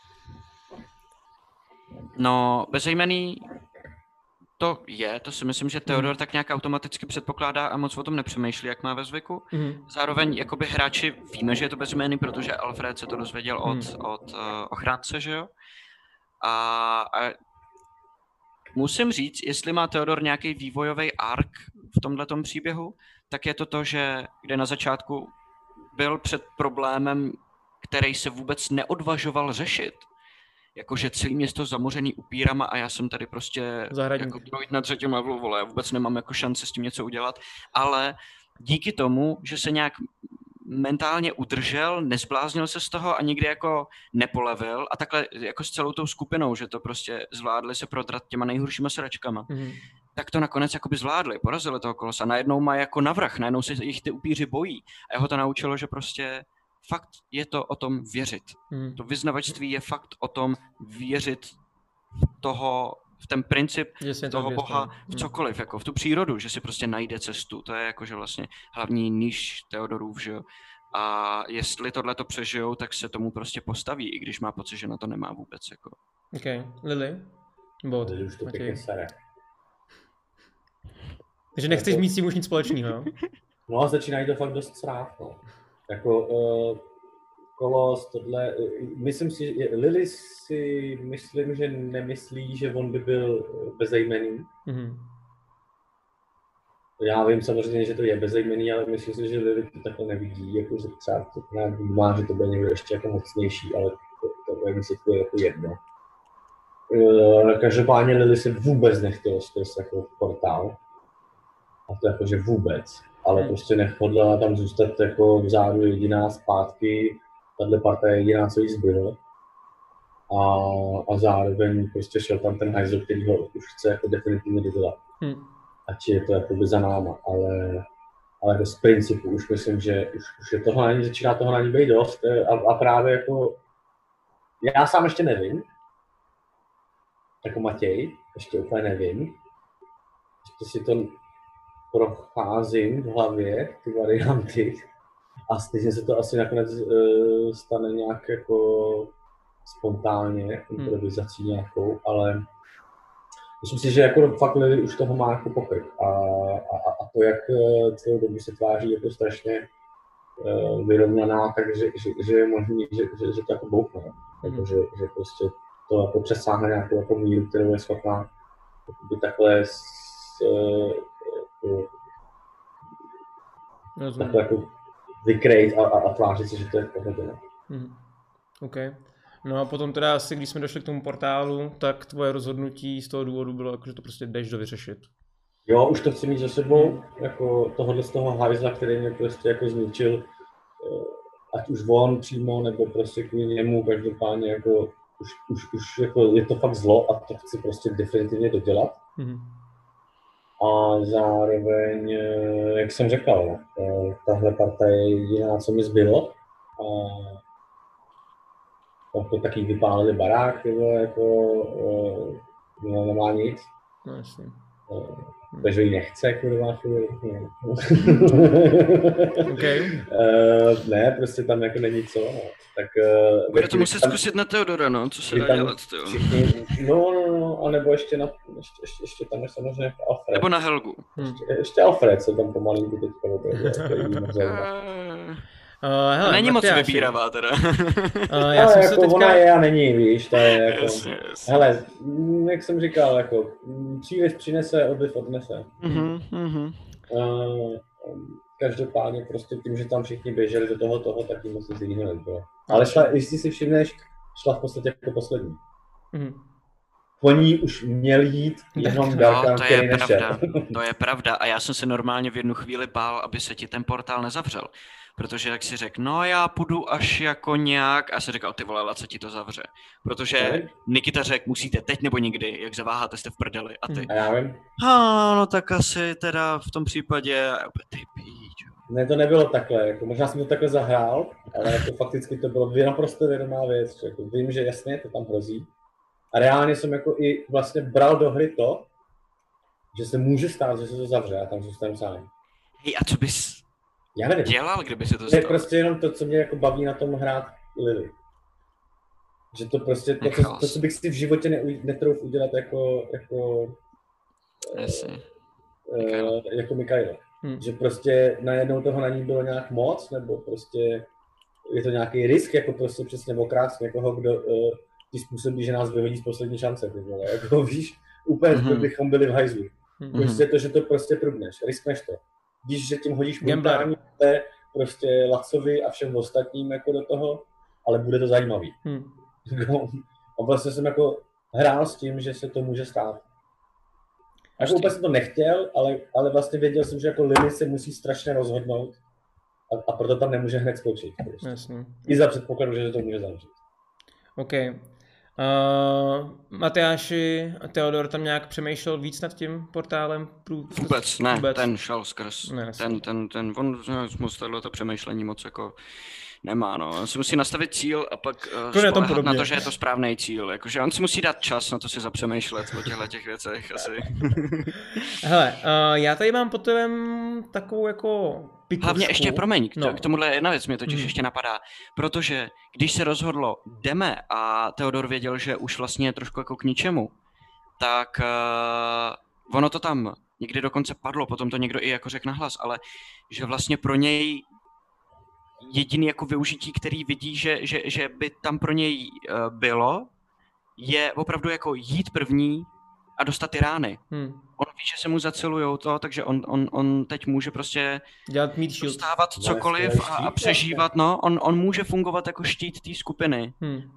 No, bezejmenný to si myslím, že Theodor tak nějak automaticky předpokládá a moc o tom nepřemýšlí, jak má ve zvyku. Zároveň jakoby hráči víme, že je to bezjmenný, protože Alfred se to dozvěděl od ochránce, že jo? A musím říct, jestli má Theodor nějaký vývojový ark v tomhletom příběhu, tak je to, že kde na začátku byl před problémem, který se vůbec neodvažoval řešit. Jakože celé město zamořený upírama a já jsem tady prostě jako droid na 3. levelu, vole, já vůbec nemám jako šanci s tím něco udělat, ale díky tomu, že se nějak mentálně udržel, nezbláznil se z toho a nikdy jako nepolevil a takhle jako s celou tou skupinou, že to prostě zvládli se prodrat těma nejhoršíma sračkama, tak to nakonec jakoby zvládli, porazili toho kolosa, najednou má jako navrch, najednou se jich ty upíři bojí a jeho to naučilo, že prostě fakt je to o tom věřit. To vyznavačství je fakt o tom věřit v ten princip toho Boha, v cokoliv, jako v tu přírodu, že si prostě najde cestu. To je jakože vlastně hlavní níž Theodorův, že jo. A jestli tohle to přežijou, tak se tomu prostě postaví, i když má pocit, že na to nemá vůbec, jako. OK. Lily? Lily už to pěkně sere. Takže nechceš mít s tím už nic společného, jo? No a začínají to fakt dost srát, no. Jako Kolos, tohle, myslím si, Lily si myslím, že nemyslí, že on by byl bezejmenný. Já vím samozřejmě, že to je bezejmenný, ale myslím si, že Lily to takhle nevidí, jako že třeba to vnímá, že to bude někdo ještě jako mocnější, ale to je myslím, to je jako jedno. Každopádně Lily si vůbec nechtělo skrz jako portál. A to jakože vůbec. Ale prostě nehodlala tam zůstat jako vzadu jediná zpátky, tahle parta je jediná, co jí zbylo. A zároveň prostě šel tam ten hajzl, který ho už chce jako definitivně dodělat. Ať je to jakoby za náma, ale z principu už myslím, že už je toho na ní, začíná toho na ní být dost a právě jako, já sám ještě nevím, jako Matěj, ještě úplně nevím, ještě si to procházím v hlavě, ty varianty, a stejně se to asi nakonec stane nějak jako spontánně, improvizací nějakou, ale myslím si, že jako fakt Lily už toho má jako pokrk a to, jak celou dobu se tváří jako strašně vyrovnaná, takže je možný, že to jako bouchne, že prostě to jako přesáhne nějakou jako míru, kterou je schopná takhle takhle jako vykrejt a tvářit se, že to je pohodlné. OK. No a potom teda asi, když jsme došli k tomu portálu, tak tvoje rozhodnutí z toho důvodu bylo, jako, že to prostě jdeš do vyřešit. Jo, už to chci mít za sebou, jako tohohle z toho hajzla, který mě prostě jako zničil, ať už on přímo, nebo prostě kvůli němu, každopádně jako už jako je to fakt zlo a to chci prostě definitivně dodělat. A zároveň, jak jsem říkal, tahle parta je jediná, co mi zbylo. To taky vypálili barák, jako nemá nic. No, jasně. Takže ji nechce, kurva, Okay. Ne, prostě tam jako není co. No. Tak, bude to muset zkusit na Theodora, no, co se dá dělat, jo. No, anebo ještě tam je samozřejmě Alfred. Nebo na Helgu. Ještě Alfred se tam pomalinku teďka hele, není moc Matyáši. vybíravá teda. Já jsem jako ona je a není, víš, to je jako... Jasně. Hele, jak jsem říkal, jako příliš přinese, odliv odnese. Každopádně prostě tím, že tam všichni běželi do toho, tak jim moc nic jiného nebylo. Ale šla, jestli si všimneš, šla v podstatě jako poslední. Po ní už měl jít jenom Darkan, který nešel. To je pravda a já jsem se normálně v jednu chvíli bál, aby se ti ten portál nezavřel. Protože jak si řekl, no já půjdu až jako nějak, a já jsem říkal, ty vole, co ti to zavře. Protože Nikita řekl, musíte teď nebo nikdy, jak zaváháte, jste v prdeli. A ty, a já vím. No tak asi teda v tom případě, ty píč. Ne, to nebylo takhle, jako možná jsem to takhle zahrál, ale jako fakticky to bylo naprosto vědomá věc. Jako vím, že jasně to tam hrozí. A reálně jsem jako i vlastně bral do hry to, že se může stát, že se to zavře a tam zůstanu sám. Hej, a co bys já nevím. dělal, kdyby se to stalo? stalo? To je prostě jenom to, co mě jako baví na tom hrát Lily. Že to prostě, to co bych si v životě netrouf udělat jako Mikaela. Že prostě najednou toho na ní bylo nějak moc, nebo prostě je to nějaký risk, jako prostě přesně okrást někoho, kdo ti způsobí, že nás vyhodí z poslední šance, jako víš, úplně bychom byli v hajzlu. Prostě to, že to prostě prudneš, riskneš to. Víš, že tím hodíš momentálně prostě Lacovi a všem ostatním jako do toho, ale bude to zajímavý. A vlastně jsem jako hrál s tím, že se to může stát. Jako úplně jsem to nechtěl, ale vlastně věděl jsem, že jako Lily se musí strašně rozhodnout a proto tam nemůže hned skočit. Prostě. I za předpokladu, že to může zavřít. OK. Matyáši a Theodor tam nějak přemýšlel víc nad tím portálem? Vůbec ne, ten šel skrz. On moc to přemýšlení moc jako nemá, no. On si musí nastavit cíl a pak spoléhat na to, že je to správný cíl. Jakože on si musí dát čas na to si zapřemýšlet o těch věcech asi. Hele, já tady mám potom takovou jako pikošku. Hlavně ještě, promiň, k tomuhle jedna věc mě totiž ještě napadá, protože když se rozhodlo jdeme a Theodor věděl, že už vlastně je trošku jako k ničemu, tak ono to tam někdy dokonce padlo, potom to někdo i jako řekl nahlas, ale že vlastně pro něj jediný jako využití, který vidí, že by tam pro něj bylo, je opravdu jako jít první a dostat ty rány. On ví, že se mu zacelujou to, takže on teď může prostě dostávat cokoliv a přežívat, no. On může fungovat jako štít té skupiny.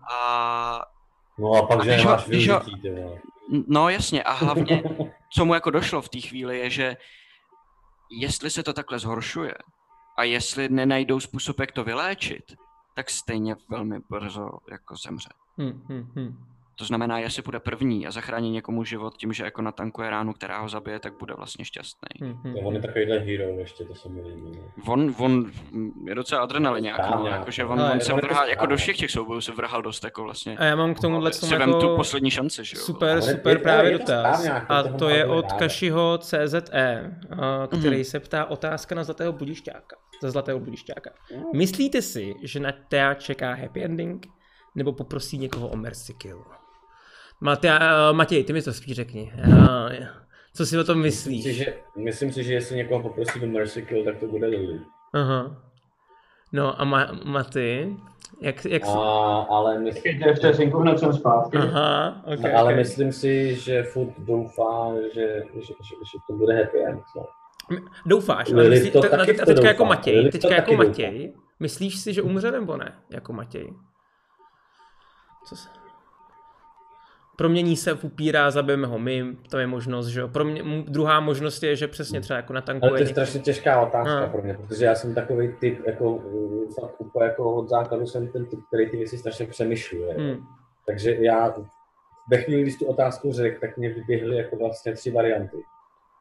No a pak, že nemáš využití, no jasně, a hlavně, co mu jako došlo v té chvíli, je, že jestli se to takhle zhoršuje, a jestli nenajdou způsob, jak to vyléčit, tak stejně velmi brzo jako zemře. To znamená, jestli bude první a zachrání někomu život tím, že jako natankuje ránu, která ho zabije, tak bude vlastně šťastný. On je takovýhle hero ještě, to se mi líbí. On je docela adrenaliňák, no, jakože on se vrhá, jako do všech těch soubojů se vrhal dost, jako vlastně. A já mám k tomuhle si jako tu poslední šanci, že jo. Super právě dotaz. A to je od Kashiho CZE, který se ptá otázka na Zlatého budišťáka. Za Zlatého budišťáka. Myslíte si, že na Thea čeká happy ending, nebo poprosí někoho o mercy kill? Matěj, ty mi to spíš řekni. Co si o tom myslíš? Myslím si, že jestli někoho poprosí do mercy kill, tak to bude Lily. Aha. No a Maty? Jak ale myslím... Vteřinku hned jsem zpátky. Aha, okay, ale myslím si, že furt doufá, že to bude happy end. No. Doufáš, ale myslíš, teďka jako Matěj, Matěj, myslíš si, že umře nebo ne, jako Matěj? Co se... Promění se v upíra, zabijeme ho my, to je možnost, že jo. Druhá možnost je, že přesně třeba jako natankuje. Ale to je strašně těžká otázka pro mě, protože já jsem takový typ, jako úplně jako od základu jsem ten typ, který ty věci strašně přemýšluje. Takže já ve chvíli, když tu otázku řekl, tak mě vyběhly jako vlastně 3 varianty.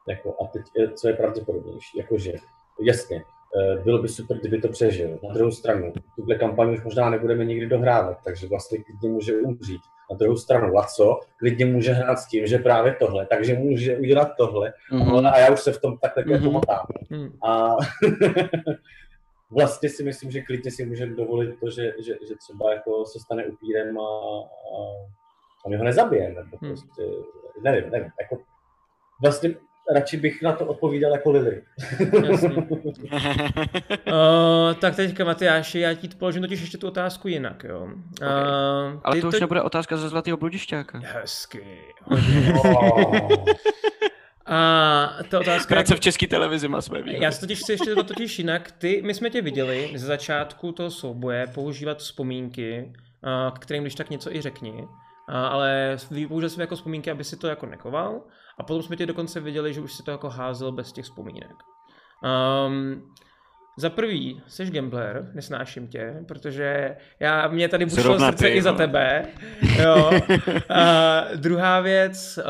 Jako, a teď, co je pravděpodobnější, jakože, jasně, bylo by super, kdyby to přežil. Na druhou stranu, tuhle kampaň už možná nebudeme nikdy dohrávat, takže vlastně klidně může umřít. Na druhou stranu, Laco klidně může hrát s tím, že právě tohle, takže může udělat tohle. A já už se v tom takhle jako motám. A vlastně si myslím, že klidně si můžeme dovolit to, že třeba jako se stane upírem a my ho nezabijeme. Prostě, nevím, jako vlastně radši bych na to odpovídal jako Lily. Tak teďka, Matyáši, já ti položím totiž ještě tu otázku jinak, jo. Okay. Ale to už nebude otázka ze Zlatého bludišťáka. Hezky. A ta otázka... Práce v české televizi má své výhody. Já se totiž chci ještě totiž jinak. My jsme tě viděli ze začátku toho souboje používat vzpomínky, k kterým když tak něco i řekni. Ale použil jsem jako vzpomínky, aby si to jako nekoval. A potom jsme tě dokonce viděli, že už si to jako házel bez těch vzpomínek. Za prvý, jsi gambler, nesnáším tě, protože mě tady bušilo srdce i za tebe. Jo. Druhá věc,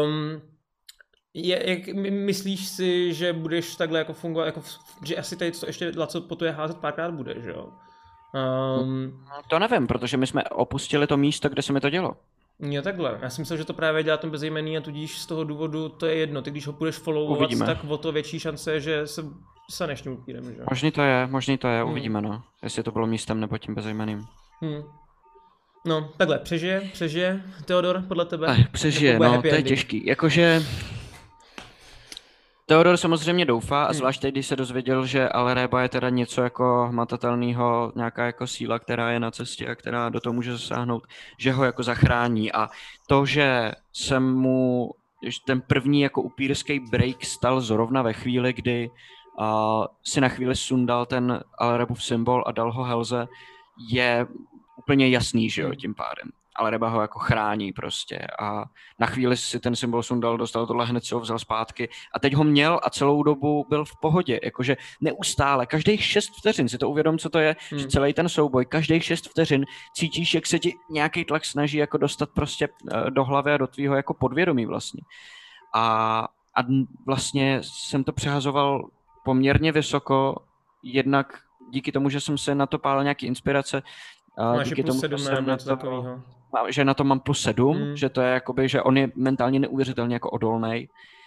myslíš si, že budeš takhle jako fungovat, jako, že asi tady to ještě Laco po to je házet párkrát bude, že jo? To nevím, protože my jsme opustili to místo, kde se mi to dělo. Jo, takhle. Já si myslel, že to právě dělá ten bezejmenný a tudíž z toho důvodu to je jedno. Ty když ho budeš followovat, tak o to větší šance, že se staneš tím upírem, že? Možný to je, uvidíme, no. Jestli to bylo místem nebo tím bezejmenným. No, takhle, přežije Theodor podle tebe? Přežije, no, to je těžký. Jakože... Theodor samozřejmě doufá, a zvlášť teď, když se dozvěděl, že Alereba je teda něco jako hmatatelného, nějaká jako síla, která je na cestě a která do toho může zasáhnout, že ho jako zachrání. A to, že se mu ten první jako upírský break stal zrovna ve chvíli, kdy si na chvíli sundal ten Alerebův symbol a dal ho Helze, je úplně jasný, že jo, tím pádem. Alereba ho jako chrání prostě a na chvíli si ten symbol sundal, dostal tohle, hned si ho vzal zpátky a teď ho měl a celou dobu byl v pohodě, jakože neustále, každých 6 vteřin, si to uvědom, co to je, že celý ten souboj, každých 6 vteřin cítíš, jak se ti nějaký tlak snaží jako dostat prostě do hlavy a do tvýho jako podvědomí vlastně. A vlastně jsem to přehazoval poměrně vysoko, jednak díky tomu, že jsem se na to pálil nějaký inspirace, máš díky plus tomu, 7 nebo něco takového. Že na to mám plus 7, že to je jakoby, že on je mentálně neuvěřitelně jako odolnej.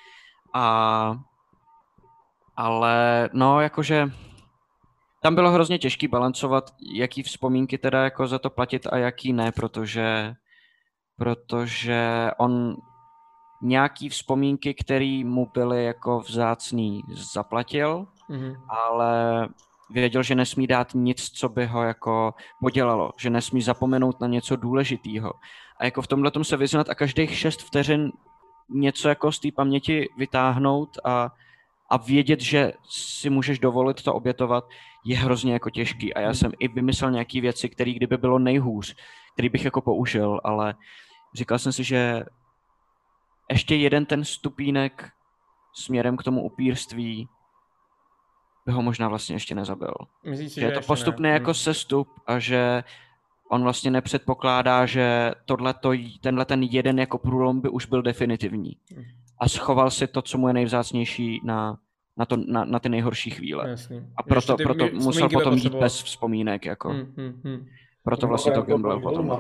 Ale no jakože tam bylo hrozně těžký balancovat, jaký vzpomínky teda jako za to platit a jaký ne, protože on nějaký vzpomínky, které mu byly jako vzácný, zaplatil, ale věděl, že nesmí dát nic, co by ho jako podělalo, že nesmí zapomenout na něco důležitýho. A jako v tomhletom se vyznat a každých 6 vteřin něco jako z té paměti vytáhnout a vědět, že si můžeš dovolit to obětovat, je hrozně jako těžký. A já jsem i vymyslel nějaký věci, které kdyby bylo nejhůř, který bych jako použil, ale říkal jsem si, že ještě jeden ten stupínek směrem k tomu upírství by ho možná vlastně ještě nezabil. Myslíš, že je to postupný jako sestup a že on vlastně nepředpokládá, že tenhle ten jeden jako průlom by už byl definitivní. A schoval si to, co mu je nejvzácnější na ty nejhorší chvíle. Jasný. A proto musel potom jít bez vzpomínek. Jako. Proto vlastně to gamblel potom.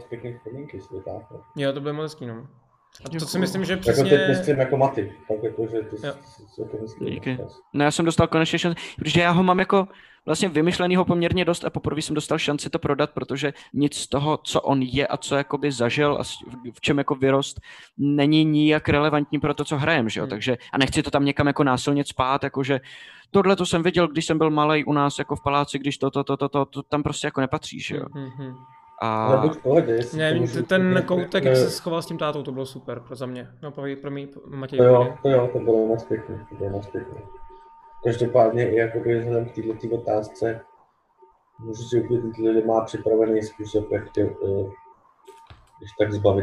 Jo, to bylo moc hezký, no. A to si myslím, že přesně... Jako teď myslím jako Maty, tak jako, že ty Díky. No já jsem dostal konečně šanci, protože já ho mám jako vlastně vymyšlenýho poměrně dost a poprvé jsem dostal šanci to prodat, protože nic z toho, co on je a co jakoby zažil a v čem jako vyrost, není nijak relevantní pro to, co hrajem, že jo, takže a nechci to tam někam jako násilně cpát, jakože tohle to jsem viděl, když jsem byl malej u nás jako v paláci, když to tam prostě jako nepatří, že jo. Ale buď v pohodě, ten koutek, jak se schoval s tím tátou, to bylo super za mě. No, pro mě, Matěj. To bylo moc pěkné, Každopádně i jakoby vzhledem k této otázce můžu si uklidnit, že má připravený způsob, jak tě když tak zbavit.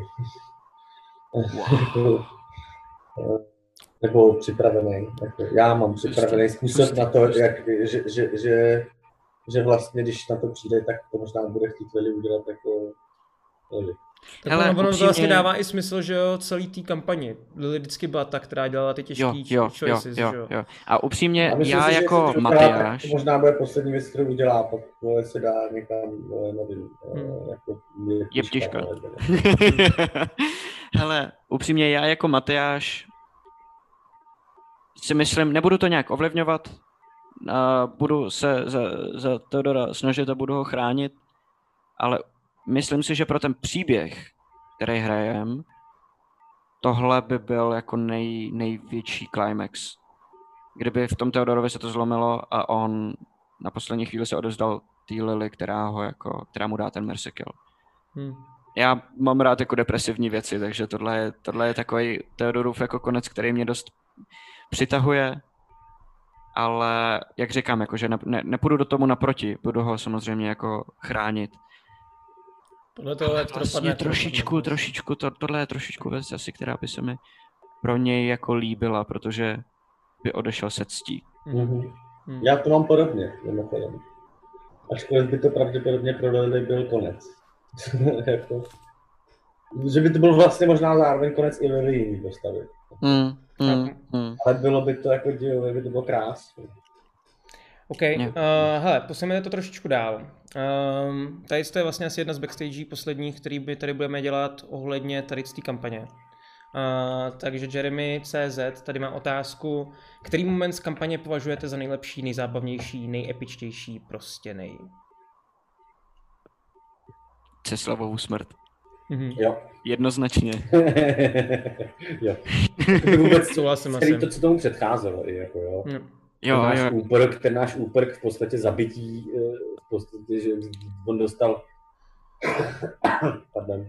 Nebo připravený. Já mám připravený způsob na to, že vlastně, když na to přijde, tak to možná bude chtít Lily udělat jako Lily. Tak hele, ono to vlastně dává i smysl, že jo, celý té kampani. Lily vždycky byla ta, která dělala ty těžký choices, že jo. A upřímně, já jako Matyáš... Možná bude poslední věc, kterou udělá, pak se dá někam, nevím, jako... Je těžká. Hele, upřímně, já jako Matyáš si myslím, nebudu to nějak ovlivňovat, budu se za Theodora snažit a budu ho chránit, ale myslím si, že pro ten příběh, který hrajem, tohle by byl jako největší climax. Kdyby v tom Theodorovi se to zlomilo a on na poslední chvíli se odevzdal té Lily, která mu dá ten Mercy Kill. Já mám rád jako depresivní věci, takže tohle je takový Theodorův jako konec, který mě dost přitahuje, ale jak říkám, jako, že nepůjdu do tomu naproti, budu ho samozřejmě jako chránit. Podle toho, jak to vlastně trošičku, tohle je trošičku věc asi, která by se mi pro něj jako líbila, protože by odešel se ctí. Já to mám podobně, mimochodem. Ačkoliv by to pravděpodobně pro Lily byl konec. Jako, že by to byl vlastně možná zároveň konec i Lily jiný postavy. Ale bylo by to jako dělo, by to bylo krásné. OK, hele, posuneme to trošičku dál. Tady to je vlastně asi jedna z backstage posledních, který by tady budeme dělat ohledně tady z té kampaně. Takže Jeremy CZ tady má otázku, který moment z kampaně považujete za nejlepší, nejzábavnější, nejepičtější, prostě Ceslavovou smrt. Jo. Jednoznačně. Jo. Vůbec celý to, co tomu předcházelo. Jako, jo. Ten náš úprk v podstatě zabití, v podstatě, že on dostal pardon,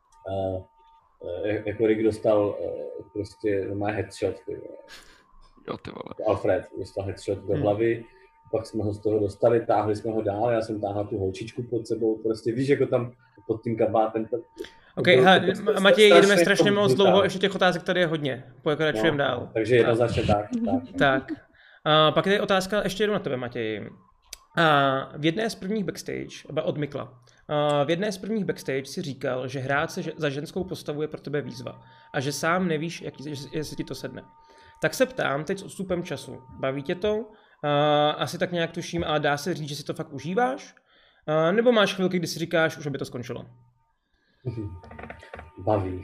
jako Rick dostal prostě normálně headshot. Ty vole. Alfred dostal headshot do hlavy, pak jsme ho z toho dostali, táhli jsme ho dál, já jsem táhl tu holčičku pod sebou, prostě víš, jako tam pod tím kabátem. OK, Matěj, jedeme strašně moc dlouho, ještě těch otázek tady je hodně, pokračujeme dál. Takže jednoznačně tak. Pak je otázka ještě jednou na tebe, Matěj. V jedné z prvních backstage, od Mikla, v jedné z prvních backstage si říkal, že hrát se za ženskou postavu je pro tebe výzva a že sám nevíš, jestli ti to sedne. Tak se ptám teď s odstupem času. Baví tě to? Asi tak nějak tuším, ale dá se říct, že si to fakt užíváš? Nebo máš chvilky, kdy si říkáš, už aby to skončilo? Baví.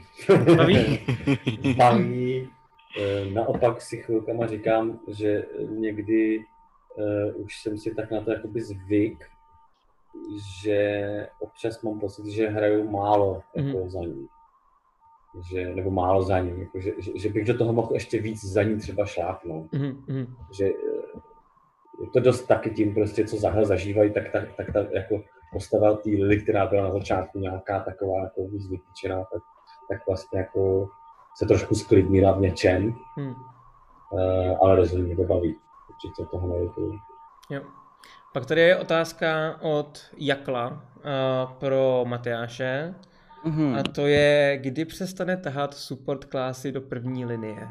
Baví? Naopak si chvilkama říkám, že někdy už jsem si tak na to jakoby zvyk, že občas mám pocit, že hraju málo jako za ní. Nebo málo za ní, jako, že bych do toho mohl ještě víc za ní třeba šlápnout. Že je to dost taky tím prostě, co zažívají, tak ta jako postava té Lily, která byla na začátku nějaká taková jako víc vytýčená, tak vlastně jako se trošku sklidnila v něčem, ale rozhodně to baví. Určitě toho nevytuji. Jo. Pak tady je otázka od Jakla pro Matyáše. A to je, kdy přestane tahat support klásy do první linie?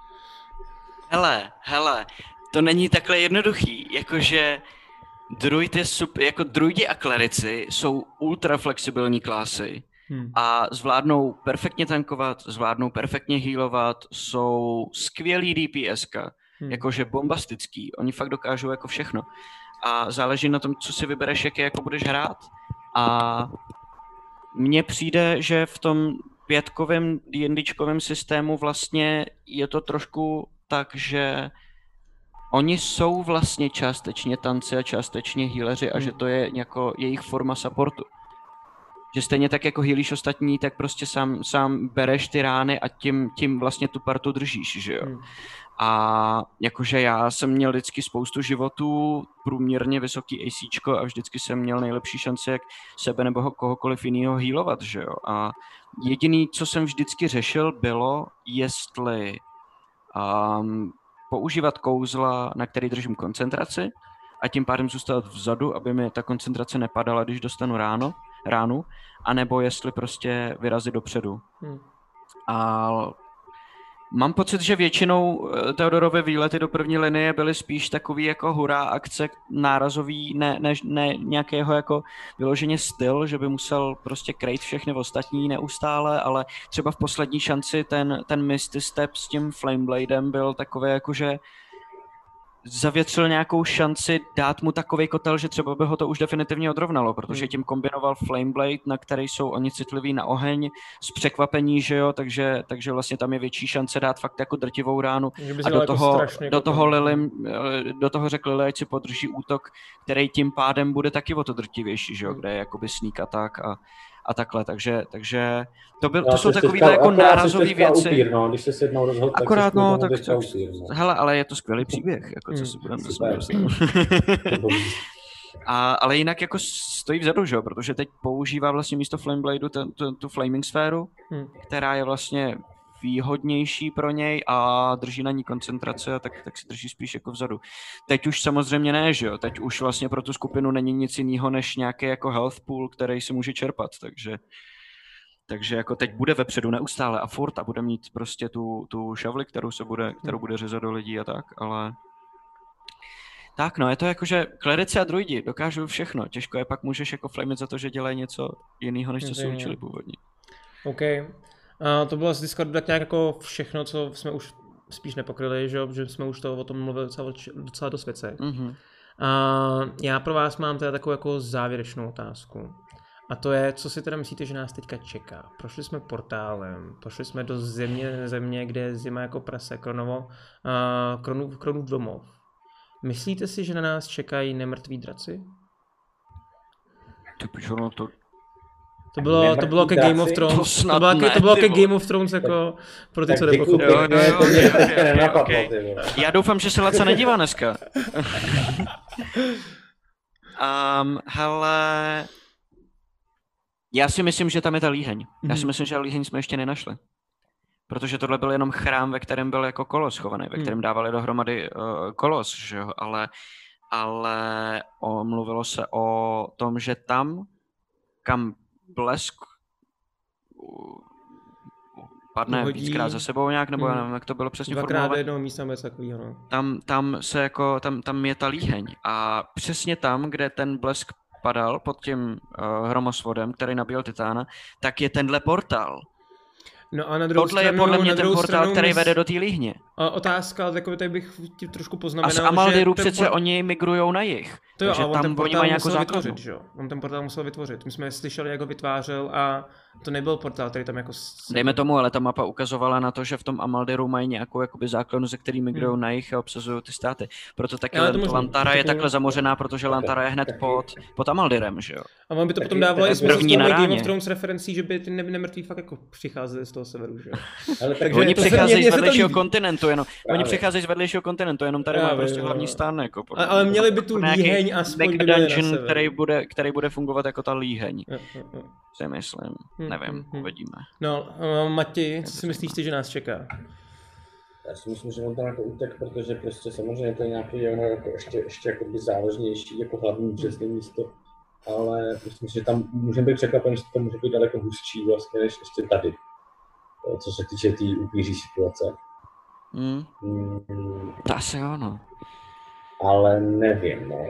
Hele, to není takhle jednoduchý, jakože druidi a klerici jsou ultra flexibilní klásy a zvládnou perfektně tankovat, zvládnou perfektně healovat, jsou skvělý DPSka, jakože bombastický, oni fakt dokážou jako všechno. A záleží na tom, co si vybereš, jaké jako budeš hrát. A mně přijde, že v tom 5kovém D&Dčkovém systému vlastně je to trošku tak, že oni jsou vlastně částečně tanci a částečně healeři a že to je jako jejich forma supportu. Že stejně tak jako healíš ostatní, tak prostě sám bereš ty rány a tím vlastně tu partu držíš, že jo. A jakože já jsem měl vždycky spoustu životů, průměrně vysoký ACčko a vždycky jsem měl nejlepší šance, jak sebe nebo kohokoliv jiného healovat, že jo. A jediný, co jsem vždycky řešil, bylo, jestli používat kouzla, na který držím koncentraci a tím pádem zůstat vzadu, aby mi ta koncentrace nepadala, když dostanu ránu, anebo jestli prostě vyrazit dopředu. A Mám pocit, že většinou Theodorovy výlety do první linie byly spíš takový jako hurá akce nárazový, ne nějakého jako vyloženě styl, že by musel prostě krejt všechny ostatní neustále, ale třeba v poslední šanci ten Misty Step s tím Flamebladem byl takový jako, že zavětřil nějakou šanci dát mu takovej kotel, že třeba by ho to už definitivně odrovnalo, protože tím kombinoval Flameblade, na který jsou oni citliví na oheň, z překvapení, že jo, takže vlastně tam je větší šance dát fakt jako drtivou ránu a do toho řekl Lily, ať si podrží útok, který tím pádem bude taky o to drtivější, že jo, kde je jakoby sneak attack a takhle, takže to jsou takovýhle jako nárazové věci. Upír, no, když se jednou rozhodl, akorát no, tak upír, no. Hele, ale je to skvělý příběh, jako co si budeme ale jinak jako stojí vzadu, že? Protože teď používá vlastně místo Flamebladeu tu Flaming sféru, která je vlastně výhodnější pro něj a drží na ní koncentrace a tak si drží spíš jako vzadu. Teď už samozřejmě ne, že jo? Teď už vlastně pro tu skupinu není nic jiného než nějaký jako health pool, který si může čerpat, takže jako teď bude vepředu neustále a furt a bude mít prostě tu šavli, kterou bude řezat do lidí a tak, ale tak no, je to jako, že klerici a druidi dokážou všechno, těžko je pak můžeš jako flamit za to, že dělají něco jiného, než co se učili původně. OK. A to bylo z Discordu tak nějak jako všechno, co jsme už spíš nepokryli, že jsme už o tom mluvili docela dost věcech. A já pro vás mám teda takovou jako závěrečnou otázku. A to je, co si teda myslíte, že nás teďka čeká? Prošli jsme portálem, prošli jsme do země, kde je zima jako prase, Kronův domov. Myslíte si, že na nás čekají nemrtví draci? To bylo ke Game of Thrones. To bylo ke Game of Thrones jako pro ty, co nepochopili. Já doufám, že se Laca nedívá dneska. Hele, já si myslím, že tam je ta líheň. Já si myslím, že líheň jsme ještě nenašli. Protože tohle byl jenom chrám, ve kterém byl jako kolos schovaný, ve kterém dávali dohromady kolos, že jo? Ale mluvilo se o tom, že tam, kam blesk padne víckrát za sebou nějak, nebo já nevím, jak to bylo přesně formulovat. Dvakrát jednou místa bez takového, no. Tam je ta líheň a přesně tam, kde ten blesk padal pod tím hromosvodem, který nabíjel titána, tak je tenhle portál. No a na druhou stranu, je podle mě ten portál, který vede do té líhně. Otázka, takový tady bych ti trošku poznamenal, a z Amaldiru přece oni migrujou na jih. To jo, ale on ten portál musel vytvořit, že jo? On ten portál musel vytvořit. My jsme slyšeli, jak ho vytvářel a to nebyl portál, který tam jako... Dejme tomu, ale ta mapa ukazovala na to, že v tom Amaldiru mají nějakou jakoby základnu, ze který migrují na jih a obsazují ty státy. Proto taky Lantara je takhle zamořená, protože Lantara je hned pod Amaldirem, že jo? A on by to potom dávalo i smysl z toho Game of Thrones referencí, že by ty nemrtví fakt jako přicházeli z toho severu, že jo? Oni přicházejí z vedlejšího kontinentu, jenom. Oni přicházejí z vedlejšího kontinentu, jenom tady má prostě hlavní stán, jako. Ale měli by tu líheň aspoň dungeon, který bude fungovat jako ta líheň. Si myslím, nevím, uvidíme. No, Mati, co si myslíš ty, že nás čeká? Já si myslím, že on tam jako utek, protože prostě samozřejmě to je nějaký jako ještě jakoby závažnější, jako hlavní přesné místo. Ale myslím, že tam můžeme být překvapen, že to může být daleko hustší vlastně, než ještě tady. Co se týče té upíří situace. To asi ano. Ale nevím, no,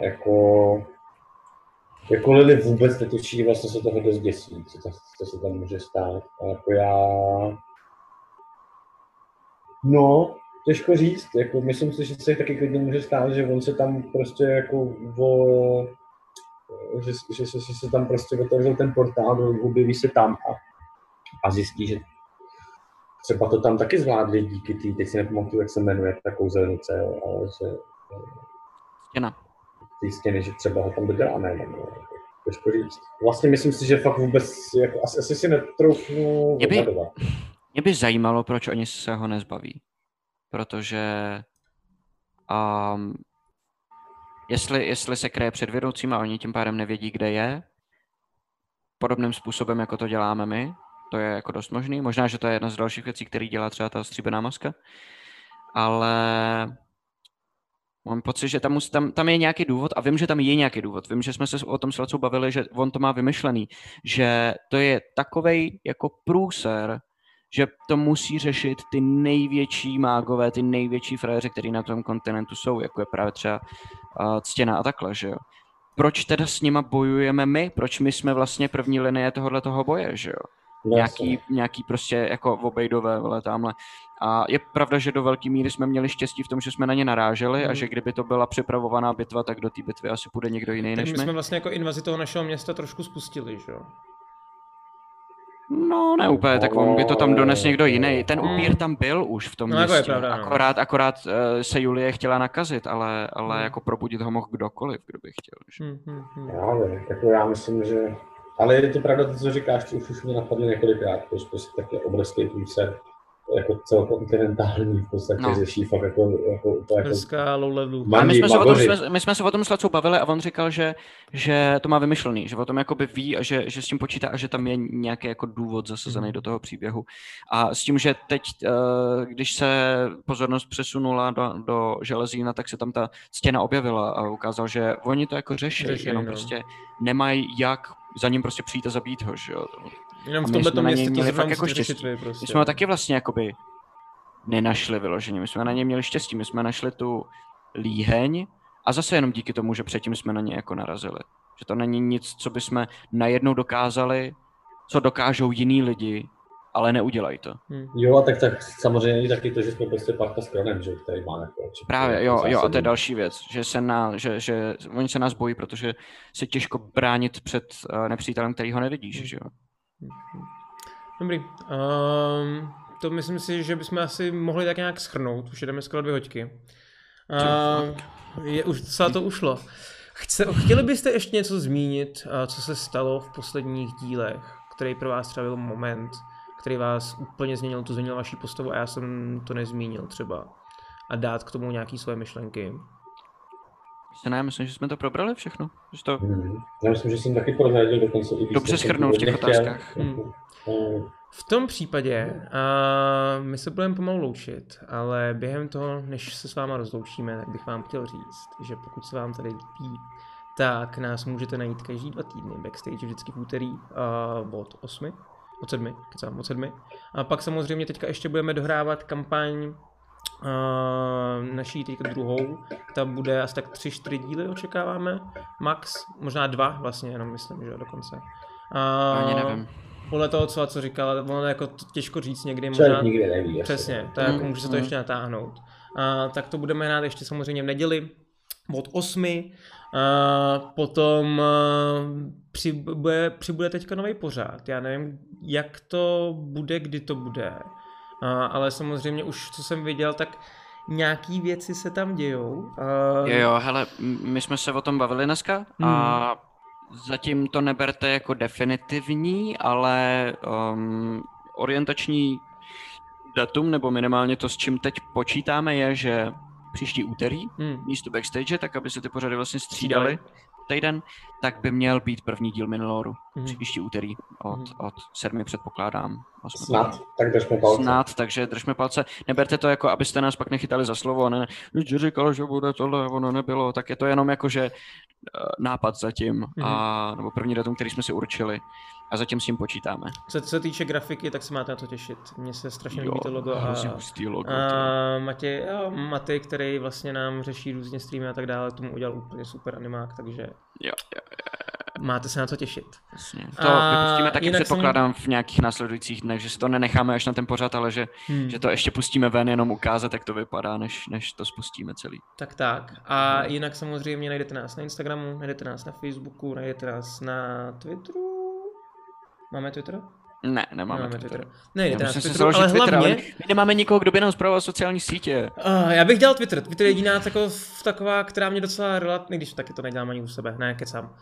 jako Lily vůbec netuší, vlastně se toho dost děsí, co se tam může stát. A jako no, těžko říct, jako myslím si, že se taky klidně může stát, že on se tam prostě jako že se tam prostě otevřel ten portál, objeví se tam a zjistí, že třeba to tam taky zvládli díky teď si nepamatuju, jak se jmenuje ta kouzelnice, ale že Stěna. Ty stěny, že třeba ho tam dodělá, nevím, těžko říct. Vlastně myslím si, že fakt vůbec, jako, asi si netroufnu odhadovat. Mě by zajímalo, proč oni se ho nezbaví. Protože jestli se kryje před vědoucím a oni tím pádem nevědí, kde je, podobným způsobem, jako to děláme my, to je jako dost možný. Možná, že to je jedna z dalších věcí, který dělá třeba ta stříbrná maska. Ale mám pocit, že tam je nějaký důvod a vím, že tam je nějaký důvod. Vím, že jsme se o tom s Lacou bavili, že on to má vymyšlený, že to je takovej jako průser, že to musí řešit ty největší mágové, ty největší frajeři, který na tom kontinentu jsou, jako je právě třeba Ctěna a takhle, že jo. Proč teda s nima bojujeme my? Proč my jsme vlastně první linie tohoto boje, že jo? Nějaký prostě jako obejdové, vole, tamhle. A je pravda, že do velké míry jsme měli štěstí v tom, že jsme na ně naráželi a že kdyby to byla připravovaná bitva, tak do té bitvy asi půjde někdo jiný než my. My jsme vlastně jako invazi toho našeho města trošku spustili, že jo? No, ne úplně, tak on by to tam dones někdo jiný. Ten upír tam byl už v tom městě. Jako je pravda, akorát se Julie chtěla nakazit, ale jako probudit ho mohl kdokoliv, kdo by chtěl. Jako já myslím, že... Ale je to pravda, to, co říkáš, už mě napadlo několikrát, protože prostě taky obrovský průser, jako celokontinentální v podstatě řeší fakt jako hrská low levelu. My jsme se o tom s Lacou bavili a on říkal, že to má vymyšlený, že o tom jakoby ví a že s tím počítá a že tam je nějaký jako důvod zasazený do toho příběhu. A s tím, že teď, když se pozornost přesunula do Železína, tak se tam ta Ctěna objevila a ukázal, že oni to jako řeší, jenom prostě nemají jak za ním prostě přijít a zabít ho, že jo. Jenom v tomto městě to fakt jako štěstí. Prostě. My jsme ho taky vlastně jakoby nenašli vyloženě, my jsme na něj měli štěstí, my jsme našli tu líheň a zase jenom díky tomu, že předtím jsme na ně jako narazili. Že to není nic, co bychom najednou dokázali, co dokážou jiní lidi, ale neudělají to. Jo, a tak samozřejmě taky to, že jsme prostě parta s Kronem, že tady máme jako právě, jo, a to je další věc, že oni se nás bojí, protože se těžko bránit před nepřítelem, který ho nevidíš, že jo. Dobrý. To myslím si, že bychom asi mohli tak nějak shrnout. Už jdeme skoro 2 hoďky. Už docela to ušlo. Chtěli byste ještě něco zmínit, co se stalo v posledních dílech, který pro vás třeba byl moment, který vás úplně změnil, to změnilo vaši postavu a já jsem to nezmínil třeba. A dát k tomu nějaký svoje myšlenky. Ne, myslím, že jsme to probrali všechno. Já myslím, že jsem taky prozradil dokonce i víc. Dobře shrnul v těch otázkách. V tom případě my se budeme pomalu loučit, ale během toho, než se s váma rozloučíme, tak bych vám chtěl říct, že pokud se vám tady líbí, tak nás můžete najít každý 2 týdny backstage, vždycky v úterý od 7. A pak samozřejmě teďka ještě budeme dohrávat kampaň naší teďka druhou, ta bude asi tak 3-4 díly očekáváme, max, možná 2 vlastně, jenom myslím, že dokonce. Ani nevím. Podle toho, co říkal, ono je jako těžko říct někdy, možná... nikdy neví. Přesně, tak jako může se to ještě natáhnout. Tak to budeme hrát ještě samozřejmě v neděli od 8. Potom přibude teďka nový pořád. Já nevím, jak to bude, kdy to bude. Ale samozřejmě už, co jsem viděl, tak nějaký věci se tam dějou. Jo, hele, my jsme se o tom bavili dneska a zatím to neberte jako definitivní, ale orientační datum, nebo minimálně to, s čím teď počítáme, je, že příští úterý místo backstage, tak aby se ty pořady vlastně střídaly týden, tak by měl být první díl Miniloru. Příští úterý od 7 předpokládám. Snad, tak držme palce. Snad, takže držme palce. Neberte to jako, abyste nás pak nechytali za slovo, ne, že říkal, že bude tohle, ono nebylo, tak je to jenom jako, že nápad zatím, nebo první datum, který jsme si určili. A zatím s tím počítáme. Co se týče grafiky, tak se máte na to těšit. Mně se strašně líbí to logo. A Matěj, který vlastně nám řeší různě streamy a tak dále, tomu udělal úplně super animák, takže máte se na to těšit. Jasně. To vypustíme taky, předpokládám, v nějakých následujících dnech, že si to nenecháme až na ten pořad, ale že to ještě pustíme ven, jenom ukázat, jak to vypadá, než to spustíme celý. Tak. A jinak samozřejmě najdete nás na Instagramu, najdete nás na Facebooku, najdete nás na Twitteru. Máme Twitter? Ne, nemáme Twitter. Ne, ale hlavně... Ale my nemáme nikoho, kdo by nám spravoval sociální sítě. Já bych dělal Twitter. Twitter je jediná taková, která mě docela když taky to nedělám ani u sebe. Ne, kecám.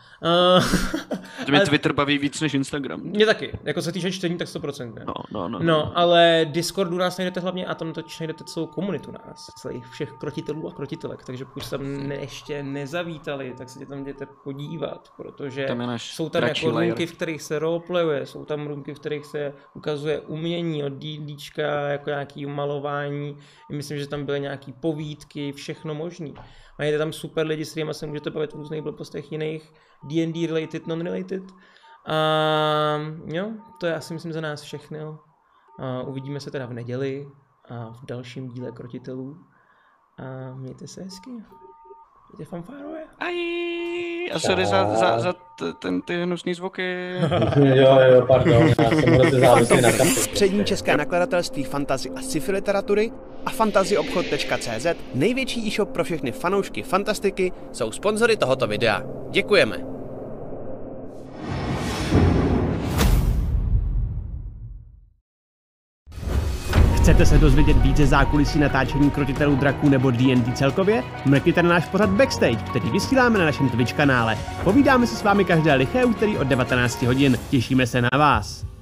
To mě Twitter baví víc než Instagram. Mě taky. Jako se týče čtení, tak 100%. Ne? No, ale Discordu nás najdete hlavně a tam totiž najdete celou komunitu nás. Celých všech krotitelů a krotitelek. Takže pokud jste tam ještě nezavítali, tak se tam jděte podívat. Protože jsou tam jako roomky, v kterých se roleplayuje. Jsou tam roomky, v kterých se ukazuje umění od D&Dčka, jako nějaký malování. Myslím, že tam byly nějaký povídky, všechno možný. Máte tam super lidi, s kterými se můžete bavit v různých blbostech jiných, D&D related, non-related. Jo, to je asi myslím za nás všechno. Uvidíme se teda v neděli a v dalším díle Krotitelů. A mějte se hezky. Mějte fanfárové. A sorry za ty hnusný zvuky. Jo, pardon, já jsem hrozně závislý na kafe. Střední české nakladatelství fantasy a sci-fi literatury a fantazyobchod.cz, největší e-shop pro všechny fanoušky fantastiky, jsou sponzory tohoto videa. Děkujeme. Chcete se dozvědět více zákulisí natáčení Krotitelů draků nebo D&D celkově? Mrkněte na náš pořad Backstage, který vysíláme na našem Twitch kanále. Povídáme se s vámi každé liché úterý od 19 hodin. Těšíme se na vás.